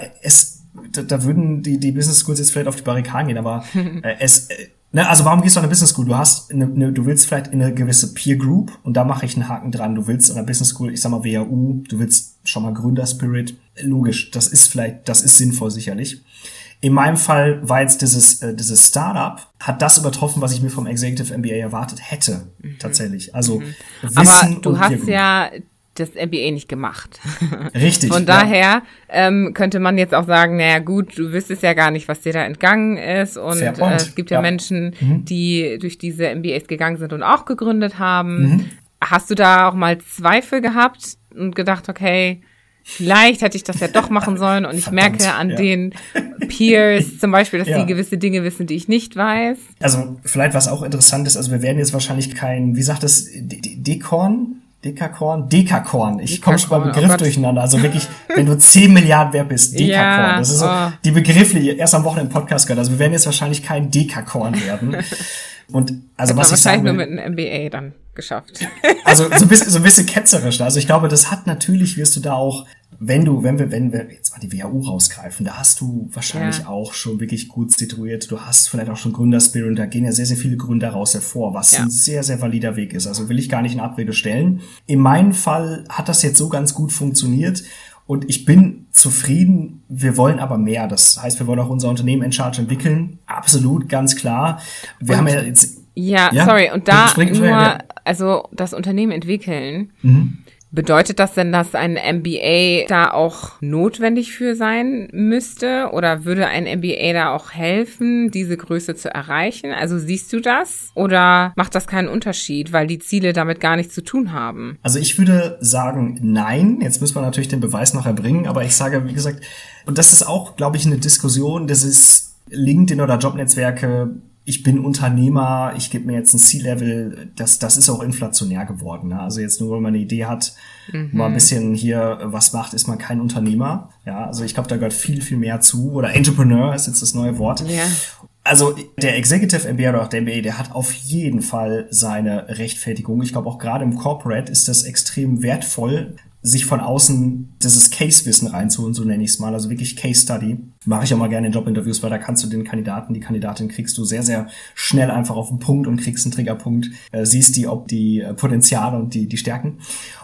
Speaker 1: da würden die Business Schools jetzt vielleicht auf die Barrikaden gehen, aber also warum gehst du an eine Business School? Du hast du willst vielleicht in eine gewisse Peer Group und da mache ich einen Haken dran. Du willst an einer Business School, ich sag mal WHU, du willst schon mal Gründerspirit. Logisch, das ist sinnvoll sicherlich. In meinem Fall war jetzt dieses Startup, hat das übertroffen, was ich mir vom Executive MBA erwartet hätte, tatsächlich. Also Wissen.
Speaker 2: Aber du hast ja das MBA nicht gemacht.
Speaker 1: Richtig.
Speaker 2: Von daher könnte man jetzt auch sagen, naja gut, du wüsstest ja gar nicht, was dir da entgangen ist. Und es gibt ja Menschen, die durch diese MBAs gegangen sind und auch gegründet haben. Hast du da auch mal Zweifel gehabt und gedacht, okay, vielleicht hätte ich das ja doch machen sollen und ich merke an den Peers zum Beispiel, dass die gewisse Dinge wissen, die ich nicht weiß.
Speaker 1: Also vielleicht was auch interessant ist, also wir werden jetzt wahrscheinlich kein, wie sagt das, Dekakorn? Ich komme schon beim Begriff durcheinander. Also wirklich, wenn du 10 Milliarden wert bist, Dekakorn. Das ist so die Begriffe, die erst am Wochenende im Podcast gehört. Also wir werden jetzt wahrscheinlich kein Dekakorn werden. Und also was ich sagen will,
Speaker 2: wahrscheinlich nur mit einem MBA dann geschafft.
Speaker 1: Also so ein bisschen ketzerisch. Also ich glaube, das hat natürlich, wirst du da auch, wenn wir jetzt mal die WHU rausgreifen, da hast du wahrscheinlich auch schon wirklich gut situiert. Du hast vielleicht auch schon Gründerspirit. Da gehen ja sehr, sehr viele Gründer raus hervor, was ein sehr, sehr valider Weg ist. Also will ich gar nicht in Abrede stellen. In meinem Fall hat das jetzt so ganz gut funktioniert. Und ich bin zufrieden, wir wollen aber mehr. Das heißt, wir wollen auch unser Unternehmen Encharge entwickeln. Absolut, ganz klar. Wir haben ja jetzt...
Speaker 2: sorry, und da nur, also das Unternehmen entwickeln, Bedeutet das denn, dass ein MBA da auch notwendig für sein müsste? Oder würde ein MBA da auch helfen, diese Größe zu erreichen? Also siehst du das? Oder macht das keinen Unterschied, weil die Ziele damit gar nichts zu tun haben?
Speaker 1: Also ich würde sagen, nein. Jetzt müssen wir natürlich den Beweis noch erbringen. Aber ich sage, wie gesagt, und das ist auch, glaube ich, eine Diskussion, das ist LinkedIn oder Jobnetzwerke. Ich bin Unternehmer, ich gebe mir jetzt ein C-Level, das ist auch inflationär geworden. Ne? Also jetzt nur, weil man eine Idee hat, mal ein bisschen hier was macht, ist man kein Unternehmer. Ja, also ich glaube, da gehört viel, viel mehr zu. Oder Entrepreneur ist jetzt das neue Wort.
Speaker 2: Ja.
Speaker 1: Also der Executive MBA oder auch der MBA, der hat auf jeden Fall seine Rechtfertigung. Ich glaube, auch gerade im Corporate ist das extrem wertvoll, sich von außen dieses Case-Wissen reinzuholen, so nenne ich es mal, also wirklich Case-Study. Mache ich auch mal gerne in Jobinterviews, weil da kannst du den Kandidaten, die Kandidatin kriegst du sehr, sehr schnell einfach auf den Punkt und kriegst einen Triggerpunkt, siehst die Potenziale und die Stärken.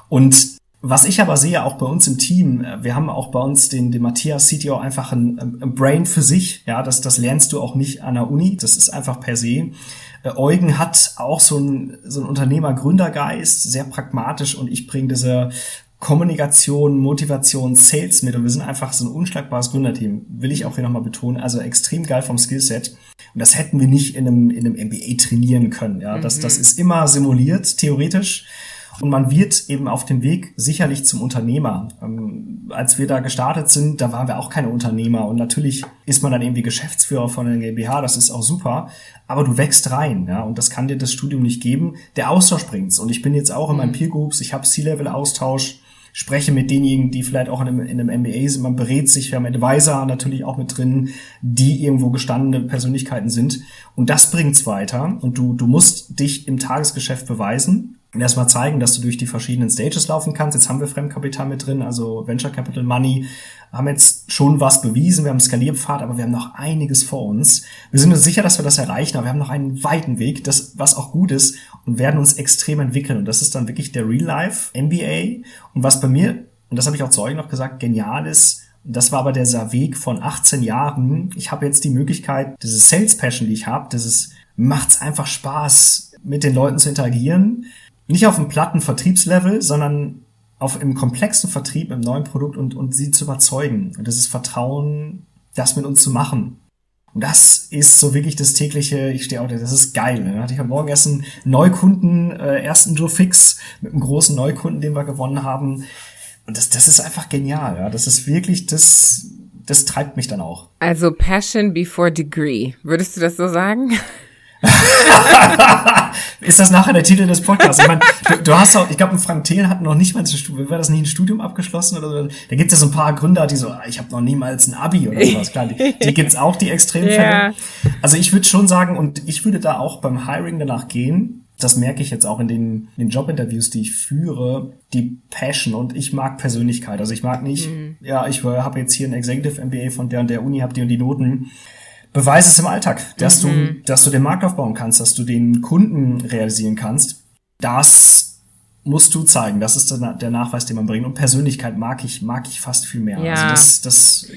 Speaker 1: Und was ich aber sehe, auch bei uns im Team, wir haben auch bei uns den Matthias CTO einfach ein Brain für sich, ja, das lernst du auch nicht an der Uni, das ist einfach per se. Eugen hat auch so ein Unternehmer-Gründergeist, sehr pragmatisch, und ich bringe diese Kommunikation, Motivation, Sales mit, und wir sind einfach so ein unschlagbares Gründerteam, will ich auch hier nochmal betonen, also extrem geil vom Skillset, und das hätten wir nicht in einem MBA trainieren können, ja, das ist immer simuliert, theoretisch, und man wird eben auf dem Weg sicherlich zum Unternehmer. Als wir da gestartet sind, da waren wir auch keine Unternehmer, und natürlich ist man dann irgendwie Geschäftsführer von einer GmbH, das ist auch super, aber du wächst rein, ja, und das kann dir das Studium nicht geben. Der Austausch bringt's, und ich bin jetzt auch in meinen Peer Groups, ich habe C-Level-Austausch, spreche mit denjenigen, die vielleicht auch in einem MBA sind, man berät sich, wir haben Advisor natürlich auch mit drin, die irgendwo gestandene Persönlichkeiten sind, und das bringt's weiter, und du musst dich im Tagesgeschäft beweisen und erstmal zeigen, dass du durch die verschiedenen Stages laufen kannst. Jetzt haben wir Fremdkapital mit drin, also Venture Capital Money, haben jetzt schon was bewiesen, wir haben einen Skalierpfad, aber wir haben noch einiges vor uns. Wir sind uns sicher, dass wir das erreichen, aber wir haben noch einen weiten Weg, was auch gut ist, und werden uns extrem entwickeln. Und das ist dann wirklich der Real-Life-MBA. Und was bei mir, und das habe ich auch zu euch noch gesagt, genial ist, das war aber dieser Weg von 18 Jahren. Ich habe jetzt die Möglichkeit, diese Sales-Passion, die ich habe, macht's einfach Spaß, mit den Leuten zu interagieren. Nicht auf einem platten Vertriebslevel, sondern im komplexen Vertrieb, im neuen Produkt, und sie zu überzeugen. Und das ist Vertrauen, das mit uns zu machen. Und das ist so wirklich das tägliche, das ist geil. Dann hatte ich heute Morgen erst einen Neukunden, ersten Joe Fix mit einem großen Neukunden, den wir gewonnen haben. Und das ist einfach genial. Ja. Das ist wirklich, das treibt mich dann auch.
Speaker 2: Also Passion before Degree. Würdest du das so sagen?
Speaker 1: Ist das nachher der Titel des Podcasts? Ich meine, du hast auch, ich glaube, Frank Thelen hat noch nicht mal war das nicht ein Studium abgeschlossen oder so? Da gibt es ja so ein paar Gründer, die so, ich habe noch niemals ein Abi oder sowas. Klar, die gibt's auch, die Extremfälle. Yeah. Also ich würde schon sagen, und ich würde da auch beim Hiring danach gehen, das merke ich jetzt auch in den Jobinterviews, die ich führe, die Passion, und ich mag Persönlichkeit. Also ich mag nicht, ich habe jetzt hier ein Executive MBA von der und der Uni, hab die und die Noten. Beweise es im Alltag, dass du den Markt aufbauen kannst, dass du den Kunden realisieren kannst. Das musst du zeigen. Das ist der Nachweis, den man bringt. Und Persönlichkeit mag ich fast viel mehr.
Speaker 2: Ja.
Speaker 1: Also das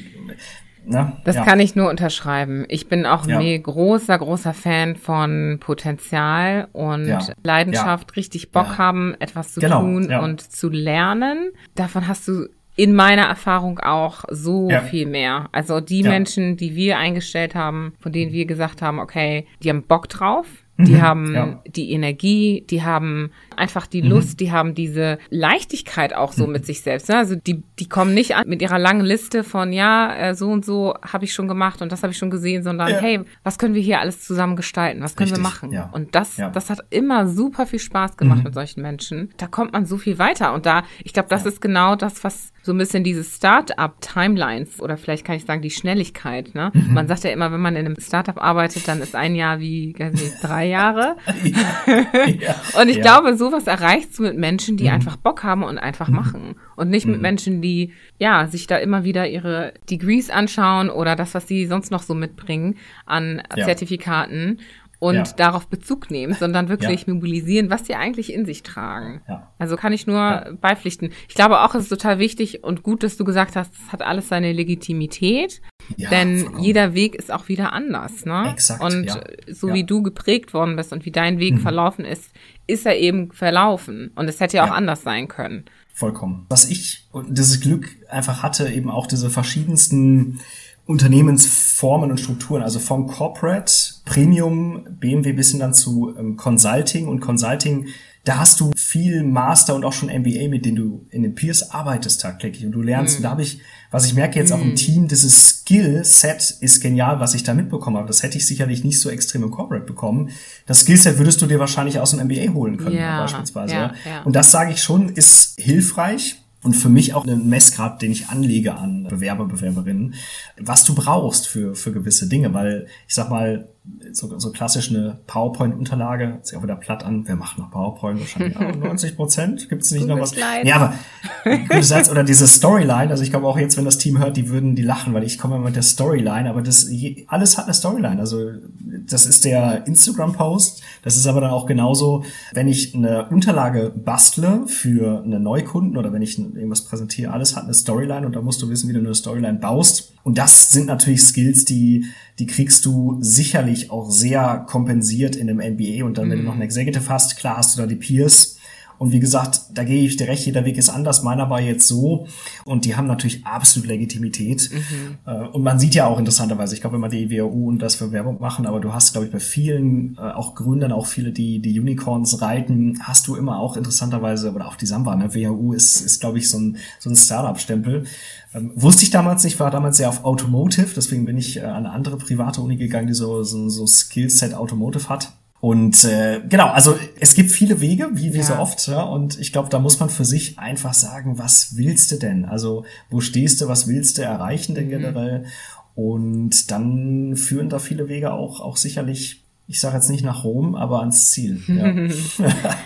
Speaker 2: kann ich nur unterschreiben. Ich bin auch ein großer Fan von Potenzial und Leidenschaft, richtig Bock haben, etwas zu tun und zu lernen. Davon hast du in meiner Erfahrung auch so viel mehr. Also die Menschen, die wir eingestellt haben, von denen wir gesagt haben, okay, die haben Bock drauf, die haben die Energie, die haben einfach die Lust, die haben diese Leichtigkeit auch so mit sich selbst. Ne? Also die kommen nicht an mit ihrer langen Liste von, so und so habe ich schon gemacht und das habe ich schon gesehen, sondern hey, was können wir hier alles zusammen gestalten? Was können wir machen? Ja. Und das hat immer super viel Spaß gemacht mit solchen Menschen. Da kommt man so viel weiter. Und ich glaube, das ist genau das, was so ein bisschen diese Start-up-Timelines, oder vielleicht kann ich sagen, die Schnelligkeit. Ne? Man sagt ja immer, wenn man in einem Startup arbeitet, dann ist ein Jahr wie 3 Jahre. Und ich glaube, sowas erreichst du mit Menschen, die einfach Bock haben und einfach machen. Und nicht mit Menschen, die sich da immer wieder ihre Degrees anschauen oder das, was sie sonst noch so mitbringen an Zertifikaten und darauf Bezug nehmen, sondern wirklich mobilisieren, was sie eigentlich in sich tragen. Ja. Also kann ich nur beipflichten. Ich glaube auch, es ist total wichtig und gut, dass du gesagt hast, es hat alles seine Legitimität, denn jeder Weg ist auch wieder anders. Ne?
Speaker 1: Exakt,
Speaker 2: und so wie du geprägt worden bist und wie dein Weg verlaufen ist er eben verlaufen. Und es hätte ja auch anders sein können.
Speaker 1: Vollkommen. Was ich dieses Glück einfach hatte, eben auch diese verschiedensten Unternehmensformen und Strukturen, also vom Corporate, Premium, BMW bis hin dann zu Consulting. Und Consulting, da hast du viel Master und auch schon MBA, mit denen du in den Peers arbeitest tagtäglich. Und du lernst, und da habe ich, was ich merke jetzt auch im Team, dieses Skillset ist genial, was ich da mitbekommen habe. Das hätte ich sicherlich nicht so extrem im Corporate bekommen. Das Skillset würdest du dir wahrscheinlich aus einem MBA holen können, beispielsweise. Ja. Und das, sage ich schon, ist hilfreich. Und für mich auch ein Messgrad, den ich anlege an Bewerber, Bewerberinnen, was du brauchst für gewisse Dinge, weil ich sag mal, so klassisch eine PowerPoint-Unterlage, ist ja auch wieder platt an, wer macht noch PowerPoint? Wahrscheinlich 90%, gibt's nicht noch was? Ja, aber gutes Satz, oder diese Storyline, also ich glaube auch jetzt, wenn das Team hört, die lachen, weil ich komme immer mit der Storyline, aber alles hat eine Storyline, also das ist der Instagram-Post, das ist aber dann auch genauso, wenn ich eine Unterlage bastle für einen Neukunden oder wenn ich irgendwas präsentiere, alles hat eine Storyline und da musst du wissen, wie du eine Storyline baust. Und das sind natürlich Skills, die kriegst du sicherlich auch sehr kompensiert in einem MBA. Und dann, wenn du noch einen Executive hast, klar hast du da die Peers. Und wie gesagt, da gehe ich dir recht, jeder Weg ist anders. Meiner war jetzt so. Und die haben natürlich absolut Legitimität. Und man sieht ja auch interessanterweise, ich glaube, wenn man die WHU und das für Werbung machen, aber du hast, glaube ich, bei vielen, auch Gründern, auch viele, die Unicorns reiten, hast du immer auch interessanterweise, oder auch die Samba, ne? WHU ist glaube ich, so ein Startup-Stempel. Wusste ich damals nicht, war damals sehr auf Automotive, deswegen bin ich an eine andere private Uni gegangen, die so Skillset Automotive hat. Und genau, also es gibt viele Wege, wie so oft, ja, und ich glaube, da muss man für sich einfach sagen, was willst du denn? Also wo stehst du, was willst du erreichen denn generell? Und dann führen da viele Wege auch sicherlich, ich sage jetzt nicht nach Rom, aber ans Ziel. Ja.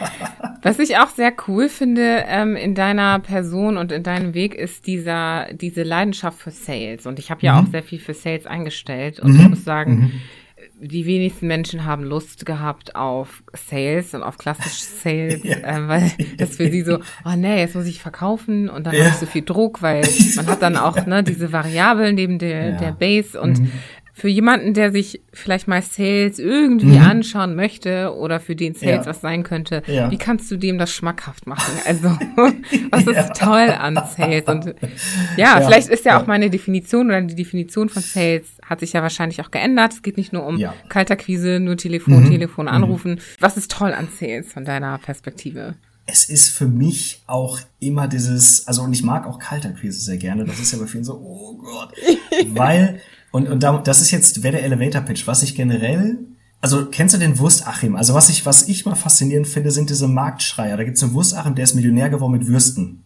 Speaker 2: Was ich auch sehr cool finde in deiner Person und in deinem Weg ist diese Leidenschaft für Sales. Und ich habe ja auch sehr viel für Sales eingestellt und ich muss sagen, die wenigsten Menschen haben Lust gehabt auf Sales und auf klassische Sales, weil das für sie so, oh nee, jetzt muss ich verkaufen und dann habe ich so viel Druck, weil man hat dann auch diese Variablen neben der Base und für jemanden, der sich vielleicht mal Sales irgendwie anschauen möchte oder für den Sales was sein könnte, wie kannst du dem das schmackhaft machen? Also, was ist toll an Sales? Und vielleicht ist ja auch meine Definition oder die Definition von Sales hat sich ja wahrscheinlich auch geändert. Es geht nicht nur um Kaltakquise, nur Telefon anrufen. Was ist toll an Sales von deiner Perspektive?
Speaker 1: Es ist für mich auch immer dieses, also und ich mag auch Kaltakquise sehr gerne, das ist ja bei vielen so, oh Gott, weil das ist jetzt, wäre der Elevator-Pitch, was ich generell, also kennst du den Wurstachim? Also was ich mal faszinierend finde, sind diese Marktschreier. Da gibt's einen Wurstachim, der ist Millionär geworden mit Würsten.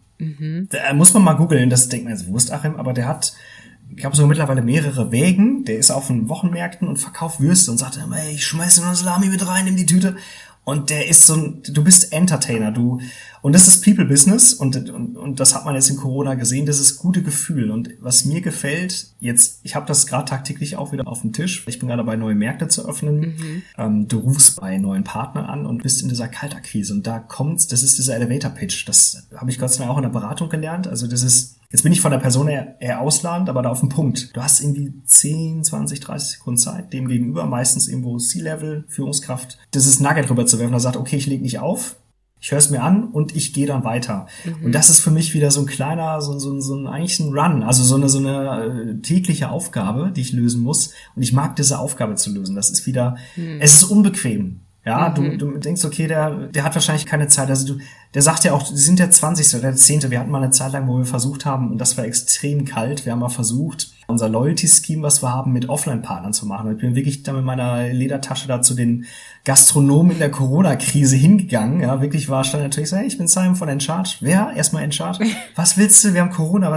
Speaker 1: Da muss man mal googeln, das denkt man jetzt Wurstachim, aber der hat, ich glaube, so mittlerweile mehrere Wägen, der ist auf den Wochenmärkten und verkauft Würste und sagt immer, ey, ich schmeiß nur Salami mit rein, nimm die Tüte. Und der ist du bist Entertainer, und das ist People Business und das hat man jetzt in Corona gesehen, das ist gute Gefühl. Und was mir gefällt, jetzt, ich habe das gerade tagtäglich auch wieder auf dem Tisch, ich bin gerade dabei, neue Märkte zu öffnen, du rufst bei neuen Partnern an und bist in dieser Kaltakquise und da kommt's, das ist dieser Elevator Pitch, das habe ich Gott sei Dank auch in der Beratung gelernt, also das ist, jetzt bin ich von der Person eher ausladend, aber da auf den Punkt. Du hast irgendwie 10, 20, 30 Sekunden Zeit, dem gegenüber, meistens irgendwo C-Level, Führungskraft, dieses Nugget rüberzuwerfen, da sagt, okay, ich leg nicht auf, ich höre es mir an und ich gehe dann weiter. Und das ist für mich wieder so ein kleiner, eigentlich ein Run, also so eine tägliche Aufgabe, die ich lösen muss. Und ich mag diese Aufgabe zu lösen. Das ist wieder, es ist unbequem. Ja, du denkst, okay, der hat wahrscheinlich keine Zeit. Also der sagt ja auch, die sind der 20. oder der 10. Wir hatten mal eine Zeit lang, wo wir versucht haben, und das war extrem kalt, wir haben mal versucht, unser Loyalty-Scheme, was wir haben, mit Offline-Partnern zu machen. Und ich bin wirklich da mit meiner Ledertasche da zu den Gastronomen in der Corona-Krise hingegangen. Ja, wirklich stand natürlich so, hey, ich bin Simon von Encharge. Wer? Erstmal Encharge. Was willst du? Wir haben Corona.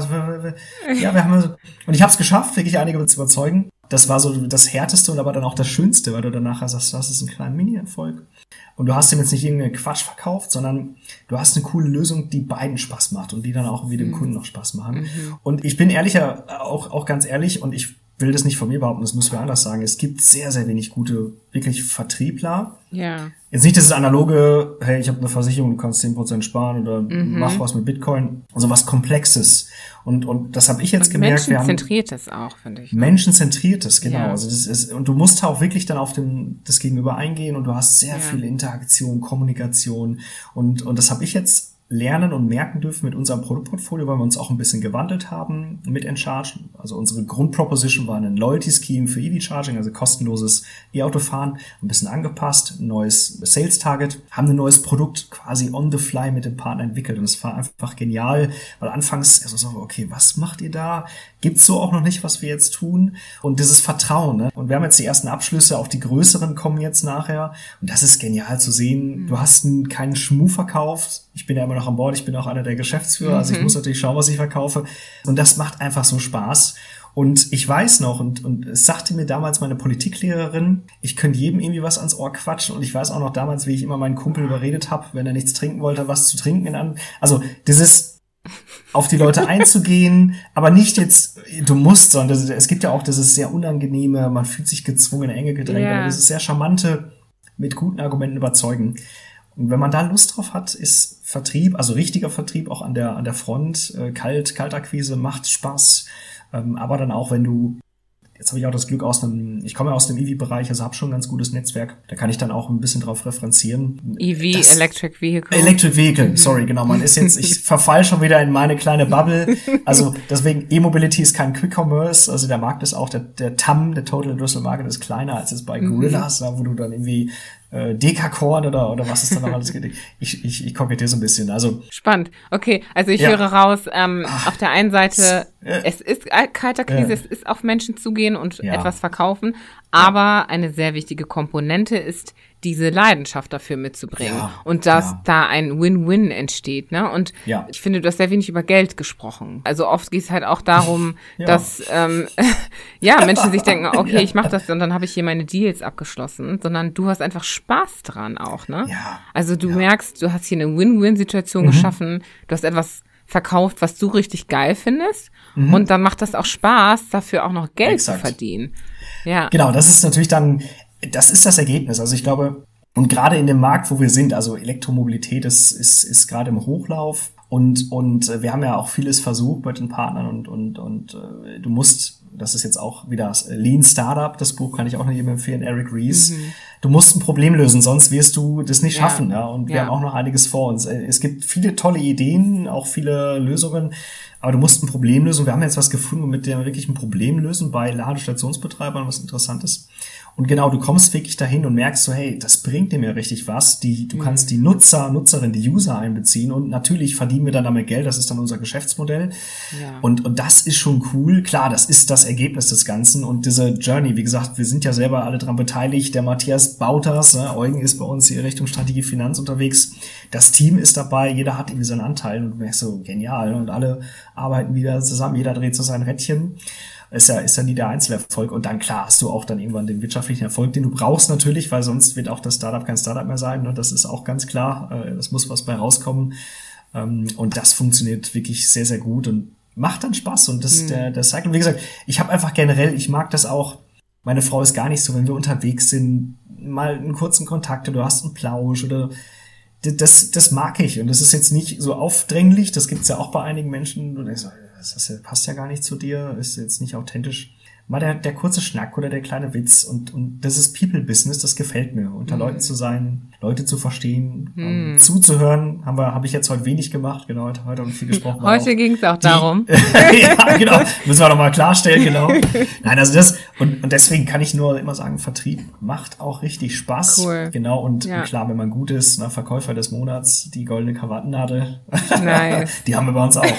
Speaker 1: Wir haben so. Und ich habe es geschafft, wirklich einige zu überzeugen. Das war so das Härteste und aber dann auch das Schönste, weil du dann nachher sagst, das ist ein kleiner Mini-Erfolg. Und du hast ihm jetzt nicht irgendeinen Quatsch verkauft, sondern du hast eine coole Lösung, die beiden Spaß macht und die dann auch wieder dem Kunden noch Spaß machen. Und ich bin ehrlicher, auch ganz ehrlich, und ich will das nicht von mir behaupten, das müssen wir anders sagen. Es gibt sehr, sehr wenig gute, wirklich Vertriebler. Ja. Jetzt nicht dieses analoge, hey, ich habe eine Versicherung, du kannst 10% sparen oder mach was mit Bitcoin. Also was Komplexes. Und das habe ich jetzt und gemerkt.
Speaker 2: Menschenzentriertes auch, finde ich.
Speaker 1: Menschenzentriertes, genau. Ja. Also das ist, und du musst auch wirklich dann auf das Gegenüber eingehen und du hast sehr viel Interaktion, Kommunikation und das habe ich jetzt lernen und merken dürfen mit unserem Produktportfolio, weil wir uns auch ein bisschen gewandelt haben mit Encharge. Also unsere Grundproposition war ein Loyalty-Scheme für EV-Charging, also kostenloses E-Autofahren, ein bisschen angepasst, ein neues Sales-Target, haben ein neues Produkt quasi on the fly mit dem Partner entwickelt und es war einfach genial, weil anfangs so, okay, was macht ihr da? Gibt's so auch noch nicht, was wir jetzt tun? Und dieses Vertrauen, ne? Und wir haben jetzt die ersten Abschlüsse, auch die größeren kommen jetzt nachher und das ist genial zu sehen. Du hast keinen Schmuh verkauft. Ich bin ja immer noch an Bord, ich bin auch einer der Geschäftsführer, also ich muss natürlich schauen, was ich verkaufe. Und das macht einfach so Spaß. Und ich weiß noch, und es sagte mir damals meine Politiklehrerin, ich könnte jedem irgendwie was ans Ohr quatschen. Und ich weiß auch noch damals, wie ich immer meinen Kumpel überredet habe, wenn er nichts trinken wollte, was zu trinken. Also dieses auf die Leute einzugehen, aber nicht jetzt, du musst, sondern es gibt ja auch dieses sehr unangenehme, man fühlt sich gezwungen, enge gedrängt, aber dieses sehr charmante, mit guten Argumenten überzeugen. Und wenn man da Lust drauf hat, ist Vertrieb, also richtiger Vertrieb auch an der Front, Kaltakquise macht Spaß, aber dann auch, wenn du, jetzt habe ich auch das Glück ich komme ja aus dem EV-Bereich, also habe schon ein ganz gutes Netzwerk, da kann ich dann auch ein bisschen drauf referenzieren.
Speaker 2: Electric Vehicle.
Speaker 1: Electric Vehicle, sorry, genau, ich verfall schon wieder in meine kleine Bubble, also deswegen E-Mobility ist kein Quick Commerce, also der Markt ist auch, der TAM, der Total Addressable Market ist kleiner als es bei Gorillas, wo du dann irgendwie Dekakorn oder was es dann noch alles gibt. Ich kokettiere so ein bisschen. Also
Speaker 2: spannend. Okay, also ich höre raus, auf der einen Seite, es ist Kaltakquise, es ist auf Menschen zugehen und etwas verkaufen, aber eine sehr wichtige Komponente ist, diese Leidenschaft dafür mitzubringen und dass da ein Win-Win entsteht, ne? Und ich finde, du hast sehr wenig über Geld gesprochen. Also oft geht es halt auch darum, dass Menschen sich denken, okay, ich mache das und dann habe ich hier meine Deals abgeschlossen, sondern du hast einfach Spaß dran auch, ne? Ja. Also du merkst, du hast hier eine Win-Win-Situation geschaffen, du hast etwas verkauft, was du richtig geil findest und dann macht das auch Spaß, dafür auch noch Geld zu verdienen. Ja.
Speaker 1: Genau, das ist natürlich dann das ist das Ergebnis. Also ich glaube, und gerade in dem Markt, wo wir sind, also Elektromobilität ist gerade im Hochlauf und wir haben ja auch vieles versucht mit den Partnern und du musst, das ist jetzt auch wieder das Lean Startup, das Buch kann ich auch noch jedem empfehlen, Eric Ries. Du musst ein Problem lösen, sonst wirst du das nicht schaffen. Ja. Und wir haben auch noch einiges vor uns. Es gibt viele tolle Ideen, auch viele Lösungen, aber du musst ein Problem lösen. Wir haben jetzt was gefunden, mit dem wir wirklich ein Problem lösen bei Ladestationsbetreibern, was interessant ist. Und genau, du kommst wirklich dahin und merkst so, hey, das bringt dir mir richtig was. Du kannst die Nutzerinnen, die User einbeziehen und natürlich verdienen wir dann damit Geld. Das ist dann unser Geschäftsmodell. Ja. Und das ist schon cool. Klar, das ist das Ergebnis des Ganzen und diese Journey. Wie gesagt, wir sind ja selber alle dran beteiligt. Der Matthias baut das. Ne? Eugen ist bei uns hier Richtung Strategie Finanz unterwegs. Das Team ist dabei. Jeder hat irgendwie seinen Anteil und du merkst so, genial. Und alle arbeiten wieder zusammen. Jeder dreht so sein Rädchen. Ist ja nie der Einzelerfolg. Und dann, klar, hast du auch dann irgendwann den wirtschaftlichen Erfolg, den du brauchst natürlich, weil sonst wird auch das Startup kein Startup mehr sein. Ne? Das ist auch ganz klar. Das muss was bei rauskommen. Und das funktioniert wirklich sehr, sehr gut und macht dann Spaß. Und der Cycle, wie gesagt, ich habe einfach generell, ich mag das auch. Meine Frau ist gar nicht so, wenn wir unterwegs sind, mal einen kurzen Kontakt oder du hast einen Plausch oder das mag ich. Und das ist jetzt nicht so aufdringlich. Das gibt's ja auch bei einigen Menschen. Und ich so, das passt ja gar nicht zu dir, ist jetzt nicht authentisch. Mal der kurze Schnack oder der kleine Witz und das ist People-Business, das gefällt mir. Unter Leuten zu sein, Leute zu verstehen, zuzuhören, habe ich jetzt heute wenig gemacht, genau, heute haben wir viel gesprochen.
Speaker 2: Heute ging es auch darum.
Speaker 1: Ja, genau, müssen wir nochmal klarstellen, genau. Nein, also das, und deswegen kann ich nur immer sagen, Vertrieb macht auch richtig Spaß. Cool. Genau, und klar, wenn man gut ist, Verkäufer des Monats, die goldene Krawattennadel, nice. Die haben wir bei uns auch.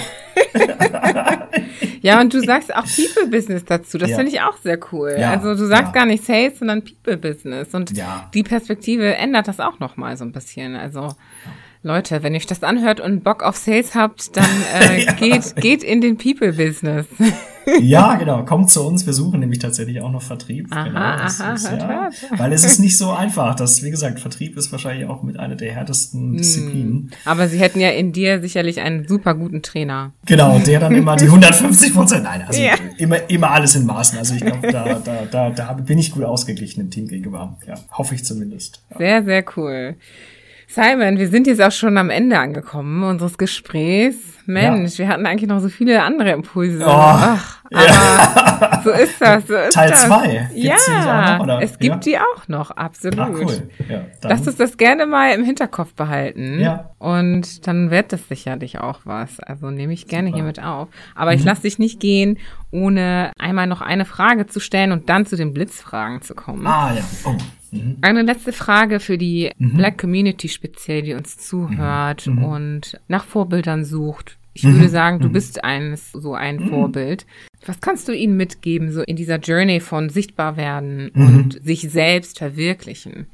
Speaker 2: Ja, und du sagst auch People-Business dazu. Das finde ich auch sehr cool. Ja, also du sagst gar nicht Sales, sondern People-Business. Und die Perspektive ändert das auch noch mal so ein bisschen. Also Leute, wenn ihr euch das anhört und Bock auf Sales habt, dann geht in den People-Business.
Speaker 1: Ja, genau. Kommt zu uns. Wir suchen nämlich tatsächlich auch noch Vertrieb. Weil es ist nicht so einfach. Wie gesagt, Vertrieb ist wahrscheinlich auch mit einer der härtesten Disziplinen.
Speaker 2: Aber sie hätten ja in dir sicherlich einen super guten Trainer.
Speaker 1: Genau, der dann immer die 150%. Nein, also immer alles in Maßen. Also ich glaube, da bin ich gut ausgeglichen dem Team gegenüber. Ja, hoffe ich zumindest. Ja.
Speaker 2: Sehr, sehr cool. Simon, wir sind jetzt auch schon am Ende angekommen unseres Gesprächs. Mensch, wir hatten eigentlich noch so viele andere Impulse. Aber so ist das.
Speaker 1: Teil 2.
Speaker 2: Ja, es gibt die auch noch, absolut.
Speaker 1: Ach, cool. Ja,
Speaker 2: lass uns das gerne mal im Hinterkopf behalten.
Speaker 1: Ja.
Speaker 2: Und dann wird das sicherlich auch was. Also nehme ich gerne hier mit auf. Aber ich lasse dich nicht gehen, ohne einmal noch eine Frage zu stellen und dann zu den Blitzfragen zu kommen.
Speaker 1: Ja. Oh.
Speaker 2: Eine letzte Frage für die Black Community speziell, die uns zuhört und nach Vorbildern sucht. Ich würde sagen, du bist ein Vorbild. Was kannst du ihnen mitgeben, so in dieser Journey von sichtbar werden und sich selbst verwirklichen?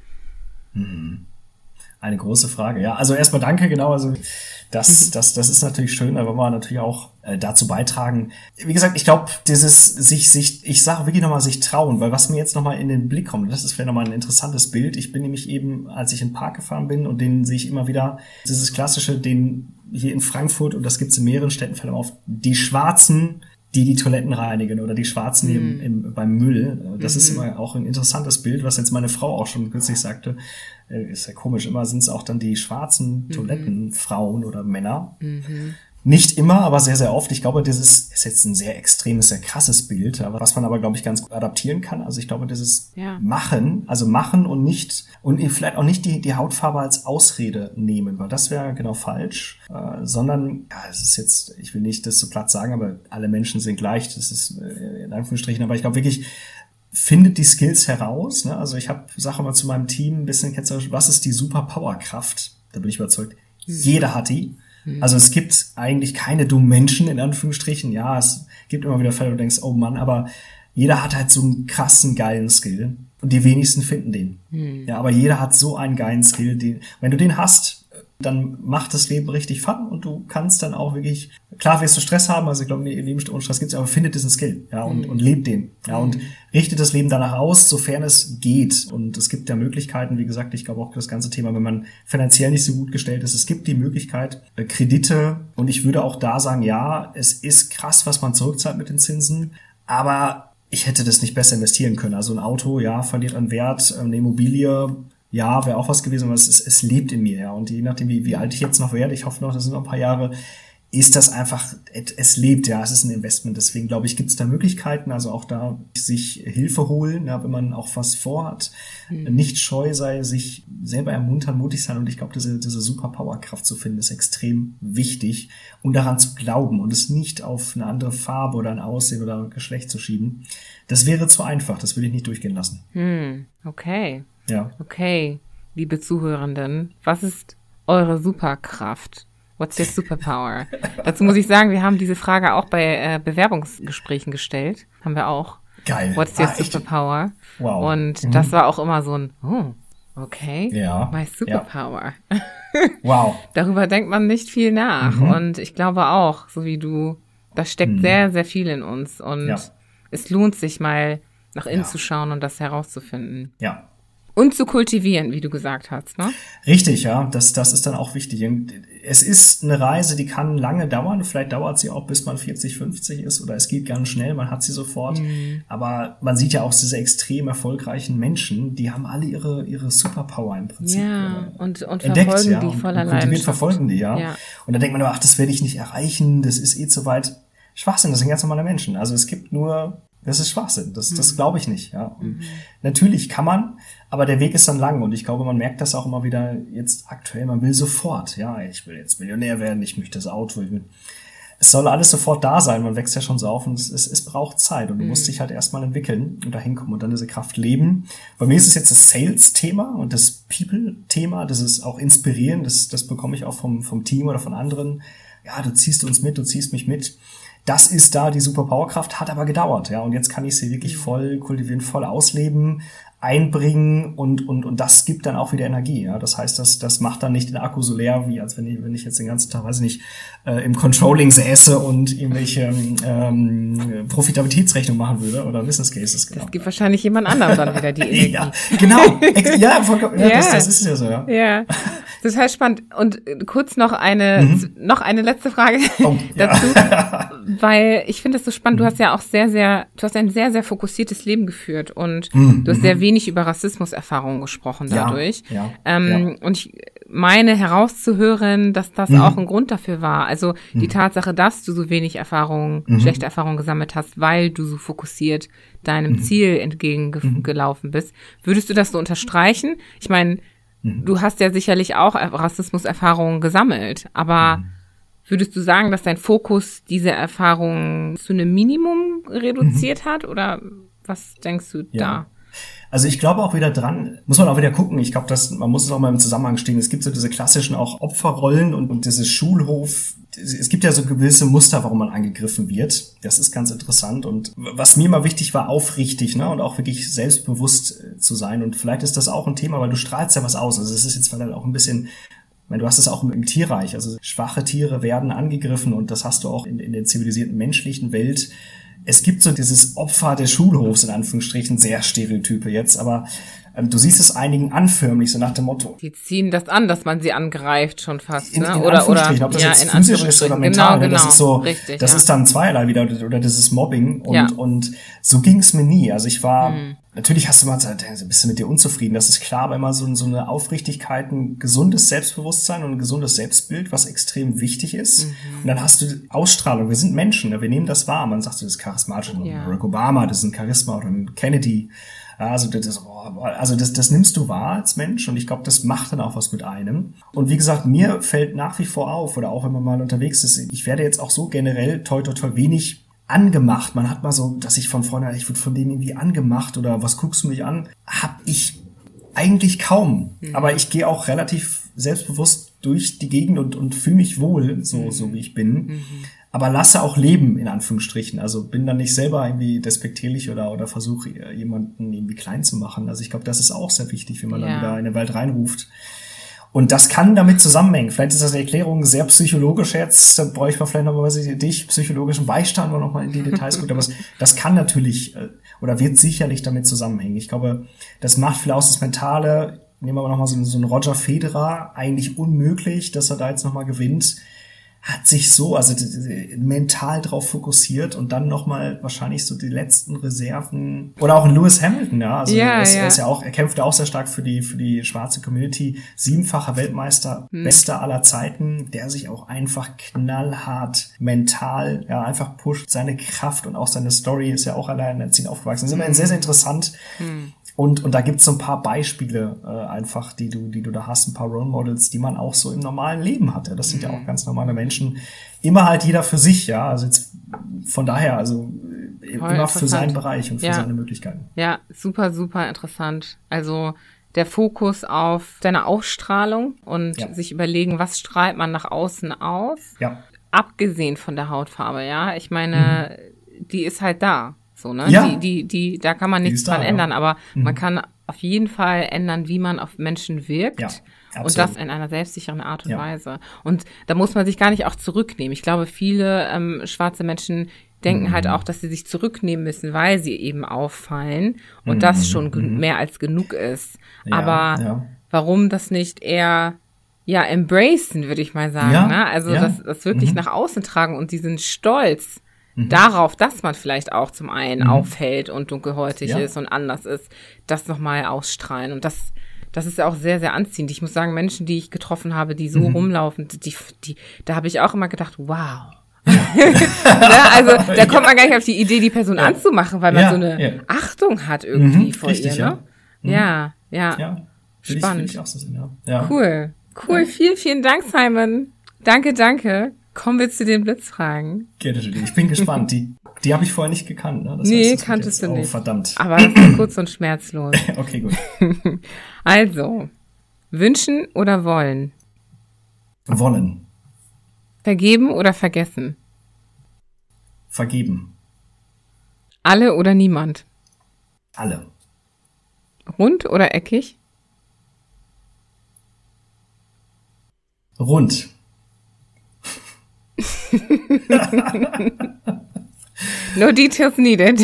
Speaker 1: Eine große Frage, ja. Also erstmal danke, genau. Also das ist natürlich schön, da wollen wir natürlich auch dazu beitragen. Wie gesagt, ich glaube, ich sage wirklich nochmal, sich trauen, weil was mir jetzt nochmal in den Blick kommt, das ist vielleicht nochmal ein interessantes Bild. Ich bin nämlich eben, als ich in den Park gefahren bin und den sehe ich immer wieder, dieses klassische, den hier in Frankfurt, und das gibt's in mehreren Städten, fällt auf, die Schwarzen, die Toiletten reinigen oder die Schwarzen beim Müll. Das ist immer auch ein interessantes Bild, was jetzt meine Frau auch schon kürzlich sagte. Ist ja komisch, immer sind es auch dann die schwarzen Toilettenfrauen oder Männer. Nicht immer, aber sehr, sehr oft. Ich glaube, das ist jetzt ein sehr extremes, sehr krasses Bild, aber was man aber, glaube ich, ganz gut adaptieren kann. Also ich glaube, dieses Machen und nicht, und vielleicht auch nicht die Hautfarbe als Ausrede nehmen, weil das wäre genau falsch, sondern, es ist jetzt, ich will nicht das so platt sagen, aber alle Menschen sind gleich, das ist in Anführungsstrichen, aber ich glaube wirklich, findet die Skills heraus, ne? Also ich sage mal zu meinem Team ein bisschen ketzerisch, was ist die Superpowerkraft? Da bin ich überzeugt. Jeder hat die. Also es gibt eigentlich keine dummen Menschen, in Anführungsstrichen. Ja, es gibt immer wieder Fälle, wo du denkst, oh Mann, aber jeder hat halt so einen krassen, geilen Skill. Und die wenigsten finden den. Ja, aber jeder hat so einen geilen Skill. Wenn du den hast, dann macht das Leben richtig fun und du kannst dann auch wirklich, klar wirst du Stress haben, also ich glaube, Leben ohne Stress gibt's, aber findet diesen Skill, ja, und lebt den, ja, und richtet das Leben danach aus, sofern es geht. Und es gibt ja Möglichkeiten, wie gesagt, ich glaube auch das ganze Thema, wenn man finanziell nicht so gut gestellt ist, es gibt die Möglichkeit, Kredite, und ich würde auch da sagen, ja, es ist krass, was man zurückzahlt mit den Zinsen, aber ich hätte das nicht besser investieren können. Also ein Auto, ja, verliert an Wert, eine Immobilie, ja, wäre auch was gewesen, aber es lebt in mir, ja. Und je nachdem, wie alt ich jetzt noch werde, ich hoffe noch, das sind noch ein paar Jahre, ist das einfach, es lebt, ja, es ist ein Investment. Deswegen glaube ich, gibt es da Möglichkeiten, also auch da sich Hilfe holen, ja, wenn man auch was vorhat. Nicht scheu sei, sich selber ermuntern, mutig sein. Und ich glaube, diese Superpowerkraft zu finden, ist extrem wichtig. Und daran zu glauben und es nicht auf eine andere Farbe oder ein Aussehen oder ein Geschlecht zu schieben. Das wäre zu einfach, das will ich nicht durchgehen lassen.
Speaker 2: Okay.
Speaker 1: Ja.
Speaker 2: Okay, liebe Zuhörenden, was ist eure Superkraft? What's your superpower? Dazu muss ich sagen, wir haben diese Frage auch bei Bewerbungsgesprächen gestellt. Haben wir auch.
Speaker 1: Geil.
Speaker 2: What's your superpower?
Speaker 1: Wow.
Speaker 2: Und das war auch immer so ein, okay,
Speaker 1: ja.
Speaker 2: my superpower.
Speaker 1: Ja. Wow.
Speaker 2: Darüber denkt man nicht viel nach. Und ich glaube auch, so wie du, da steckt sehr, sehr viel in uns. Und es lohnt sich mal nach innen zu schauen und das herauszufinden.
Speaker 1: Ja.
Speaker 2: Und zu kultivieren, wie du gesagt hast, ne?
Speaker 1: Richtig, ja, das ist dann auch wichtig. Es ist eine Reise, die kann lange dauern. Vielleicht dauert sie auch, bis man 40, 50 ist, oder es geht ganz schnell, man hat sie sofort. Aber man sieht ja auch diese extrem erfolgreichen Menschen, die haben alle ihre Superpower im Prinzip
Speaker 2: und
Speaker 1: entdeckt,
Speaker 2: verfolgen die voller Leidenschaft.
Speaker 1: Verfolgen die, ja. Und dann denkt man, das werde ich nicht erreichen, das ist zu weit. Schwachsinn, das sind ganz normale Menschen. Also es gibt nur, das ist Schwachsinn, das glaube ich nicht, ja. Und natürlich kann man, aber der Weg ist dann lang, und ich glaube, man merkt das auch immer wieder jetzt aktuell, man will sofort, ja, ich will jetzt Millionär werden, ich möchte das Auto, es soll alles sofort da sein, man wächst ja schon so auf, und es braucht Zeit, und du musst dich halt erstmal entwickeln und dahin kommen und dann diese Kraft leben. Bei mir ist es jetzt das Sales-Thema und das People-Thema, das ist auch inspirierend, das bekomme ich auch vom Team oder von anderen. Ja, du ziehst uns mit, du ziehst mich mit. Das ist da die Superpowerkraft, hat aber gedauert, ja, und jetzt kann ich sie wirklich voll kultivieren, voll ausleben, einbringen, und das gibt dann auch wieder Energie, ja. Das heißt, das macht dann nicht den Akku so leer, wie als wenn ich jetzt den ganzen Tag, weiß ich nicht, im Controlling säße und irgendwelche Profitabilitätsrechnung machen würde oder Business Cases. Genau.
Speaker 2: Das gibt wahrscheinlich jemand anderem dann wieder die Energie.
Speaker 1: Ja, genau. Ja, vollkommen. Ja, das ist ja so, ja.
Speaker 2: Ja. Total spannend. Und kurz noch eine letzte Frage dazu, weil ich finde das so spannend. Du hast ja auch du hast ein sehr, sehr fokussiertes Leben geführt, und du hast sehr wenig über Rassismuserfahrungen gesprochen dadurch. Und meine herauszuhören, dass das auch ein Grund dafür war. Also die Tatsache, dass du so wenig schlechte Erfahrungen gesammelt hast, weil du so fokussiert deinem Ziel entgegengelaufen bist. Würdest du das so unterstreichen? Ich meine, du hast ja sicherlich auch Rassismus-Erfahrungen gesammelt, aber würdest du sagen, dass dein Fokus diese Erfahrungen zu einem Minimum reduziert hat? Oder was denkst du da?
Speaker 1: Also ich glaube auch wieder dran, muss man auch wieder gucken. Ich glaube, man muss es auch mal im Zusammenhang stehen. Es gibt so diese klassischen auch Opferrollen und dieses Schulhof. Es gibt ja so gewisse Muster, warum man angegriffen wird. Das ist ganz interessant. Und was mir immer wichtig war, aufrichtig, ne, und auch wirklich selbstbewusst zu sein. Und vielleicht ist das auch ein Thema, weil du strahlst ja was aus. Also es ist jetzt vielleicht auch ein bisschen, ich meine, du hast es auch im Tierreich. Also schwache Tiere werden angegriffen und das hast du auch in der zivilisierten menschlichen Welt. Es gibt so dieses Opfer des Schulhofs, in Anführungsstrichen, sehr Stereotype jetzt, aber du siehst es einigen anförmlich, so nach dem Motto.
Speaker 2: Die ziehen das an, dass man sie angreift schon fast, ne?
Speaker 1: In Anführungsstrichen, ob das jetzt physisch ist oder mental, genau. Das ist so, richtig, das ist dann zweierlei wieder, oder dieses Mobbing und so ging es mir nie. Also ich war, natürlich hast du mal gesagt, bist du mit dir unzufrieden, das ist klar, aber immer so eine Aufrichtigkeit, ein gesundes Selbstbewusstsein und ein gesundes Selbstbild, was extrem wichtig ist. Und dann hast du Ausstrahlung, wir sind Menschen, wir nehmen das wahr. Man sagt so, das ist charismatisch, Barack Obama, das ist ein Charisma, oder ein Kennedy. Also das nimmst du wahr als Mensch und ich glaube, das macht dann auch was mit einem. Und wie gesagt, mir fällt nach wie vor auf, oder auch wenn man mal unterwegs ist, ich werde jetzt auch so generell toi wenig angemacht. Man hat mal so, dass ich von Freunden, ich wurde von denen irgendwie angemacht oder was guckst du mich an? Hab ich eigentlich kaum. Aber ich gehe auch relativ selbstbewusst durch die Gegend und fühle mich wohl, so wie ich bin. Aber lasse auch leben, in Anführungsstrichen. Also bin dann nicht selber irgendwie despektierlich oder versuche, jemanden irgendwie klein zu machen. Also ich glaube, das ist auch sehr wichtig, wenn man dann wieder in eine Welt reinruft. Und das kann damit zusammenhängen. Vielleicht ist das eine Erklärung sehr psychologisch jetzt. Da bräuchte man vielleicht noch mal dich, psychologischen Beistand oder noch mal in die Details gut. Aber das kann natürlich oder wird sicherlich damit zusammenhängen. Ich glaube, das macht viel aus, das Mentale. Nehmen wir aber noch mal so einen Roger Federer. Eigentlich unmöglich, dass er da jetzt noch mal gewinnt. Hat sich so, also mental drauf fokussiert und dann nochmal wahrscheinlich so die letzten Reserven. Oder auch ein Lewis Hamilton, ja. Also er ist ja auch, er kämpfte auch sehr stark für die schwarze Community. 7-facher Weltmeister, bester aller Zeiten, der sich auch einfach knallhart mental, einfach pusht. Seine Kraft und auch seine Story ist ja auch alleinerziehend aufgewachsen. Das ist immer sehr, sehr interessant. Und da gibt's so ein paar Beispiele einfach, die du da hast, ein paar Role Models, die man auch so im normalen Leben hatte. Das sind ja auch ganz normale Menschen. Immer halt jeder für sich, ja. Also jetzt von daher, also immer für seinen Bereich und für seine Möglichkeiten.
Speaker 2: Ja, super, super interessant. Also der Fokus auf deine Ausstrahlung und sich überlegen, was strahlt man nach außen aus. Ja. Abgesehen von der Hautfarbe, ja. Ich meine, die ist halt da. So, ne? Ja. Da kann man nichts dran ändern, aber man kann auf jeden Fall ändern, wie man auf Menschen wirkt. Ja, und das in einer selbstsicheren Art und Weise. Und da muss man sich gar nicht auch zurücknehmen. Ich glaube, viele schwarze Menschen denken halt auch, dass sie sich zurücknehmen müssen, weil sie eben auffallen und das schon mehr als genug ist. Ja, aber warum das nicht eher embracen, würde ich mal sagen. Ne? Also das wirklich nach außen tragen und diesen Stolz darauf, dass man vielleicht auch zum einen auffällt und dunkelhäutig ist und anders ist, das nochmal ausstrahlen. Und das ist ja auch sehr, sehr anziehend. Ich muss sagen, Menschen, die ich getroffen habe, die so rumlaufen, da habe ich auch immer gedacht, wow. Also da kommt man gar nicht auf die Idee, die Person anzumachen, weil man so eine Achtung hat irgendwie vor richtig, ihr. Ne? Ja. Spannend. Will ich auch so sehen, Cool. Vielen, vielen Dank, Simon. Danke. Kommen wir zu den Blitzfragen.
Speaker 1: Gerne, Julie. Ich bin gespannt. Die habe ich vorher nicht gekannt. Ne? Das
Speaker 2: heißt, kanntest du nicht.
Speaker 1: Verdammt.
Speaker 2: Aber das ist kurz und schmerzlos.
Speaker 1: Okay, gut.
Speaker 2: Also, wünschen oder wollen?
Speaker 1: Wollen.
Speaker 2: Vergeben oder vergessen?
Speaker 1: Vergeben.
Speaker 2: Alle oder niemand?
Speaker 1: Alle.
Speaker 2: Rund oder eckig?
Speaker 1: Rund.
Speaker 2: No details needed.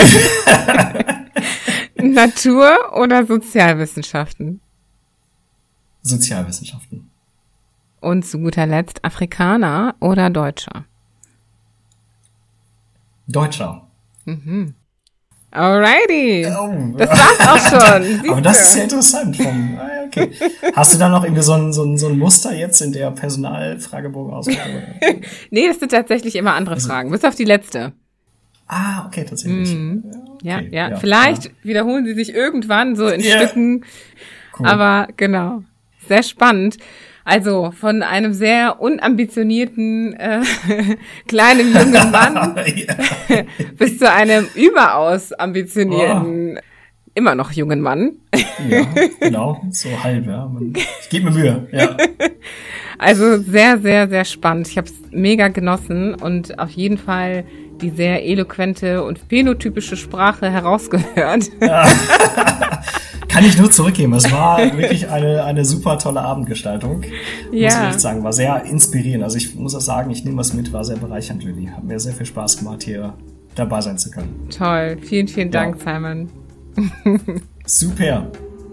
Speaker 2: Natur- oder Sozialwissenschaften?
Speaker 1: Sozialwissenschaften.
Speaker 2: Und zu guter Letzt Afrikaner oder Deutscher?
Speaker 1: Deutscher.
Speaker 2: Alrighty.
Speaker 1: Oh.
Speaker 2: Das war's auch schon.
Speaker 1: Aber das ist ja interessant. Okay. Hast du da noch irgendwie so ein Muster jetzt in der Personalfragebogenausgabe?
Speaker 2: Nee, das sind tatsächlich immer andere Fragen. Bis auf die letzte.
Speaker 1: Ah, okay, tatsächlich.
Speaker 2: Ja, vielleicht wiederholen sie sich irgendwann so in Stücken.
Speaker 1: Cool.
Speaker 2: Aber genau, sehr spannend. Also von einem sehr unambitionierten kleinen jungen Mann bis zu einem überaus ambitionierten, immer noch jungen Mann.
Speaker 1: Ja, genau, so halb, ja. Ich gebe mir Mühe, ja.
Speaker 2: Also sehr, sehr, sehr spannend. Ich habe es mega genossen und auf jeden Fall die sehr eloquente und phänotypische Sprache herausgehört. Ja.
Speaker 1: Kann ich nur zurückgeben. Es war wirklich eine super tolle Abendgestaltung. Muss ich echt sagen. War sehr inspirierend. Also ich muss auch sagen, ich nehme was mit, war sehr bereichernd, Lilly. Hat mir sehr viel Spaß gemacht, hier dabei sein zu können.
Speaker 2: Toll. Vielen, vielen Dank, Simon.
Speaker 1: Super.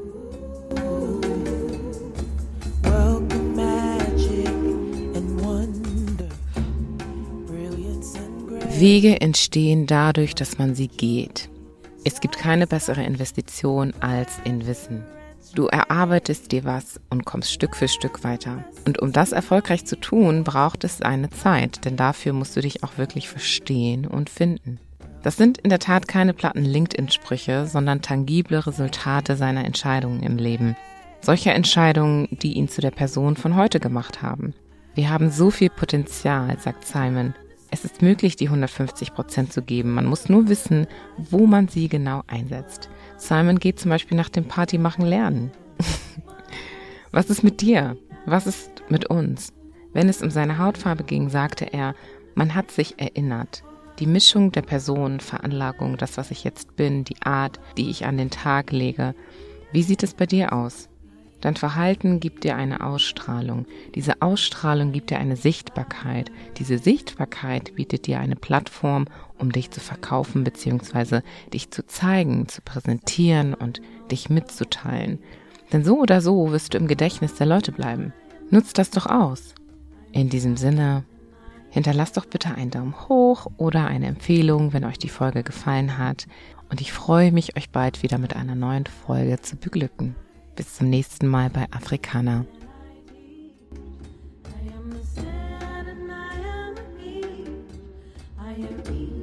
Speaker 2: Wege entstehen dadurch, dass man sie geht. Es gibt keine bessere Investition als in Wissen. Du erarbeitest dir was und kommst Stück für Stück weiter. Und um das erfolgreich zu tun, braucht es eine Zeit, denn dafür musst du dich auch wirklich verstehen und finden. Das sind in der Tat keine platten LinkedIn-Sprüche, sondern tangible Resultate seiner Entscheidungen im Leben. Solche Entscheidungen, die ihn zu der Person von heute gemacht haben. Wir haben so viel Potenzial, sagt Simon. Es ist möglich, die 150% zu geben. Man muss nur wissen, wo man sie genau einsetzt. Simon geht zum Beispiel nach dem Partymachen lernen. Was ist mit dir? Was ist mit uns? Wenn es um seine Hautfarbe ging, sagte er, man hat sich erinnert. Die Mischung der Person, Veranlagung, das, was ich jetzt bin, die Art, die ich an den Tag lege. Wie sieht es bei dir aus? Dein Verhalten gibt dir eine Ausstrahlung. Diese Ausstrahlung gibt dir eine Sichtbarkeit. Diese Sichtbarkeit bietet dir eine Plattform, um dich zu verkaufen bzw. dich zu zeigen, zu präsentieren und dich mitzuteilen. Denn so oder so wirst du im Gedächtnis der Leute bleiben. Nutzt das doch aus. In diesem Sinne, hinterlasst doch bitte einen Daumen hoch oder eine Empfehlung, wenn euch die Folge gefallen hat. Und ich freue mich, euch bald wieder mit einer neuen Folge zu beglücken. Bis zum nächsten Mal bei Afrikaner. I am the sad and I am the me. I am me.